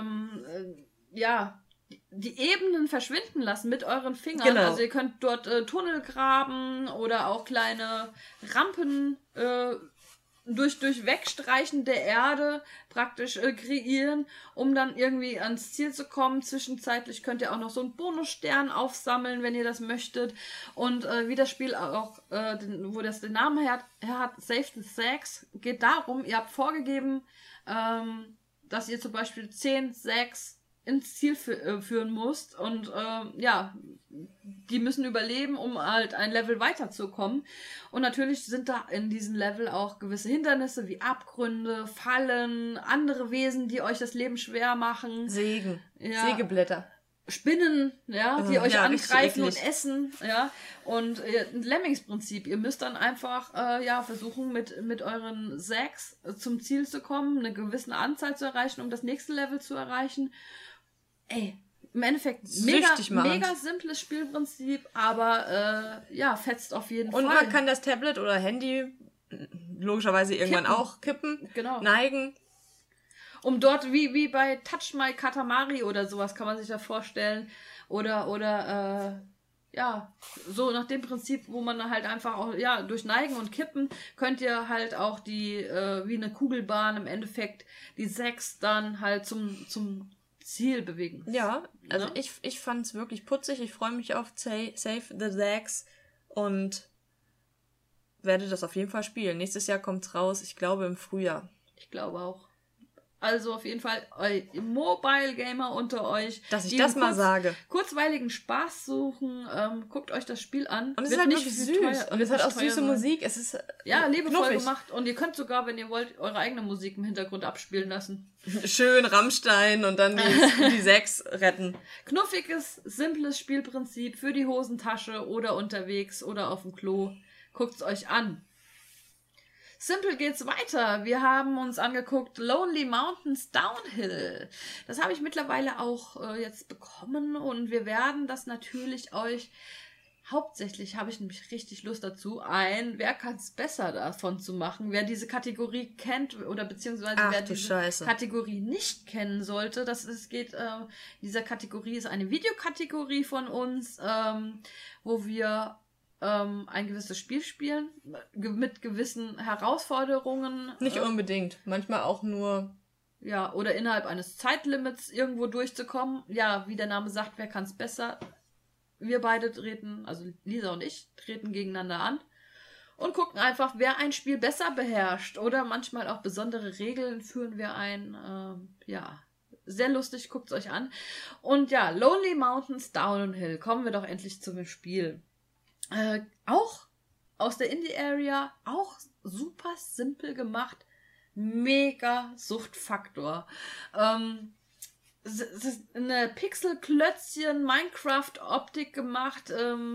die Ebenen verschwinden lassen mit euren Fingern. Genau. Also ihr könnt dort Tunnel graben oder auch kleine Rampen durch Wegstreichen der Erde praktisch kreieren, um dann irgendwie ans Ziel zu kommen. Zwischenzeitlich könnt ihr auch noch so einen Bonusstern aufsammeln, wenn ihr das möchtet. Und wie das Spiel auch, wo das den Namen her hat, Save the Sacks, geht darum, ihr habt vorgegeben, dass ihr zum Beispiel 10 Sacks ins Ziel führen musst und die müssen überleben, um halt ein Level weiterzukommen. Und natürlich sind da in diesem Level auch gewisse Hindernisse wie Abgründe, Fallen, andere Wesen, die euch das Leben schwer machen.
Sägeblätter.
Spinnen, die euch angreifen und essen, und ein Lemmings-Prinzip. Ihr müsst dann einfach versuchen, mit euren Sacks zum Ziel zu kommen, eine gewisse Anzahl zu erreichen, um das nächste Level zu erreichen. Ey, im Endeffekt mega simples Spielprinzip, aber fetzt auf jeden Fall.
Und man kann das Tablet oder Handy logischerweise irgendwann auch kippen, neigen.
Um dort, wie bei Touch My Katamari oder sowas, kann man sich da vorstellen. Oder so nach dem Prinzip, wo man halt einfach auch, durch Neigen und Kippen könnt ihr halt auch die, wie eine Kugelbahn im Endeffekt, die 6 dann halt zum Ziel bewegen.
Ja, also ich fand es wirklich putzig. Ich freue mich auf Save the 6 und werde das auf jeden Fall spielen. Nächstes Jahr kommt's raus, ich glaube im Frühjahr.
Ich glaube auch. Also auf jeden Fall Mobile Gamer unter euch.
Dass ich das mal sage.
Kurzweiligen Spaß suchen. Guckt euch das Spiel an.
Und es ist halt nicht süß. Und es hat auch süße Musik. Es ist
liebevoll gemacht. Und ihr könnt sogar, wenn ihr wollt, eure eigene Musik im Hintergrund abspielen lassen.
Schön Rammstein und dann die 6 retten.
Knuffiges, simples Spielprinzip für die Hosentasche oder unterwegs oder auf dem Klo. Guckt's euch an. Simpel geht's weiter. Wir haben uns angeguckt Lonely Mountains Downhill. Das habe ich mittlerweile auch jetzt bekommen und wir werden das natürlich euch, hauptsächlich habe ich nämlich richtig Lust dazu, wer kann's besser davon zu machen. Wer diese Kategorie kennt oder beziehungsweise wer diese Kategorie nicht kennen sollte, dieser Kategorie ist eine Videokategorie von uns, wo wir ein gewisses Spiel spielen, mit gewissen Herausforderungen.
Nicht unbedingt, manchmal auch nur...
Ja, oder innerhalb eines Zeitlimits irgendwo durchzukommen. Ja, wie der Name sagt, wer kann es besser? Wir beide treten, also Lisa und ich, treten gegeneinander an und gucken einfach, wer ein Spiel besser beherrscht. Oder manchmal auch besondere Regeln führen wir ein. Sehr lustig, guckt es euch an. Und ja, Lonely Mountains Downhill, kommen wir doch endlich zum Spiel. Auch aus der Indie-Area, auch super simpel gemacht, mega Suchtfaktor. Es ist eine Pixel-Klötzchen Minecraft-Optik gemacht.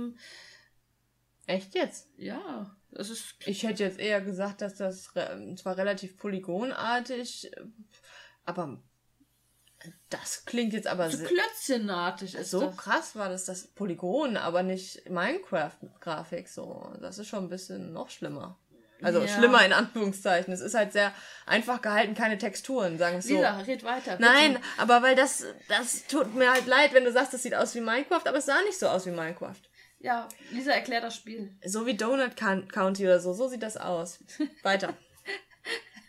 Echt jetzt?
Ja, das ist...
Ich hätte jetzt eher gesagt, dass das zwar relativ polygonartig, aber... Das klingt jetzt aber
so klötzchenartig ist
so das. Krass war das Polygon, aber nicht Minecraft-Grafik so. Das ist schon ein bisschen noch schlimmer. Also schlimmer in Anführungszeichen. Es ist halt sehr einfach gehalten, keine Texturen, sagen wir so.
Lisa, red weiter. Bitte.
Nein, aber weil das tut mir halt leid, wenn du sagst, das sieht aus wie Minecraft, aber es sah nicht so aus wie Minecraft.
Ja, Lisa, erklär das Spiel.
So wie Donut County oder so sieht das aus. Weiter.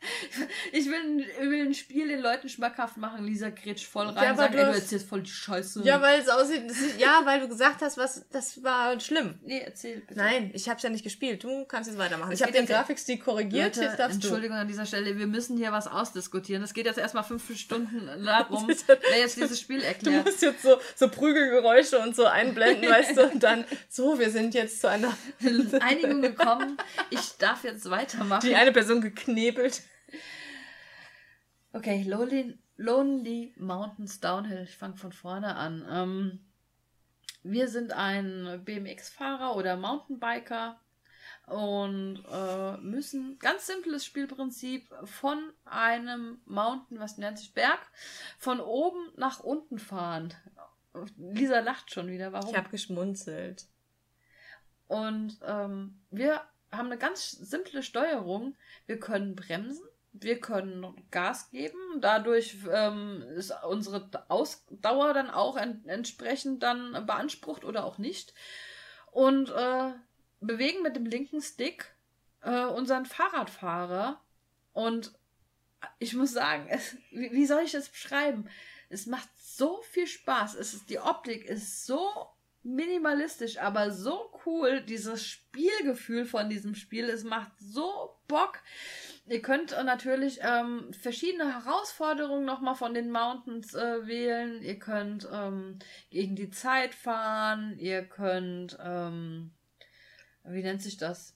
Ich will ein Spiel den Leuten schmackhaft machen. Lisa grätscht voll rein
Ja,
und sagt,
du
ey, du
hast-
erzählst voll die Scheiße.
Ja, weil es aussieht... Ja, weil du gesagt hast, das war schlimm.
Nee, erzähl bitte.
Nein, ich hab's ja nicht gespielt. Du kannst jetzt weitermachen.
Es
Ich habe
geht
den
jetzt-
Grafikstil korrigiert,
Leute,
jetzt darfst
Entschuldigung an dieser Stelle, wir müssen hier was ausdiskutieren. Es geht jetzt erstmal 5 Stunden darum,
Das ist-
wer jetzt dieses Spiel
du. Du
erklärt.
musst jetzt so Prügelgeräusche und so einblenden, weißt du, und dann so, wir sind jetzt zu einer...
Einigung gekommen. Ich darf jetzt weitermachen.
Die eine Person geknebelt.
Okay, Lonely Mountains Downhill. Ich fange von vorne an. Wir sind ein BMX-Fahrer oder Mountainbiker und müssen, ganz simples Spielprinzip, von einem Mountain, was nennt sich Berg, von oben nach unten fahren. Lisa lacht schon wieder. Warum?
Ich habe geschmunzelt.
Und wir haben eine ganz simple Steuerung. Wir können bremsen, wir können Gas geben. Dadurch ist unsere Ausdauer dann auch entsprechend dann beansprucht oder auch nicht. Und bewegen mit dem linken Stick unseren Fahrradfahrer. Und ich muss sagen, wie soll ich das beschreiben? Es macht so viel Spaß. Die Optik ist so minimalistisch, aber so cool, dieses Spielgefühl von diesem Spiel, es macht so Bock. Ihr könnt natürlich verschiedene Herausforderungen nochmal von den Mountains wählen. Ihr könnt gegen die Zeit fahren, ihr könnt, wie nennt sich das?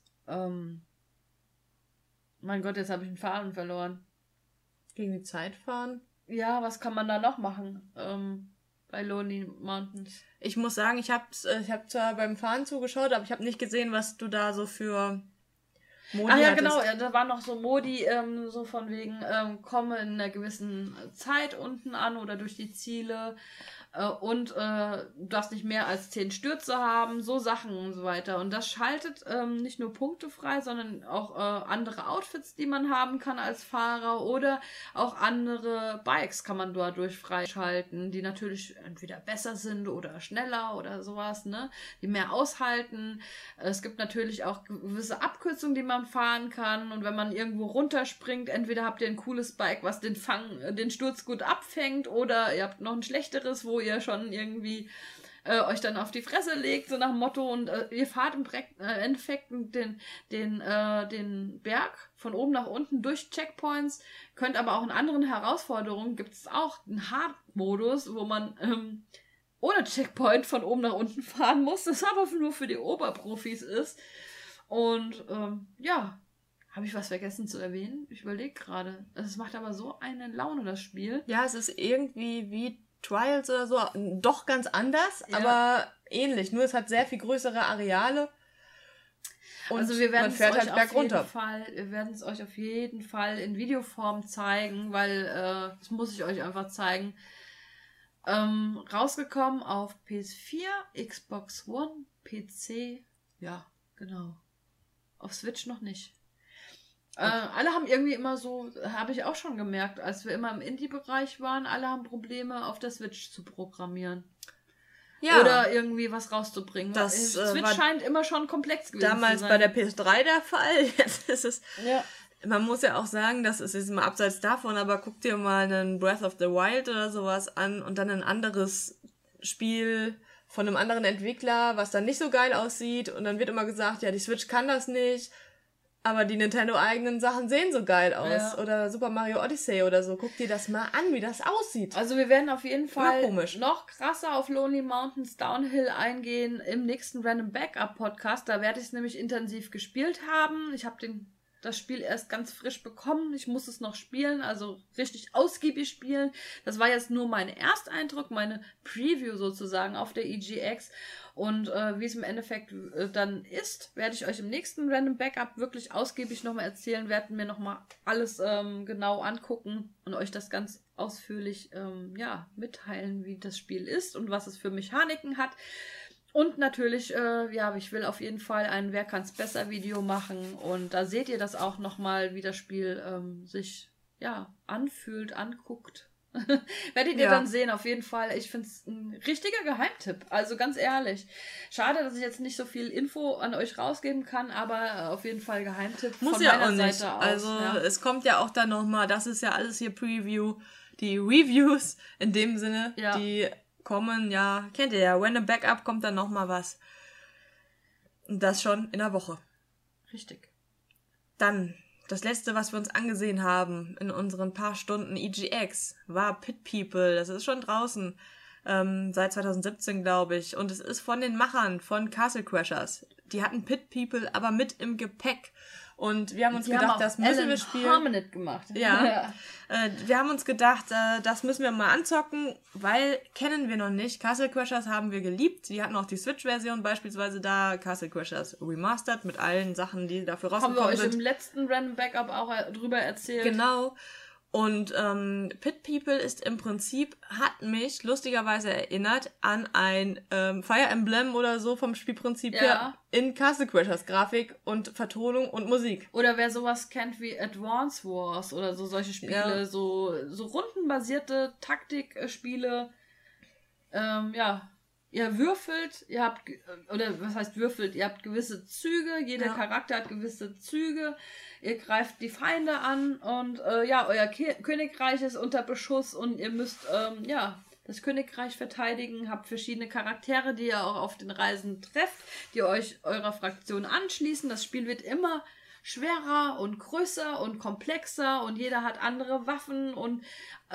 Mein Gott, jetzt habe ich den Faden verloren.
Gegen die Zeit fahren?
Ja, was kann man da noch machen bei Lonely Mountains?
Ich muss sagen, ich hab zwar beim Fahren zugeschaut, aber ich habe nicht gesehen, was du da so für Modi
Ach ja,
hattest.
genau, ja, da waren noch so Modi, so von wegen, komme in einer gewissen Zeit unten an oder durch die Ziele und du darfst nicht mehr als 10 Stürze haben, so Sachen und so weiter. Und das schaltet nicht nur Punkte frei, sondern auch andere Outfits, die man haben kann als Fahrer oder auch andere Bikes kann man dadurch freischalten, die natürlich entweder besser sind oder schneller oder sowas, ne, die mehr aushalten. Es gibt natürlich auch gewisse Abkürzungen, die man fahren kann und wenn man irgendwo runterspringt, entweder habt ihr ein cooles Bike, was den Sturz gut abfängt oder ihr habt noch ein schlechteres, wo ihr schon irgendwie euch dann auf die Fresse legt, so nach dem Motto und ihr fahrt im Endeffekt den Berg von oben nach unten durch Checkpoints, könnt aber auch in anderen Herausforderungen, gibt es auch einen Hard-Modus, wo man ohne Checkpoint von oben nach unten fahren muss, das aber nur für die Oberprofis ist. Und ja, habe ich was vergessen zu erwähnen? Ich überlege gerade. Es macht aber so eine Laune, das Spiel.
Ja, es ist irgendwie wie Trials oder so, doch ganz anders,
Ja.
aber ähnlich. Nur es hat sehr viel größere Areale. Und
Also wir werden
man fährt
es euch
halt bergunter.
wir werden es euch auf jeden Fall in Videoform zeigen, weil das muss ich euch einfach zeigen. Rausgekommen auf PS4, Xbox One, PC, ja, genau. Auf Switch noch nicht. Alle haben irgendwie immer so, habe ich auch schon gemerkt, als wir immer im Indie-Bereich waren, alle haben Probleme, auf der Switch zu programmieren.
Ja,
Oder irgendwie was rauszubringen.
Das,
Switch
war
scheint immer schon komplex gewesen
damals
zu sein.
bei der PS3 der Fall. Jetzt ist es.
Ja.
Man muss ja auch sagen, das ist jetzt mal abseits davon, aber guck dir mal einen Breath of the Wild oder sowas an und dann ein anderes Spiel von einem anderen Entwickler, was dann nicht so geil aussieht und dann wird immer gesagt, ja, die Switch kann das nicht, aber die Nintendo-eigenen Sachen sehen so geil aus.
Ja.
Oder Super Mario Odyssey oder so. Guck dir das mal an, wie das aussieht.
Also wir werden auf jeden Fall
komisch.
noch krasser auf Lonely Mountains Downhill eingehen im nächsten Random Backup Podcast. Da werde ich es nämlich intensiv gespielt haben. Ich habe das Spiel erst ganz frisch bekommen. Ich muss es noch spielen, also richtig ausgiebig spielen. Das war jetzt nur mein Ersteindruck, meine Preview sozusagen auf der EGX. Und wie es im Endeffekt dann ist, werde ich euch im nächsten Random Backup wirklich ausgiebig nochmal erzählen, werden mir nochmal alles genau angucken und euch das ganz ausführlich mitteilen, wie das Spiel ist und was es für Mechaniken hat. Und natürlich, ich will auf jeden Fall ein Wer kann's besser Video machen und da seht ihr das auch nochmal, wie das Spiel sich anfühlt, anguckt. Werdet ihr dann sehen, auf jeden Fall. Ich finde es ein richtiger Geheimtipp. Also ganz ehrlich. Schade, dass ich jetzt nicht so viel Info an euch rausgeben kann, aber auf jeden Fall Geheimtipp
muss
von
ja
meiner
auch nicht.
Seite aus.
Also es kommt ja auch dann nochmal, das ist ja alles hier Preview. Die Reviews in dem Sinne, die kommen, ja, kennt ihr ja. When a Backup kommt dann nochmal was. Und das schon in der Woche.
Richtig.
Dann, das letzte, was wir uns angesehen haben in unseren paar Stunden EGX, war Pit People. Das ist schon draußen. Seit 2017, glaube ich. Und es ist von den Machern von Castle Crashers. Die hatten Pit People aber mit im Gepäck. Und wir haben uns gedacht, das müssen wir spielen.
Harmonite gemacht.
Ja. Wir haben uns gedacht, das müssen wir mal anzocken, weil kennen wir noch nicht. Castle Crashers haben wir geliebt. Die hatten auch die Switch-Version beispielsweise da. Castle Crashers Remastered mit allen Sachen, die dafür rausgekommen sind.
Haben wir euch im letzten Random Backup auch drüber erzählt.
Genau. Und Pit People ist im Prinzip, hat mich lustigerweise erinnert an ein Fire Emblem oder so vom Spielprinzip her in Castle Crashers Grafik und Vertonung und Musik.
Oder wer sowas kennt wie Advance Wars oder so solche Spiele, so rundenbasierte Taktikspiele. Ihr würfelt, ihr habt, oder was heißt würfelt, ihr habt gewisse Züge, jeder Charakter hat gewisse Züge, ihr greift die Feinde an und euer Königreich ist unter Beschuss und ihr müsst das Königreich verteidigen, habt verschiedene Charaktere, die ihr auch auf den Reisen trefft, die euch eurer Fraktion anschließen. Das Spiel wird immer schwerer und größer und komplexer und jeder hat andere Waffen und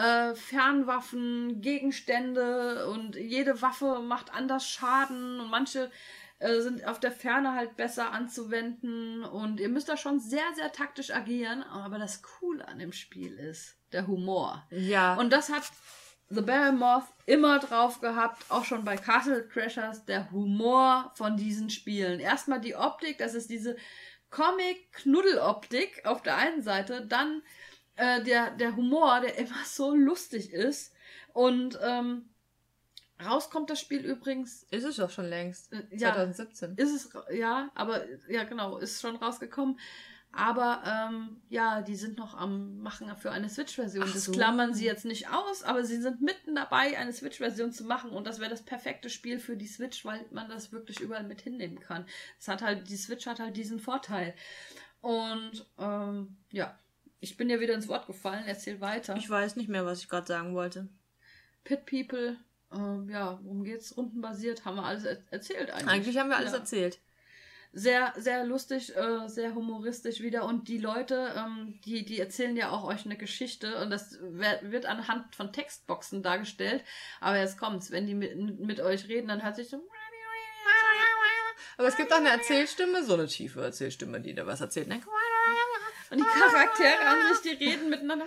Fernwaffen, Gegenstände und jede Waffe macht anders Schaden und manche sind auf der Ferne halt besser anzuwenden und ihr müsst da schon sehr, sehr taktisch agieren, aber das Coole an dem Spiel ist der Humor.
Ja.
Und das hat The Behemoth immer drauf gehabt, auch schon bei Castle Crashers, der Humor von diesen Spielen. Erstmal die Optik, das ist diese Comic-Knuddeloptik auf der einen Seite, dann der Humor, der immer so lustig ist. Und rauskommt das Spiel übrigens.
Ist es doch schon längst. 2017.
Ist es, aber genau, ist schon rausgekommen. Aber die sind noch am Machen für eine Switch-Version. Das klammern sie jetzt nicht aus, aber sie sind mitten dabei, eine Switch-Version zu machen. Und das wäre das perfekte Spiel für die Switch, weil man das wirklich überall mit hinnehmen kann. Die Switch hat halt diesen Vorteil. Und ich bin ja wieder ins Wort gefallen. Erzähl weiter.
Ich weiß nicht mehr, was ich gerade sagen wollte.
Pit People, worum geht's? Rundenbasiert, haben wir alles erzählt eigentlich.
Eigentlich haben wir alles erzählt.
Sehr, sehr lustig, sehr humoristisch wieder. Und die Leute, die erzählen ja auch euch eine Geschichte. Und das wird anhand von Textboxen dargestellt. Aber jetzt kommt's, wenn die mit euch reden, dann hört sich so...
Aber es gibt auch eine Erzählstimme, so eine tiefe Erzählstimme, die da was erzählt. Ne?
Und die Charaktere an sich, die reden miteinander.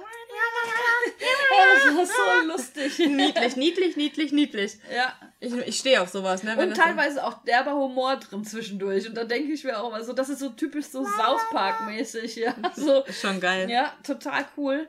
Das ist so lustig.
Niedlich.
Ja.
Ich stehe auf sowas. Ne?
Und teilweise auch derber Humor drin zwischendurch. Und da denke ich mir auch immer so, das ist so typisch so South Park-mäßig. Ja, so.
Ist schon geil.
Ja, total cool.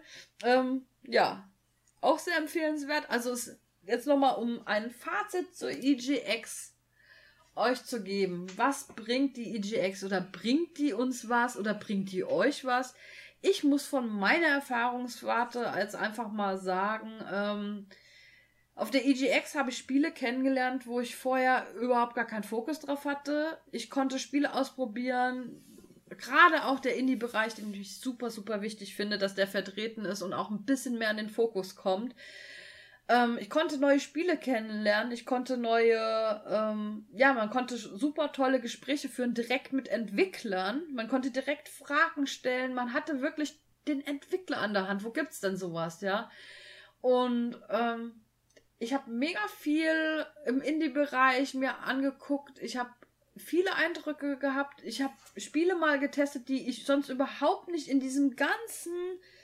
Auch sehr empfehlenswert. Also jetzt nochmal, um ein Fazit zur EGX euch zu geben. Was bringt die EGX? Oder bringt die uns was? Oder bringt die euch was? Ich muss von meiner Erfahrungswarte als einfach mal sagen, auf der EGX habe ich Spiele kennengelernt, wo ich vorher überhaupt gar keinen Fokus drauf hatte. Ich konnte Spiele ausprobieren, gerade auch der Indie-Bereich, den ich super, super wichtig finde, dass der vertreten ist und auch ein bisschen mehr in den Fokus kommt. Ich konnte neue Spiele kennenlernen, ich konnte man konnte super tolle Gespräche führen, direkt mit Entwicklern, man konnte direkt Fragen stellen, man hatte wirklich den Entwickler an der Hand, wo gibt's denn sowas, ja? Und ich habe mega viel im Indie-Bereich mir angeguckt, ich habe viele Eindrücke gehabt, ich habe Spiele mal getestet, die ich sonst überhaupt nicht in diesem ganzen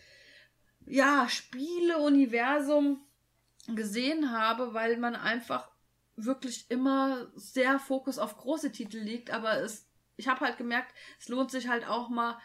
Spiele-Universum gesehen habe, weil man einfach wirklich immer sehr Fokus auf große Titel liegt, aber ich habe halt gemerkt, es lohnt sich halt auch mal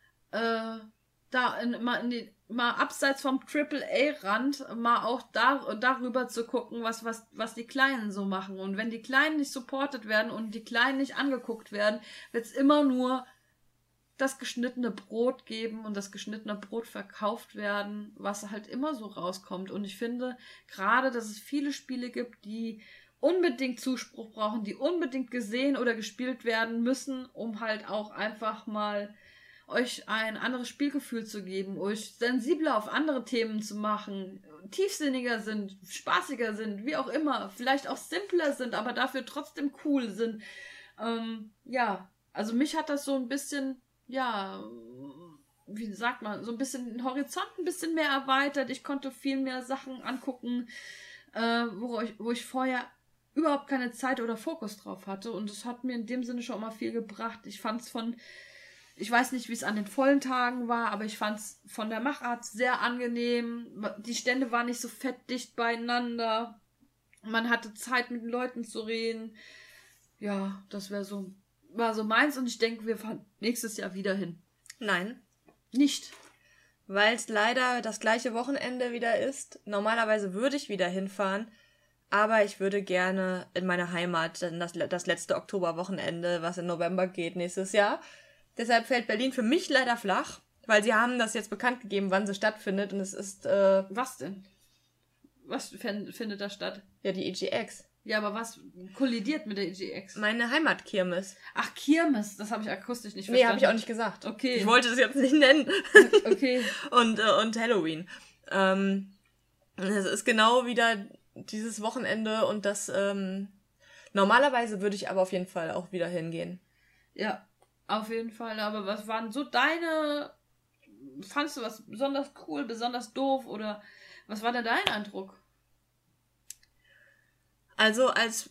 mal abseits vom AAA-Rand mal auch darüber zu gucken, was die Kleinen so machen. Und wenn die Kleinen nicht supported werden und die Kleinen nicht angeguckt werden, wird's immer nur das geschnittene Brot geben und das geschnittene Brot verkauft werden, was halt immer so rauskommt. Und ich finde gerade, dass es viele Spiele gibt, die unbedingt Zuspruch brauchen, die unbedingt gesehen oder gespielt werden müssen, um halt auch einfach mal euch ein anderes Spielgefühl zu geben, euch sensibler auf andere Themen zu machen, tiefsinniger sind, spaßiger sind, wie auch immer, vielleicht auch simpler sind, aber dafür trotzdem cool sind. Ja, also mich hat das so ein bisschen, ja, wie sagt man, so ein bisschen den Horizont ein bisschen mehr erweitert. Ich konnte viel mehr Sachen angucken, wo ich vorher überhaupt keine Zeit oder Fokus drauf hatte. Und das hat mir in dem Sinne schon mal viel gebracht. Ich weiß nicht, wie es an den vollen Tagen war, aber ich fand es von der Machart sehr angenehm. Die Stände waren nicht so fettdicht beieinander. Man hatte Zeit, mit den Leuten zu reden. Ja, das war so meins und ich denke, wir fahren nächstes Jahr wieder hin.
Nein.
Nicht.
Weil es leider das gleiche Wochenende wieder ist. Normalerweise würde ich wieder hinfahren, aber ich würde gerne in meine Heimat, das letzte Oktoberwochenende, was im November geht, nächstes Jahr. Deshalb fällt Berlin für mich leider flach, weil sie haben das jetzt bekannt gegeben, wann sie stattfindet und es ist...
Was denn? Was findet da statt?
Ja, die EGX.
Ja, aber was kollidiert mit der EGX?
Meine Heimatkirmes.
Ach, Kirmes, das habe ich akustisch nicht
verstanden. Nee, habe ich auch nicht gesagt.
Okay.
Ich wollte es jetzt nicht nennen.
Okay.
Und Halloween. Es ist genau wieder dieses Wochenende und das... normalerweise würde ich aber auf jeden Fall auch wieder hingehen.
Ja, auf jeden Fall. Aber was waren so fandst du was besonders cool, besonders doof oder was war da dein Eindruck?
Also als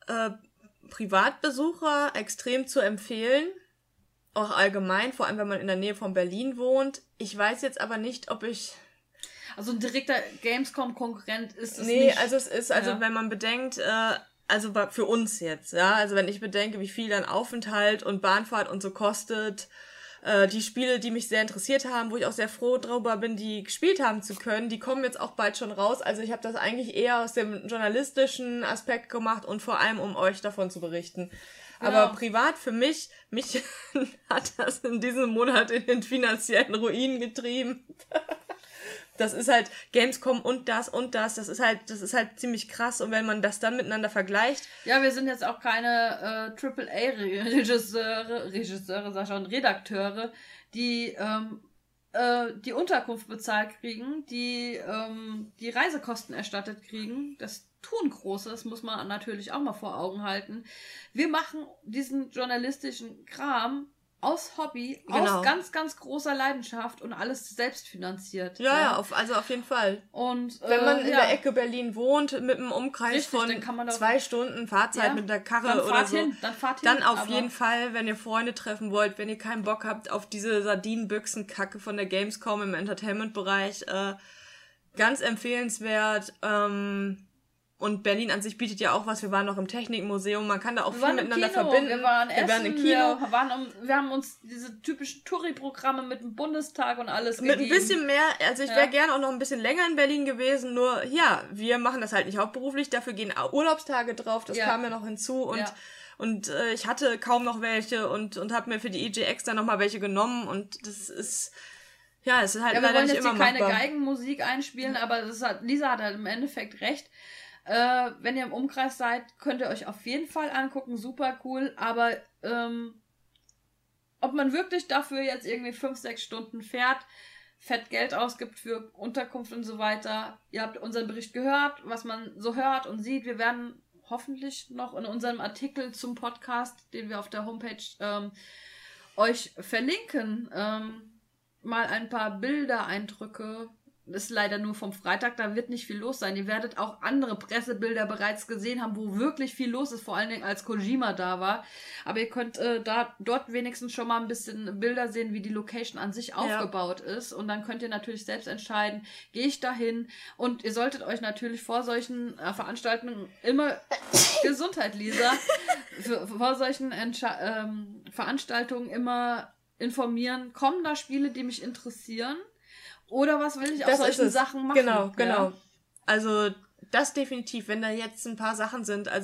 Privatbesucher extrem zu empfehlen, auch allgemein, vor allem wenn man in der Nähe von Berlin wohnt. Ich weiß jetzt aber nicht, ob ich...
Also ein direkter Gamescom-Konkurrent ist es nicht.
Nee, also es ist, wenn man bedenkt, also für uns jetzt, ja, also wenn ich bedenke, wie viel dann Aufenthalt und Bahnfahrt und so kostet, die Spiele, die mich sehr interessiert haben, wo ich auch sehr froh darüber bin, die gespielt haben zu können, die kommen jetzt auch bald schon raus. Also ich habe das eigentlich eher aus dem journalistischen Aspekt gemacht und vor allem, um euch davon zu berichten. Genau. Aber privat für mich hat das in diesem Monat in den finanziellen Ruin getrieben. Das ist halt Gamescom und das. Das ist halt ziemlich krass. Und wenn man das dann miteinander vergleicht.
Ja, wir sind jetzt auch keine AAA-Regisseure, sag ich schon, Redakteure, die die Unterkunft bezahlt kriegen, die Reisekosten erstattet kriegen. Das tun Große, das muss man natürlich auch mal vor Augen halten. Wir machen diesen journalistischen Kram aus Hobby, genau. Aus ganz, ganz großer Leidenschaft und alles selbst finanziert.
Ja, auf jeden Fall.
Und
wenn man in der Ecke Berlin wohnt, mit einem Umkreis richtig, von
dann kann man
2 Stunden Fahrzeit mit der Karre oder so. Dann auf jeden Fall, wenn ihr Freunde treffen wollt, wenn ihr keinen Bock habt auf diese Sardinenbüchsenkacke von der Gamescom im Entertainment-Bereich, ganz empfehlenswert. Und Berlin an sich bietet ja auch was. Wir waren noch im Technikmuseum. Man kann da auch viel miteinander verbinden.
Wir waren im Kino. Wir haben uns diese typischen Touri-Programme mit dem Bundestag und alles gegeben.
Mit ein bisschen mehr. Also ich wäre gerne auch noch ein bisschen länger in Berlin gewesen. Nur, ja, wir machen das halt nicht hauptberuflich. Dafür gehen Urlaubstage drauf. Das kam ja noch hinzu. Und ich hatte kaum noch welche und habe mir für die EGX dann nochmal welche genommen. Und das ist... Ja, es ist halt leider nicht immer machbar.
Wir wollen jetzt hier keine Geigenmusik einspielen, aber Lisa hat halt im Endeffekt recht. Wenn ihr im Umkreis seid, könnt ihr euch auf jeden Fall angucken, super cool, aber ob man wirklich dafür jetzt irgendwie 5-6 Stunden fährt, fett Geld ausgibt für Unterkunft und so weiter, ihr habt unseren Bericht gehört, was man so hört und sieht, wir werden hoffentlich noch in unserem Artikel zum Podcast, den wir auf der Homepage euch verlinken, mal ein paar Bildereindrücke. Das ist leider nur vom Freitag, da wird nicht viel los sein. Ihr werdet auch andere Pressebilder bereits gesehen haben, wo wirklich viel los ist, vor allen Dingen als Kojima da war. Aber ihr könnt dort wenigstens schon mal ein bisschen Bilder sehen, wie die Location an sich aufgebaut ist. Und dann könnt ihr natürlich selbst entscheiden, gehe ich dahin? Und ihr solltet euch natürlich vor solchen Veranstaltungen immer Gesundheit, Lisa, vor solchen Veranstaltungen immer informieren, kommen da Spiele, die mich interessieren? Oder was will ich auf solchen Sachen machen?
Genau. Also das definitiv, wenn da jetzt ein paar Sachen sind, also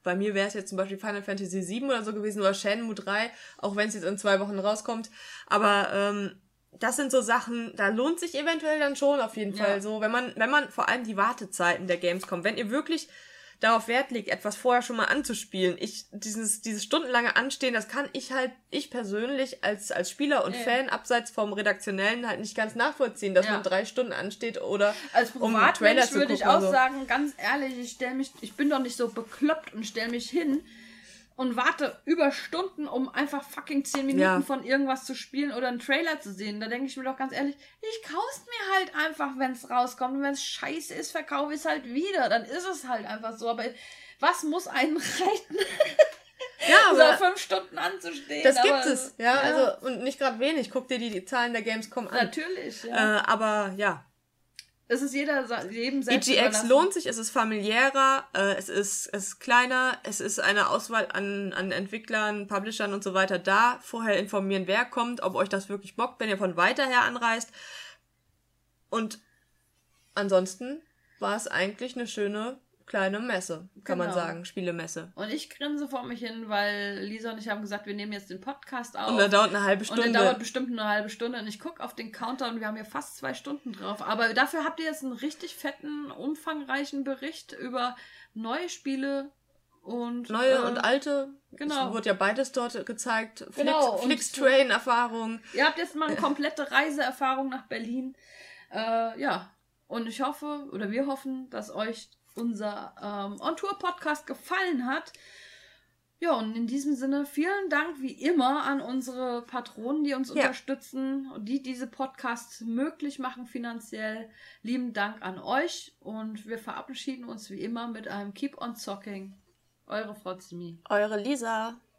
bei mir wäre es jetzt zum Beispiel Final Fantasy 7 oder so gewesen oder Shenmue 3, auch wenn es jetzt in 2 Wochen rauskommt. Aber das sind so Sachen, da lohnt sich eventuell dann schon auf jeden Fall so, wenn man vor allem die Wartezeiten der Gamescom, wenn ihr wirklich darauf Wert legt, etwas vorher schon mal anzuspielen. Dieses stundenlange Anstehen, das kann ich persönlich als Spieler und Fan, abseits vom Redaktionellen, halt nicht ganz nachvollziehen, dass man 3 Stunden ansteht oder
als
um einen Trailer zu gucken.
Würde ich auch sagen, ganz ehrlich, ich bin doch nicht so bekloppt und stelle mich hin und warte über Stunden, um einfach fucking 10 Minuten von irgendwas zu spielen oder einen Trailer zu sehen. Da denke ich mir doch ganz ehrlich, ich kauf's mir halt einfach, wenn es rauskommt. Und wenn es scheiße ist, verkaufe ich es halt wieder. Dann ist es halt einfach so. Aber was muss einen reiten? Aber so 5 Stunden anzustehen.
Das gibt es, also und nicht gerade wenig. Guck dir die Zahlen der Gamescom an.
Natürlich,
aber
es ist jedem selbst
EGX lohnt sich, es ist familiärer, es ist kleiner, es ist eine Auswahl an Entwicklern, Publishern und so weiter da. Vorher informieren, wer kommt, ob euch das wirklich bockt, wenn ihr von weiter her anreist. Und ansonsten war es eigentlich eine schöne kleine Messe, kann man sagen, Spielemesse.
Und ich grinse vor mich hin, weil Lisa und ich haben gesagt, wir nehmen jetzt den Podcast auf.
Und der dauert eine halbe Stunde.
Und der dauert bestimmt eine halbe Stunde. Und ich gucke auf den Counter und wir haben ja fast 2 Stunden drauf. Aber dafür habt ihr jetzt einen richtig fetten, umfangreichen Bericht über neue Spiele und
neue und alte.
Genau.
Es wurde ja beides dort gezeigt. Flix-Train-Erfahrung.
Ihr habt jetzt mal eine komplette Reiseerfahrung nach Berlin. Und ich hoffe, oder wir hoffen, dass euch unser On-Tour-Podcast gefallen hat. Ja, und in diesem Sinne vielen Dank wie immer an unsere Patronen, die uns unterstützen und die diese Podcasts möglich machen finanziell. Lieben Dank an euch und wir verabschieden uns wie immer mit einem Keep on Zocking. Eure Frau Zimi.
Eure Lisa.